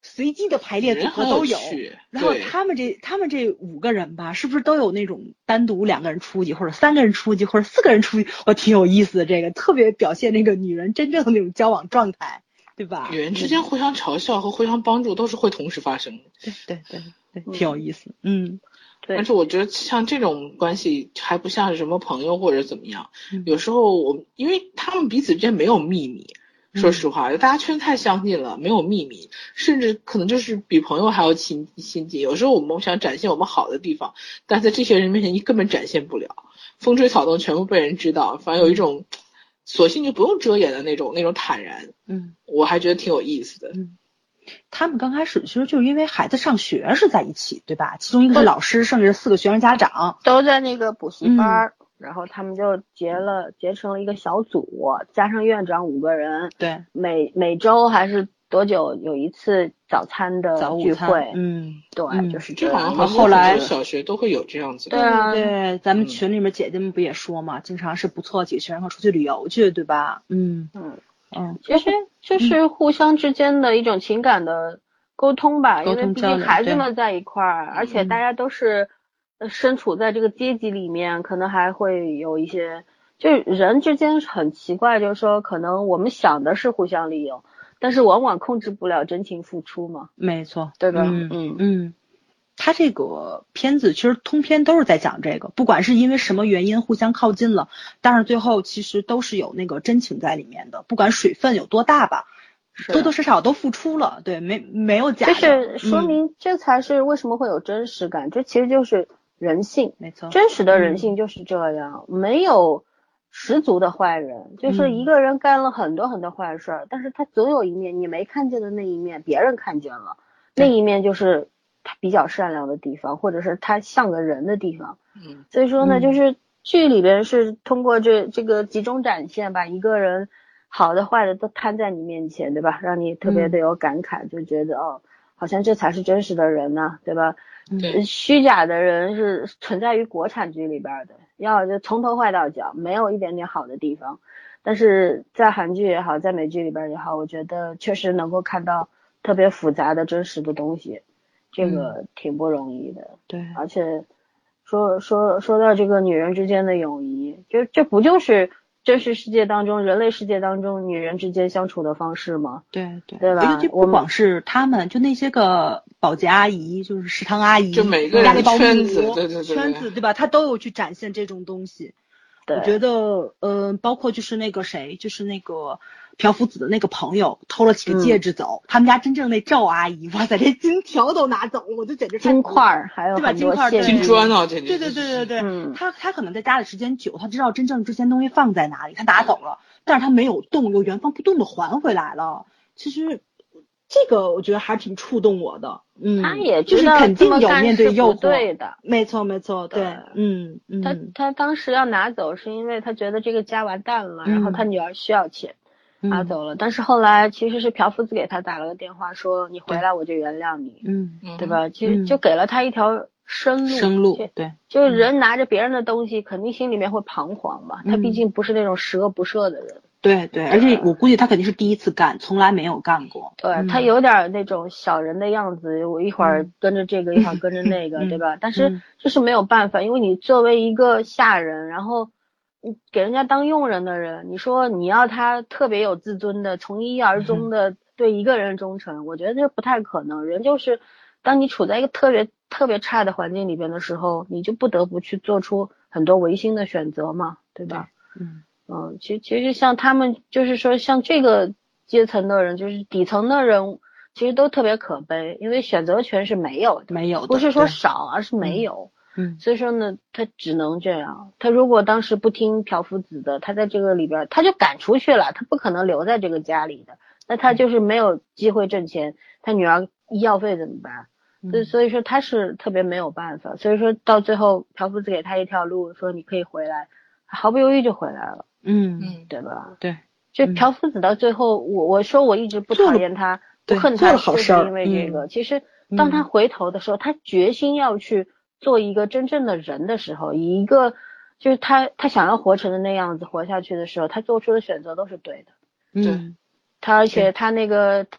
随机的排列组合都有。然后他们这他们这五个人吧，是不是都有那种单独两个人出去，或者三个人出去，或者四个人出去？我挺有意思的，这个特别表现那个女人真正的那种交往状态，对吧？ 女人之间互相嘲笑和互相帮助都是会同时发生的。 对对对对，挺有意思。嗯。 对， 但是我觉得像这种关系还不像是什么朋友或者怎么样，嗯、有时候我因为他们彼此之间没有秘密，嗯、说实话，大家圈太相近了，没有秘密，甚至可能就是比朋友还要亲亲近。有时候我们想展现我们好的地方，但在这些人面前你根本展现不了，风吹草动全部被人知道，反正有一种索性就不用遮掩的那种那种坦然。嗯，我还觉得挺有意思的。 嗯。他们刚开始其实就是因为孩子上学是在一起，对吧？其中一个是老师，剩下的四个学生家长都在那个补习班、嗯、然后他们就结了结成了一个小组，加上院长五个人， 对， 每每周还是多久有一次早餐的聚会， 嗯， 对， 嗯、 就是这样。 然后后来小学都会有这样子的， 对啊， 对，咱们群里面姐姐们不也说嘛，嗯、经常是不错几个学生出去旅游去，对吧？嗯嗯。 嗯， 其实就是互相之间的一种情感的沟通吧， 嗯、 因为毕竟孩子们在一块儿，而且大家都是身处在这个阶级里面，可能还会有一些，就是人之间很奇怪，就是说可能我们想的是互相利用，但是往往控制不了真情付出嘛。 没错， 对吧？ 嗯嗯嗯。他这个片子其实通篇都是在讲这个，不管是因为什么原因互相靠近了，但是最后其实都是有那个真情在里面的，不管水分有多大吧，多多少少都付出了，对，没没有假的， 就是说明这才是为什么会有真实感，嗯、这其实就是人性， 没错， 真实的人性就是这样，嗯、没有十足的坏人，就是一个人干了很多很多坏事，嗯、但是他总有一面你没看见的那一面，别人看见了，那一面就是他比较善良的地方，或者是他像个人的地方。 嗯， 所以说呢，就是剧里边是通过这这个集中展现，把一个人好的坏的都摊在你面前，对吧？让你特别的有感慨，嗯、就觉得哦，好像这才是真实的人呢，对吧？ 对， 虚假的人是存在于国产剧里边的，要就从头坏到脚，没有一点点好的地方。但是在韩剧也好，在美剧里边也好，我觉得确实能够看到特别复杂的真实的东西。这个挺不容易的， 嗯、对， 而且说说说到这个女人之间的友谊，就这不就是真实世界当中、人类世界当中女人之间相处的方式吗？ 对对， 对吧？ 不光是他们，就那些个保洁阿姨，就是食堂阿姨， 就每个人的圈子，对对对， 圈子对吧？他都有去展现这种东西。我觉得，呃，包括就是那个谁，就是那个朴福子的那个朋友偷了几个戒指走，嗯、他们家真正那赵阿姨，哇塞，这金条都拿走了，我就简直金块还有对吧？金块金砖啊，这对对对对对， 嗯、 他他可能在家里时间久，他知道真正这些东西放在哪里，他拿走了，但是他没有动，又原封不动的还回来了。其实这个我觉得还挺触动我的。嗯， 他也就是肯定有面对诱惑， 对的， 没错没错，对，嗯嗯， 他他当时要拿走是因为他觉得这个家完蛋了，嗯、然后他女儿需要钱，嗯、拿走了。但是后来其实是朴福子给他打了个电话，说你回来我就原谅你， 嗯， 对吧？其实就给了他一条生路， 生路，对， 就是人拿着别人的东西，肯定心里面会彷徨嘛。他毕竟不是那种十恶不赦的人。 对对，而且我估计他肯定是第一次干，从来没有干过。 对、嗯、他有点那种小人的样子，我一会儿跟着这个，嗯、一会儿跟着那个，嗯、对吧？但是这是没有办法，因为你作为一个下人，然后你给人家当佣人的人，你说你要他特别有自尊的，从一而终的对一个人忠诚，嗯、我觉得这不太可能。人就是当你处在一个特别特别差的环境里边的时候，你就不得不去做出很多违心的选择嘛，对吧？ 对嗯。 嗯，其实其实像他们，就是说像这个阶层的人，就是底层的人，其实都特别可悲，因为选择权是没有的， 没有的， 不是说少，而是没有。 嗯， 所以说呢，他只能这样。他如果当时不听朴福子的，他在这个里边他就赶出去了，他不可能留在这个家里的，那他就是没有机会挣钱，他女儿医药费怎么办？所以所以说他是特别没有办法。所以说到最后，朴福子给他一条路，说你可以回来，毫不犹豫就回来了。 嗯嗯，对吧？ 对， 就朴福子到最后，嗯、我我说我一直不讨厌他，不恨他，就是因为这个。 嗯、 其实当他回头的时候，嗯、他决心要去做一个真正的人的时候，以一个就是他他想要活成的那样子活下去的时候，他做出的选择都是对的。 嗯， 他而且他那个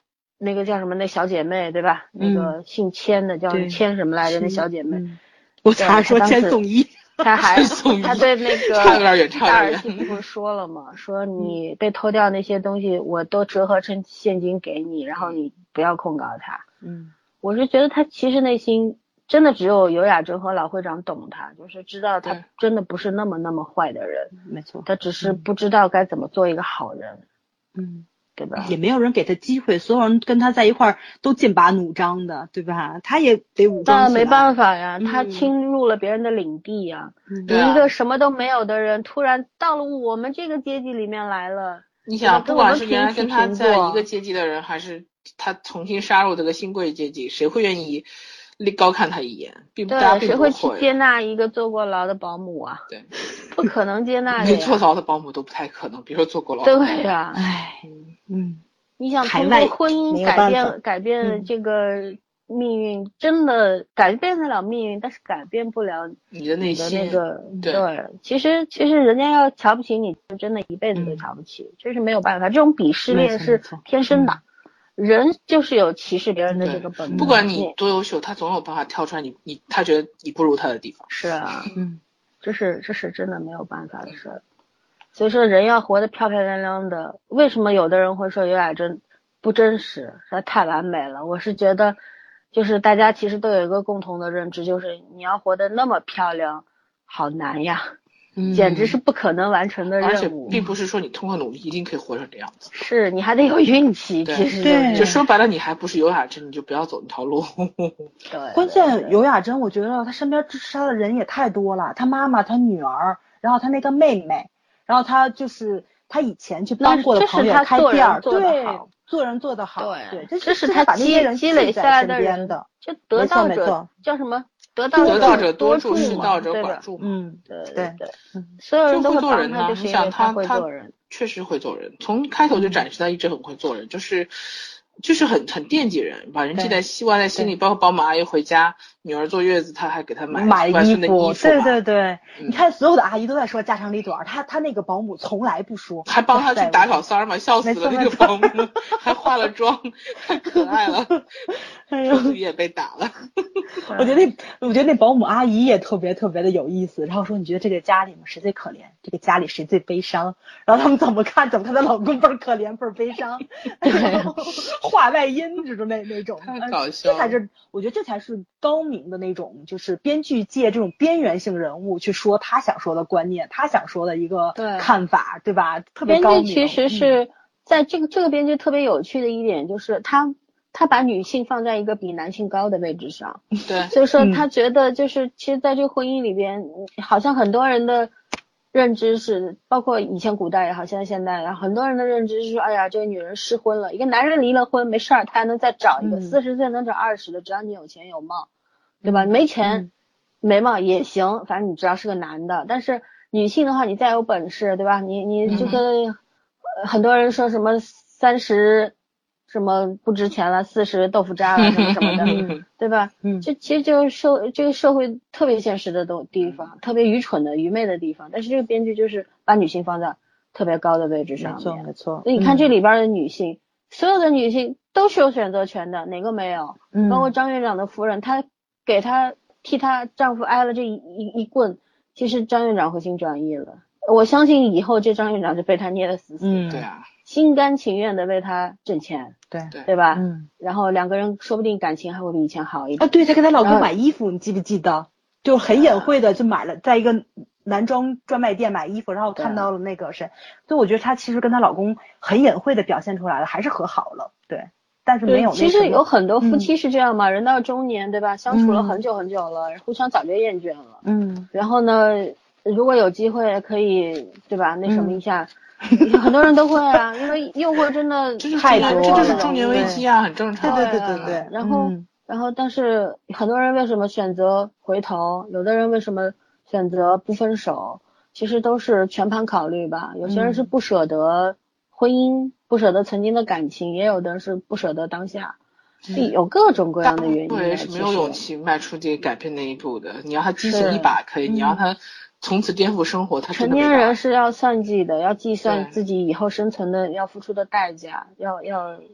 那个叫什么那小姐妹对吧？嗯、那个姓千的叫千什么来着？那小姐妹， 嗯、我才说千颂伊。 他还他对那个差有点远，差大有点儿媳妇说了嘛，说你被偷掉那些东西，我都折合成现金给你，然后你不要控告他。 嗯， 我是觉得他其实内心真的只有尤雅珍和老会长懂他，就是知道他真的不是那么那么坏的人。 没错， 他只是不知道该怎么做一个好人。 嗯。 对吧？ 也没有人给他机会，所有人跟他在一块儿都剑拔弩张的，对吧？他也得武装起来。 那没办法呀， 嗯、 他侵入了别人的领地呀。 嗯、 你一个什么都没有的人，突然到了我们这个阶级里面来了。 你想，不管是原来跟他在一个阶级的人，还是他重新杀入这个新贵阶级，谁会愿意高看他一眼？并对， 大家并不谁会去接纳一个坐过牢的保姆啊？ 对， 不可能接纳的呀。 连坐牢的保姆都不太可能，别说坐过牢的。 对呀， 唉，嗯， 你想通过婚姻改变改变这个命运，真的改变得了命运，但是改变不了你的内心。 那个对， 对，其实其实人家要瞧不起你，真的一辈子都瞧不起，这是没有办法。这种鄙视链是天生的。人就是有歧视别人的这个本能， 不管你多优秀，他总有办法挑出来你你他觉得你不如他的地方。 是啊，嗯，这是这是真的没有办法的事儿。所以说人要活得漂漂亮亮的。为什么有的人会说尤雅珍不真实，她太完美了？我是觉得，就是大家其实都有一个共同的认知，就是你要活得那么漂亮，好难呀。 嗯、 简直是不可能完成的任务， 而且并不是说你通过努力一定可以活成这样子， 是你还得有运气。其实对， 就说白了，你还不是尤雅珍，你就不要走那条路。 对， 关键尤雅珍，我觉得她身边支持她的人也太多了，她妈妈、她女儿，然后她那个妹妹，然后她就是她以前去帮过的朋友开店，对，做人做得好， 对， 对， 这是她把那些人积累下来的人的， 就得道者叫什么？得道得道者多助，失道者寡助。 嗯， 对对对，所有人都会做人呢。 你想他他确实会做人，从开头就展示他一直很会做人，就是就是很很惦记人，把人记在记挂在心里。包括宝马阿姨回家，女儿坐月子，他还给她买买外孙的衣服。 对对对， 嗯、 你看所有的阿姨都在说家长里短，他他那个保姆从来不说， 还帮他去打小三儿嘛，笑死了那个保姆，还化了妆，太可爱了。 哎呦， 自己也被打了。 我觉得那我觉得那保姆阿姨也特别特别的有意思。然后说你觉得这个家里面谁最可怜？这个家里谁最悲伤？然后他们怎么看？怎么看她老公倍儿可怜倍儿悲伤？话外音这种那那种， 太搞笑了。 这才是我觉得这才是高明的那种，就是编剧借这种边缘性人物去说他想说的观念，他想说的一个看法， 对, 对吧？特别高明。 编剧其实是在这个、嗯、这个编剧特别有趣的一点就是他。他把女性放在一个比男性高的位置上， 对， 所以说他觉得就是，其实在这个婚姻里边，嗯、好像很多人的认知是，包括以前古代也好，现在现代也好，很多人的认知是说，哎呀，这个女人失婚了，一个男人离了婚没事儿，他还能再找一个，四十岁能找二十的，只要你有钱有貌，对吧？没钱、嗯、没貌也行，反正你只要是个男的。但是女性的话，你再有本事，对吧？你你这个、嗯呃、很多人说什么三十。什么不值钱了，四十豆腐渣了，什么什么的，对吧？嗯，这其实就是社这个社会特别现实的东地方，特别愚蠢的、愚昧的地方。但是这个编剧就是把女性放在特别高的位置上面， 没错没错。 所以你看这里边的女性，嗯、所有的女性都是有选择权的，哪个没有？嗯，包括张院长的夫人，她给她替她丈夫挨了这一一一棍，其实张院长回心转意了。我相信以后这张院长就被他捏得死死的。 嗯， 对啊。 心甘情愿的为他挣钱， 对对吧？ 嗯， 然后两个人说不定感情还会比以前好一点啊。对，她跟她老公买衣服，你记不记得？就很隐晦的就买了，在一个男装专卖店买衣服，然后看到了那个谁，所以我觉得她其实跟她老公很隐晦的表现出来了，还是和好了，对。但是没有那其实有很多夫妻是这样嘛， 嗯、 人到中年，对吧？相处了很久很久了，嗯、互相早就厌倦了， 嗯。 然后呢，如果有机会可以，对吧？那什么一下。嗯很多人都会啊，因为诱惑真的太多了， 这就是中年危机啊，很正常。 对对对对对。 然后， 嗯、 然后，但是很多人为什么选择回头？有的人为什么选择不分手？其实都是全盘考虑吧。有些人是不舍得婚姻，嗯、不舍得曾经的感情，也有的是不舍得当下，嗯、有各种各样的原因。 对，是没有勇气迈出这改变那一步的。你要他激情一把可以，你要他。从此颠覆生活，他成年人是要算计的，要计算自己以后生存的要付出的代价，要要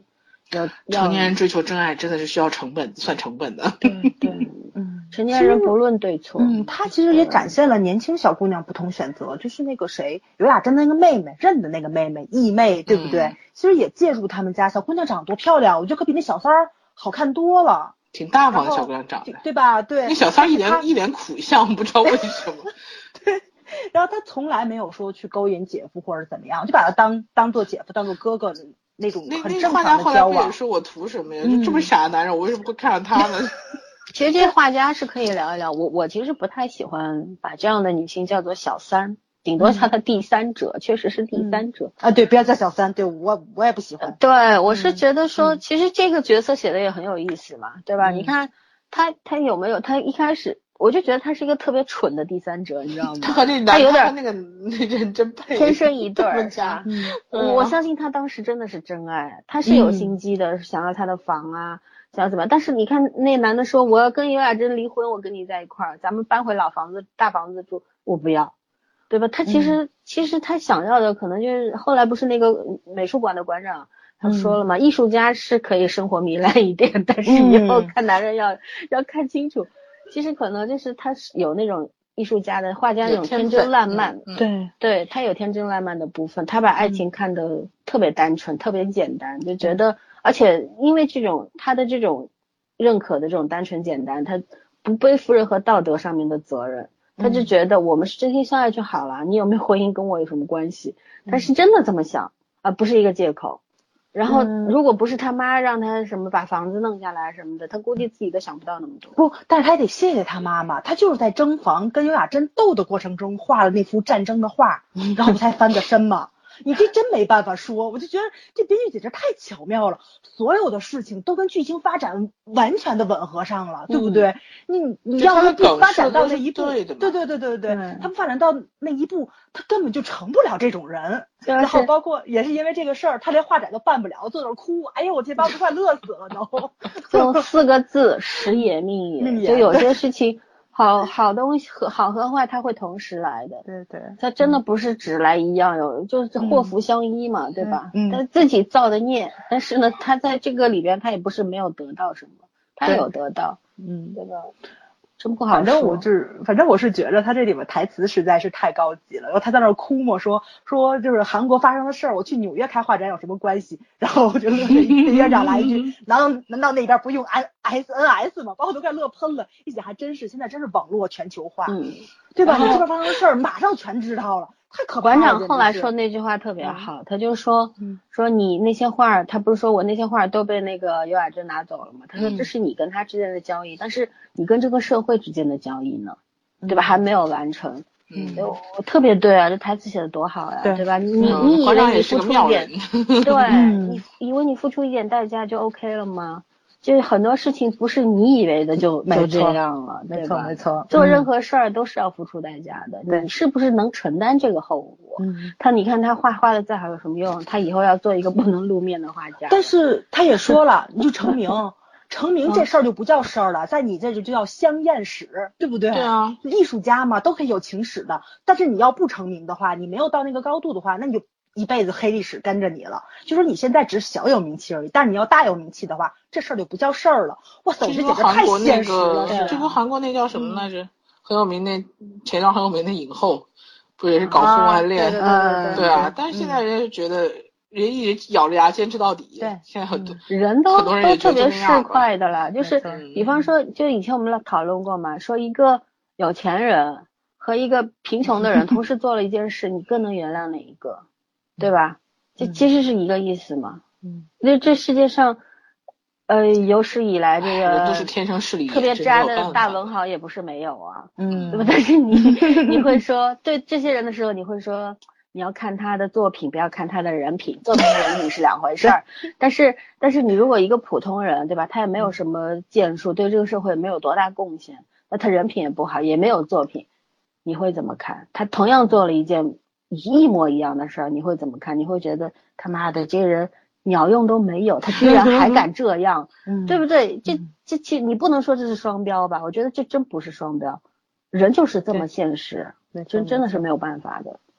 要成年人追求真爱真的是需要成本，算成本的。 对对，嗯， 成年人不论对错。 嗯，他其实也展现了年轻小姑娘不同选择，就是那个谁，刘雅珍那个妹妹，认的那个妹妹，义妹，对不对？嗯、其实也介入他们家小姑娘长得多漂亮，我觉得可比那小三儿好看多了。 挺大方的小姑娘长得， 对吧？对， 那小三儿一脸一脸苦相，不知道为什么。 对。然后他从来没有说去勾引姐夫或者怎么样，就把他当当做姐夫，当做哥哥的那种很正常的交往。那那画家后来不也说我图什么呀？嗯、就这么傻的男人，我为什么会看上他呢？ 其实这些画家是可以聊一聊。我我其实不太喜欢把这样的女性叫做小三，顶多叫她第三者，嗯、确实是第三者、 嗯、啊。对，不要叫小三，对我我也不喜欢。 对，我是觉得说，嗯、其实这个角色写的也很有意思嘛，对吧？嗯、你看他他有没有他一开始。我就觉得他是一个特别蠢的第三者，你知道吗？ 他和那男他有点那个那人真配， 天生一对儿。 嗯嗯、我相信他当时真的是真爱，他是有心机的，嗯、想要他的房啊，想要怎么样？但是你看那男的说我要跟尤雅珍离婚，我跟你在一块儿，咱们搬回老房子大房子住，我不要，对吧？他其实、嗯、其实他想要的可能就是后来不是那个美术馆的馆长。他说了嘛，嗯、艺术家是可以生活糜烂一点，但是以后看男人要、嗯、要看清楚。其实可能就是他有那种艺术家的画家那种天真烂漫， 嗯、对对，他有天真烂漫的部分，他把爱情看得特别单纯、嗯、特别简单，就觉得，而且因为这种他的这种认可的这种单纯简单，他不背负任何道德上面的责任，他就觉得我们是真心相爱就好了，你有没有婚姻跟我有什么关系？他是真的这么想，而不是一个借口。然后如果不是他妈让他什么把房子弄下来什么的，他估计自己都想不到那么多。 不，但是他也得谢谢他妈妈，他就是在征房跟尤雅珍斗的过程中画了那幅战争的画，然后才翻个身嘛。你这真没办法说，我就觉得这编剧简直太巧妙了，所有的事情都跟剧情发展完全的吻合上了，嗯、对不对？你你要是不发展到那一步，对对对对对对，嗯、他不发展到那一步，他根本就成不了这种人。然后包括也是因为这个事儿，他连画展都办不了，坐那儿哭，哎呦我这把我快乐死了都。 就四个字，时也命也，就有些事情。好好东西和好和坏，它会同时来的。 对对， 它真的不是只来一样，有就是祸福相依嘛，嗯、对吧？ 嗯， 他自己造的孽，但是呢，他在这个里边，他也不是没有得到什么，他有得到， 嗯， 对吧？真不好说。 反正我是，反正我是觉得他这里面台词实在是太高级了。然后他在那儿哭嘛，说说就是韩国发生的事儿，我去纽约开画展有什么关系？然后我就乐着，院长来一句，难道难道那边不用 S N S 吗？把我都快乐喷了。一想还真是，现在真是网络全球化， 嗯， 对吧？你这边发生的事儿，马上全知道了。太可怕了。 馆长后来说那句话特别好，嗯、他就说、嗯、说你那些画，他不是说我那些画都被那个尤雅珍拿走了吗？他说这是你跟他之间的交易，嗯、但是你跟这个社会之间的交易呢，嗯、对吧？还没有完成。 嗯， 我特别对啊，这台词写的多好呀， 对, 对吧？你你以为你付出一点，对， 嗯、 你以为你付出一点代价就 OK 了吗？就是很多事情不是你以为的就就这样了， 没错没错。 做任何事儿都是要付出代价的， 嗯、 你是不是能承担这个后果？ 嗯， 他你看他画画的再好有什么用？他以后要做一个不能露面的画家。 但是他也说了，你就成名。成名这事儿就不叫事儿了，在你这就叫香艳史，对不对？ 对啊， 艺术家嘛都可以有情史的，但是你要不成名的话，你没有到那个高度的话，那你就一辈子黑历史跟着你了。就说你现在只小有名气而已，但是你要大有名气的话，这事儿就不叫事儿了。哇塞，这简直太现实了。 这不韩国那叫什么来着？嗯、很有名那前段很有名的影后，不也是搞婚外恋？ 啊、对, 对, 对, 对, 对啊，但是现在人家就觉得。人一直咬着牙坚持到底， 对， 现在很多、 嗯、人都很多人也都特别市侩的了，就是嗯、 比方说，就以前我们讨论过嘛，说一个有钱人和一个贫穷的人同时做了一件事，你更能原谅哪一个，对吧？这其实是一个意思嘛。 嗯， 因为这世界上，呃，有史以来这个都是天生势利眼， 特别渣的大文豪也不是没有啊， 嗯， 对吧？但是你你会说对这些人的时候，你会说。你要看他的作品，不要看他的人品，作品和人品是两回事儿。但是，但是你如果一个普通人，对吧？他也没有什么建树，对这个社会没有多大贡献，那他人品也不好，也没有作品，你会怎么看？他同样做了一件一模一样的事儿，你会怎么看？你会觉得他妈的这个人鸟用都没有，他居然还敢这样，对不对？这这这你不能说这是双标吧？我觉得这真不是双标，人就是这么现实，真真的是没有办法的。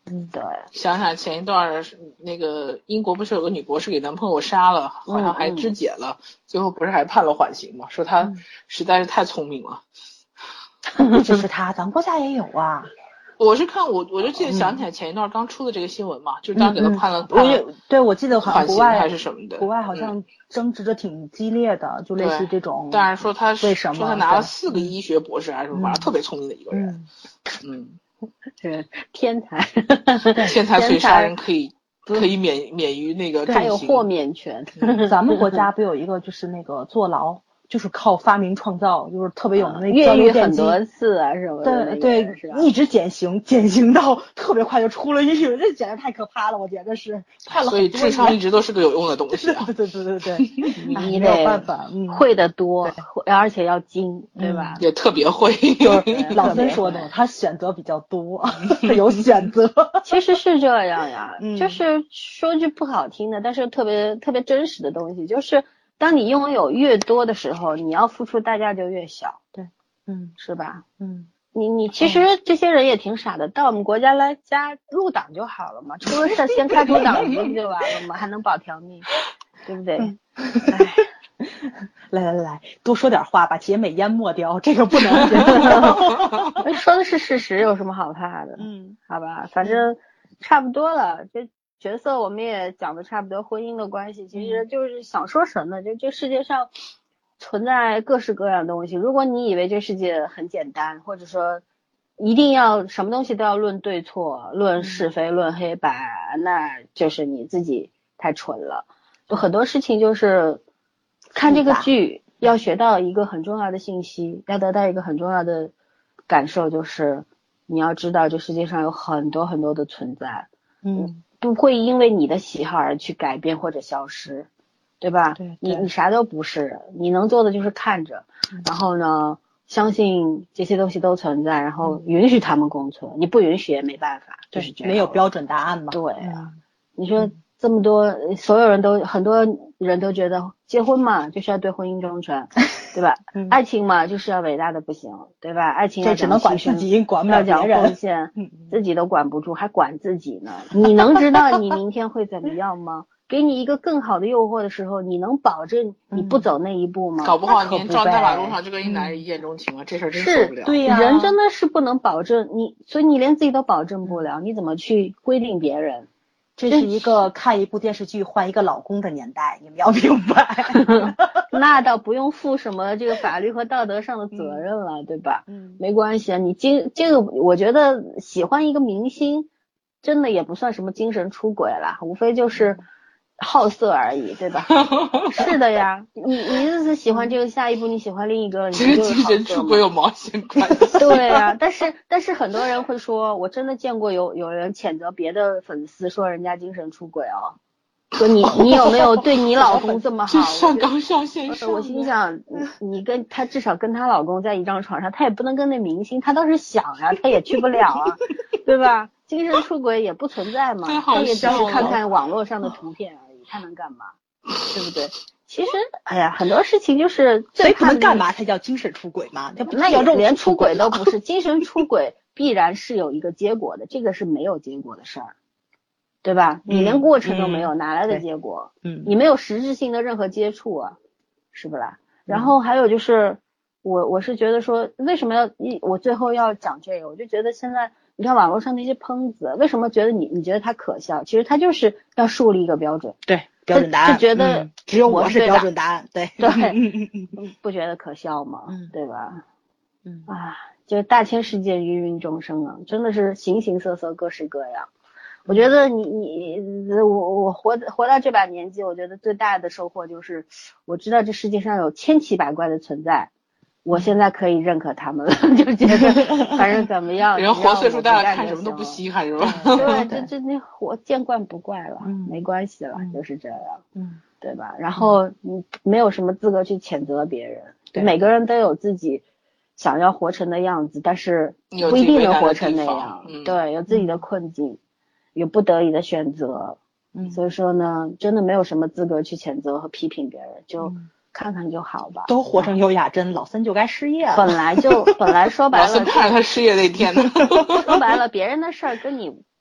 嗯， 对。 想想前一段那个英国不是有个女博士给男朋友杀了，好像还肢解了，嗯嗯最后不是还判了缓刑吗？说她实在是太聪明了。 不只是她，咱国家也有啊。 我是看我我就记得想起来前一段刚出的这个新闻嘛，嗯、就是当时给他判了， 嗯、我也对我记得好像国外还是什么的， 国外好像争执的挺激烈的，嗯、就类似这种。 但是说他为什么说他拿了四个医学博士还是什么，反正特别聪明的一个人。嗯， 是天才， 天才所以杀人可以可以免免于那个重刑， 还有豁免权。 咱们国家不有一个就是那个坐牢。就是靠发明创造，就是特别有名的越狱很多次啊什么的， 对对，一直减刑，减刑到特别快就出了狱，这简直太可怕了，我觉得是判了很多年。 所以智商一直都是个有用的东西、啊。 对对对对对， 你没有办法，嗯， 会的多，而且要精，对吧？ 也特别会。 就是老森说的，他选择比较多，他有选择。 其实是这样呀，嗯、就是说句不好听的，但是特别特别真实的东西，就是。当你拥有越多的时候，你要付出代价就越小， 对，嗯， 是吧？ 嗯， 你你其实这些人也挺傻的，到我们国家来加入党就好了嘛，出了事先开除党籍不就完了吗？还能保条命，对不对？ 嗯、哎，来来来，多说点话，把姐美淹没掉，这个不能。 说的是事实，有什么好怕的？ 嗯， 好吧，反正差不多了，这。角色我们也讲的差不多，婚姻的关系其实就是想说什么，就这世界上存在各式各样的东西。如果你以为这世界很简单，或者说一定要什么东西都要论对错、论是非、论黑白，那就是你自己太蠢了。就很多事情就是看这个剧要学到一个很重要的信息，要得到一个很重要的感受，就是你要知道这世界上有很多很多的存在。 嗯。 不会因为你的喜好而去改变或者消失，对吧？ 对对你你啥都不是，你能做的就是看着， 嗯、 然后呢，相信这些东西都存在，然后允许他们共存。嗯、你不允许也没办法，就是这样。 没有标准答案嘛。 对啊，嗯、你说这么多，所有人都很多人都觉得结婚嘛就是要对婚姻忠诚，对吧？ 嗯、 爱情嘛就是要伟大的不行，对吧？爱情要只能管自己，管不了别人， 要讲奉献，自己都管不住，还管自己呢？你能知道你明天会怎么样吗？给你一个更好的诱惑的时候，你能保证你不走那一步吗？ 搞不好你连撞在马路上就跟一男人一见钟情了，嗯、这事儿真受不了。 对呀、啊， 人真的是不能保证你，所以你连自己都保证不了，你怎么去规定别人？ 这是一个看一部电视剧换一个老公的年代，你们要明白。 那倒不用负什么这个法律和道德上的责任了，嗯、对吧？ 嗯， 没关系啊，你精这个，我觉得喜欢一个明星，真的也不算什么精神出轨啦，无非就是好色而已，对吧？是的呀，你你这次喜欢这个，下一步你喜欢另一个，你就是精神出轨有毛线关系？ 对呀，但是但是很多人会说，我真的见过有有人谴责别的粉丝说人家精神出轨哦，说你你有没有对你老公这么好？ 上纲上线上。 我心想，你跟他至少跟他老公在一张床上，他也不能跟那明星，他倒是想呀，他也去不了啊，对吧？精神出轨也不存在嘛，他也只是看看网络上的图片而已，他能干嘛？对不对？其实，哎呀，很多事情就是， 所以不能干嘛才叫精神出轨嘛？ 那也连出轨都不是，精神出轨必然是有一个结果的，这个是没有结果的事儿，对吧？你连过程都没有， 嗯、 哪来的结果？ 嗯， 你没有实质性的任何接触啊，是不啦？然后还有就是，我我是觉得说，为什么要一我最后要讲这个？我就觉得现在你看网络上那些喷子，为什么觉得你你觉得他可笑？其实他就是要树立一个标准， 对。标准答案， 就觉得、 嗯、只有我是标准答案，对对，不觉得可笑吗？ 嗯、 对吧？ 嗯啊，就是大千世界芸芸众生啊，真的是形形色色，各式各样。我觉得你你我我活活到这把年纪，我觉得最大的收获就是，我知道这世界上有千奇百怪的存在。我现在可以认可他们了，就觉得反正怎么样， 人活岁数大了，看什么都不稀罕是吧？ 对，这这这活见惯不怪了， 嗯、 没关系了， 嗯、 就是这样， 嗯， 对吧？然后你没有什么资格去谴责别人， 对， 每个人都有自己想要活成的样子，但是不一定能活成那样， 嗯、 对，有自己的困境，嗯、有不得已的选择， 嗯， 所以说呢，真的没有什么资格去谴责和批评别人，就。嗯看看就好吧， 都活成优雅真，老森就该失业了。 本来就本来说白了， 老森盼着他失业那天呢。 说白了，别人的事儿跟你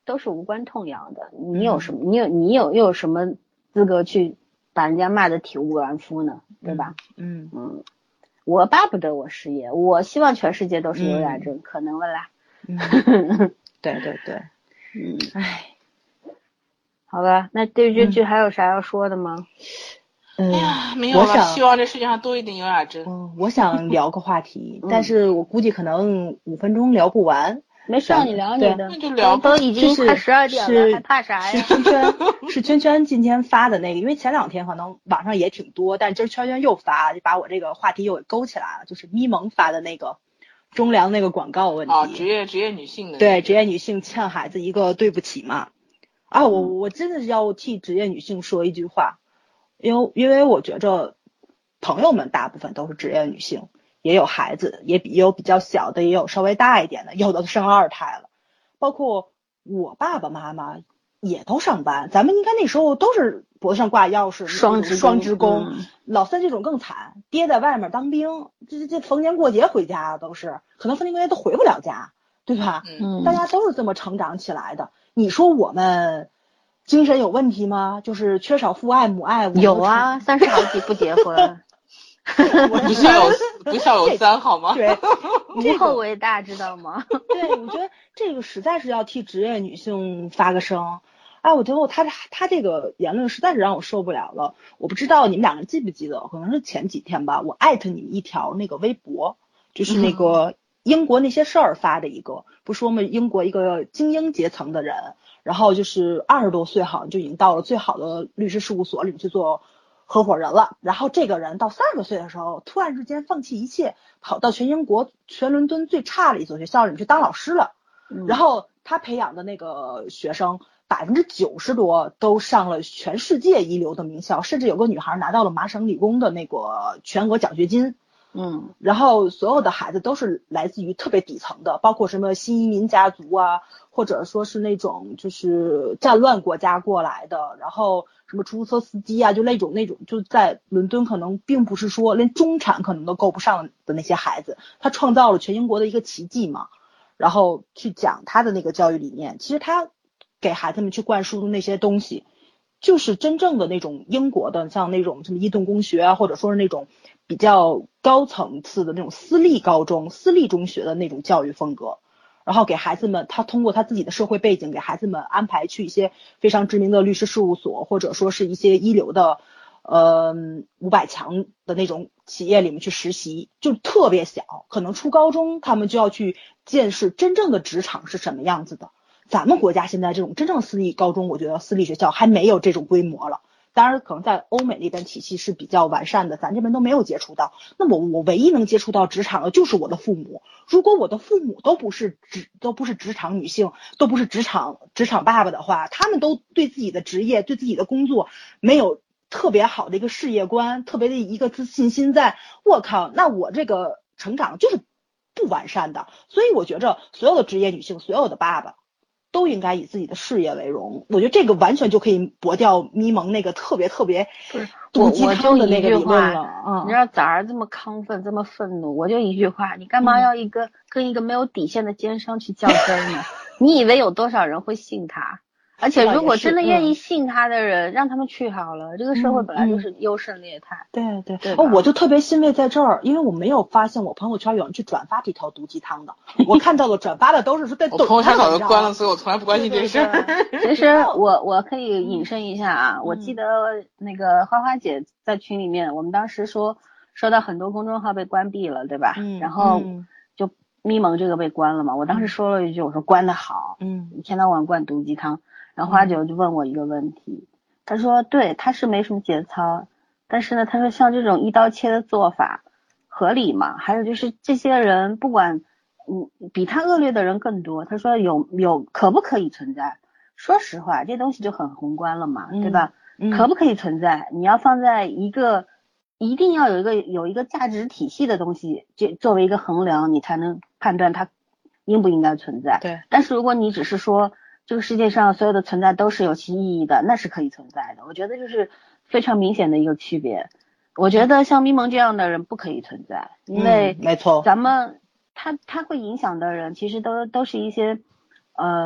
都是无关痛痒的，你有什么？你有你有又有什么资格去把人家骂得体无完肤呢？对吧？ 嗯嗯，我巴不得我失业，我希望全世界都是优雅症，嗯、可能了啦。 嗯，对对对， 嗯， 唉， 好吧，那对这剧还有啥要说的吗？ 嗯， 哎呀，没有了，希望这世界上多一点优雅症。 嗯，我想聊个话题，但是我估计可能五分钟聊不完。 没事，你聊你的， 那就聊。 都已经快十二点了，还怕啥呀？ 是圈圈，是圈圈今天发的那个，因为前两天可能网上也挺多，但今儿圈圈又发，就把我这个话题又给勾起来了，就是咪蒙发的那个中粮那个广告问题。 哦，职业职业女性的。 对，职业女性欠孩子一个对不起嘛。啊，我我真的是要替职业女性说一句话，因为因为我觉着朋友们大部分都是职业女性，也有孩子，也比也有比较小的，也有稍微大一点的，有的生二胎了。包括我爸爸妈妈也都上班，咱们应该那时候都是脖子上挂钥匙， 双职双职工。 嗯、 老三这种更惨，爹在外面当兵，这这逢年过节回家都是，可能逢年过节都回不了家，对吧？ 嗯， 大家都是这么成长起来的。你说我们精神有问题吗？就是缺少父爱母爱。 有啊，三十好几不结婚。 不孝有不孝有三好吗？ 对， 无后为大，知道吗？ 对，我觉得这个实在是要替职业女性发个声。哎，我觉得他他这个言论实在是让我受不了了。我不知道你们两个人记不记得，可能是前几天吧，我艾特你们一条那个微博，就是那个英国那些事儿发的一个，不是说嘛，英国一个精英阶层的人，然后就是二十多岁好像就已经到了最好的律师事务所里面去做合伙人了，然后这个人到三十岁的时候，突然之间放弃一切，跑到全英国全伦敦最差的一所学校里面去当老师了。 嗯、 然后他培养的那个学生百分之九十多都上了全世界一流的名校，甚至有个女孩拿到了麻省理工的那个全额奖学金。 嗯， 然后所有的孩子都是来自于特别底层的，包括什么新移民家族啊，或者说是那种就是战乱国家过来的，然后什么出租车司机啊，就那种那种就在伦敦可能并不是说连中产可能都够不上的那些孩子，他创造了全英国的一个奇迹嘛。然后去讲他的那个教育理念，其实他给孩子们去灌输的那些东西，就是真正的那种英国的，像那种什么伊顿公学啊，或者说是那种比较高层次的那种私立高中、私立中学的那种教育风格。然后给孩子们，他通过他自己的社会背景，给孩子们安排去一些非常知名的律师事务所，或者说是一些一流的呃五百强的那种企业里面去实习，就特别小，可能初高中他们就要去见识真正的职场是什么样子的。咱们国家现在这种真正私立高中，我觉得私立学校还没有这种规模了。当然可能在欧美那边体系是比较完善的，咱这边都没有接触到。那么我唯一能接触到职场的就是我的父母，如果我的父母都不是职都不是职场女性，都不是职场职场爸爸的话，他们都对自己的职业对自己的工作没有特别好的一个事业观，特别的一个自信心在，我靠，那我这个成长就是不完善的。所以我觉着所有的职业女性，所有的爸爸都应该以自己的事业为荣。我觉得这个完全就可以驳掉咪蒙那个特别特别毒鸡汤的那个理论了。嗯， 你知道崽儿这么亢奋这么愤怒，我就一句话，你干嘛要一个、嗯、跟一个没有底线的奸商去较真呢？你以为有多少人会信他？而且如果真的愿意信他的人、嗯、让他们去好了，这个社会本来就是优胜劣汰。 嗯、对对对， 哦，我就特别欣慰在这儿，因为我没有发现我朋友圈有人去转发这条毒鸡汤的，我看到了转发的都是说在抖音上。 我朋友圈早就关了，所以我从来不关心这事儿。 其实我我可以引申一下啊、嗯，我记得那个花花姐在群里面，我们当时说说到很多公众号被关闭了，对吧？ 嗯， 然后就咪蒙这个被关了嘛，我当时说了一句，我说关得好， 嗯， 一天到晚灌毒鸡汤。然后花姐就问我一个问题，她说对，他是没什么节操，但是呢，她说像这种一刀切的做法合理吗？还有就是这些人不管嗯比他恶劣的人更多，她说有有可不可以存在？说实话，这东西就很宏观了嘛， 嗯、 对吧、 嗯？ 可不可以存在？你要放在一个一定要有一个有一个价值体系的东西，这作为一个衡量，你才能判断它应不应该存在。 对。 但是如果你只是说这个世界上所有的存在都是有其意义的，那是可以存在的。我觉得就是非常明显的一个区别。我觉得像咪蒙这样的人不可以存在，因为没错， 咱们他他会影响的人其实都都是一些呃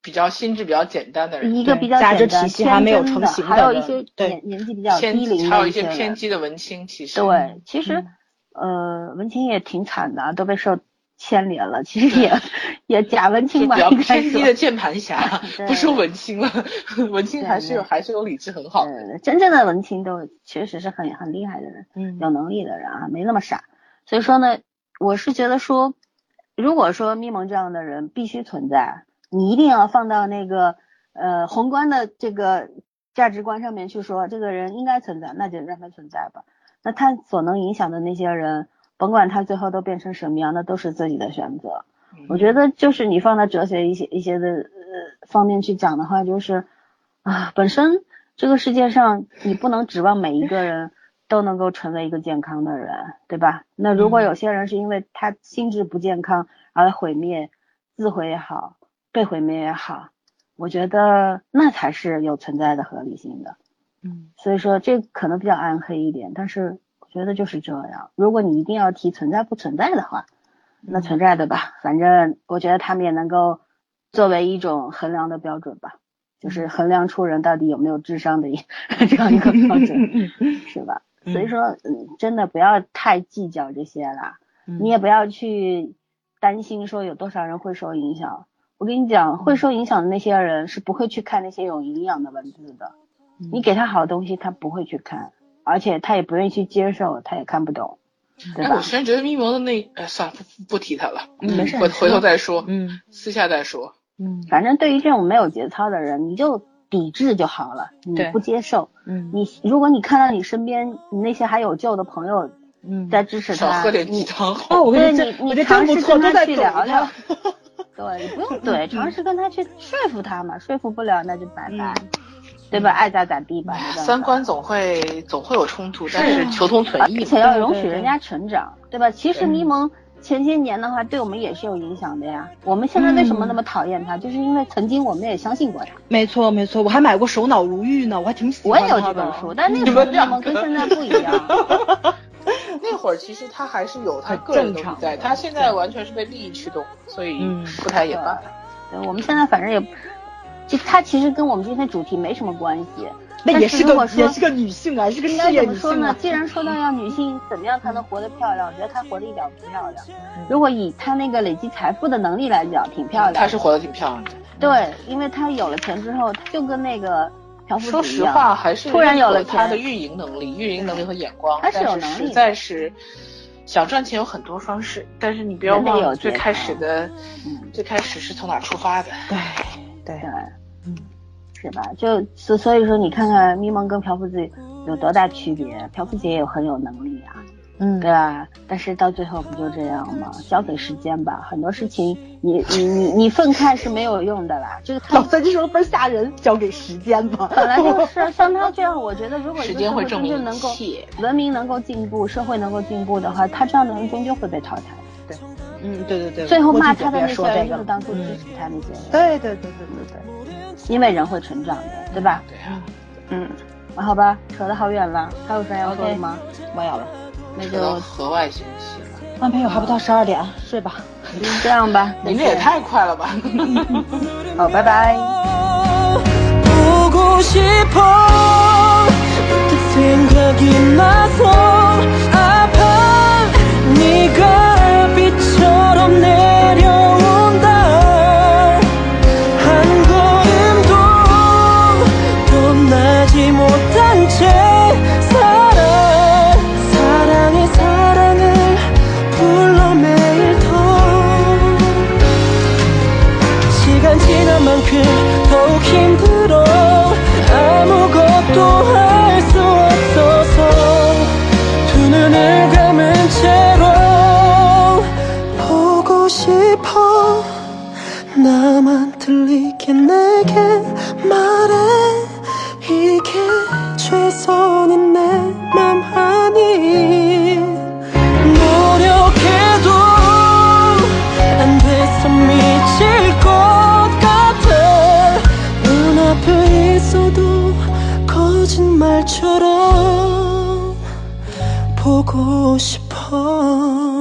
比较心智比较简单的人， 一个比较价值简单体系还没有成型的， 还有一些年年纪比较低龄的， 还有一些偏激的文青，其实对，其实、嗯、呃文青也挺惨的，都被受牵连了，其实也也假文青吧， 比较偏激的键盘侠，不是文青了，文青还是有还是有理智很好的， 真正的文青都确实是很很厉害的人，嗯，有能力的人啊，没那么傻。所以说呢，我是觉得说，如果说咪蒙这样的人必须存在，你一定要放到那个呃宏观的这个价值观上面去说，这个人应该存在，那就让他存在吧。那他所能影响的那些人，甭管他最后都变成什么样，那都是自己的选择。我觉得就是你放到哲学一些一些的呃方面去讲的话，就是啊，本身这个世界上你不能指望每一个人都能够成为一个健康的人，对吧？那如果有些人是因为他心智不健康而毁灭，自毁也好，被毁灭也好，我觉得那才是有存在的合理性的。嗯，所以说这可能比较暗黑一点，但是我觉得就是这样。如果你一定要提存在不存在的话，那存在的吧，反正我觉得他们也能够作为一种衡量的标准吧，就是衡量出人到底有没有智商的一这样一个标准，是吧？所以说，嗯，真的不要太计较这些啦，你也不要去担心说有多少人会受影响。我跟你讲，会受影响的那些人是不会去看那些有营养的文字的，你给他好的东西他不会去看，而且他也不愿意去接受，他也看不懂。对吧？ 我虽然觉得咪蒙的那，呃，算了，不不提他了， 嗯，没事， 回回头再说， 嗯， 私下再说， 嗯，反正对于这种没有节操的人，你就抵制就好了，你不接受，嗯，你如果你看到你身边你那些还有救的朋友，嗯，在支持他， 少喝点鸡汤好， 哦，我跟你你你尝试跟他去聊聊， 对， 你不用怼，尝试跟他去说服他嘛，说服不了那就拜拜。嗯，对吧？爱咋咋地吧。 三观总会总会有冲突，但是求同存异， 而且要容许人家成长，对吧？其实咪蒙前些年的话，对我们也是有影响的呀。我们现在为什么那么讨厌他，就是因为曾经我们也相信过他。 没错没错，我还买过《手脑如玉》呢，我还挺喜欢他的。我也有这本书，但那个时候咪蒙跟现在不一样。 那会儿其实他还是有他个人东西在，他现在完全是被利益驱动，所以不太也罢。 对，我们现在反正也。就他其实跟我们今天主题没什么关系， 那也是个也是个女性啊，是个事业女性啊。既然说到要女性怎么样才能活得漂亮，我觉得她活得一点不漂亮。如果以她那个累积财富的能力来讲，挺漂亮的。 她是活得挺漂亮的。 对，因为她有了钱之后，就跟那个朴妇说实话，还是突然有了她的运营能力、运营能力和眼光， 她是有能力， 实在是。想赚钱有很多方式，但是你不要忘了最开始的，嗯，最开始是从哪出发的？ 对对对，嗯，是吧？就所所以说，你看看咪蒙跟朴妇子有多大区别？朴妇子也有很有能力啊，嗯，对吧？但是到最后不就这样吗？交给时间吧，很多事情你你你你愤慨是没有用的啦。这个老三这时候倍儿吓人，交给时间吧。 本来就是像他这样，我觉得如果时间会证明能够文明能够进步，社会能够进步的话，他这样的人终究会被淘汰。 对，嗯，对对对。 最后骂他的那些人就是当初支持他那些人。 对对对对对对。 因为人会成长的，对吧？ 对啊。 嗯，好吧，扯得好远了，还有啥要说的吗？ 没有了， 那就河外信息了。 男朋友还不到十二点，睡吧。 这样吧， 你这也太快了吧。 好，拜拜。나만 들리게 내게 말해 이게 최선인 내 맘 아니 노력해도 안 돼서 미칠 것 같아 눈앞에 있어도 거짓말처럼 보고 싶어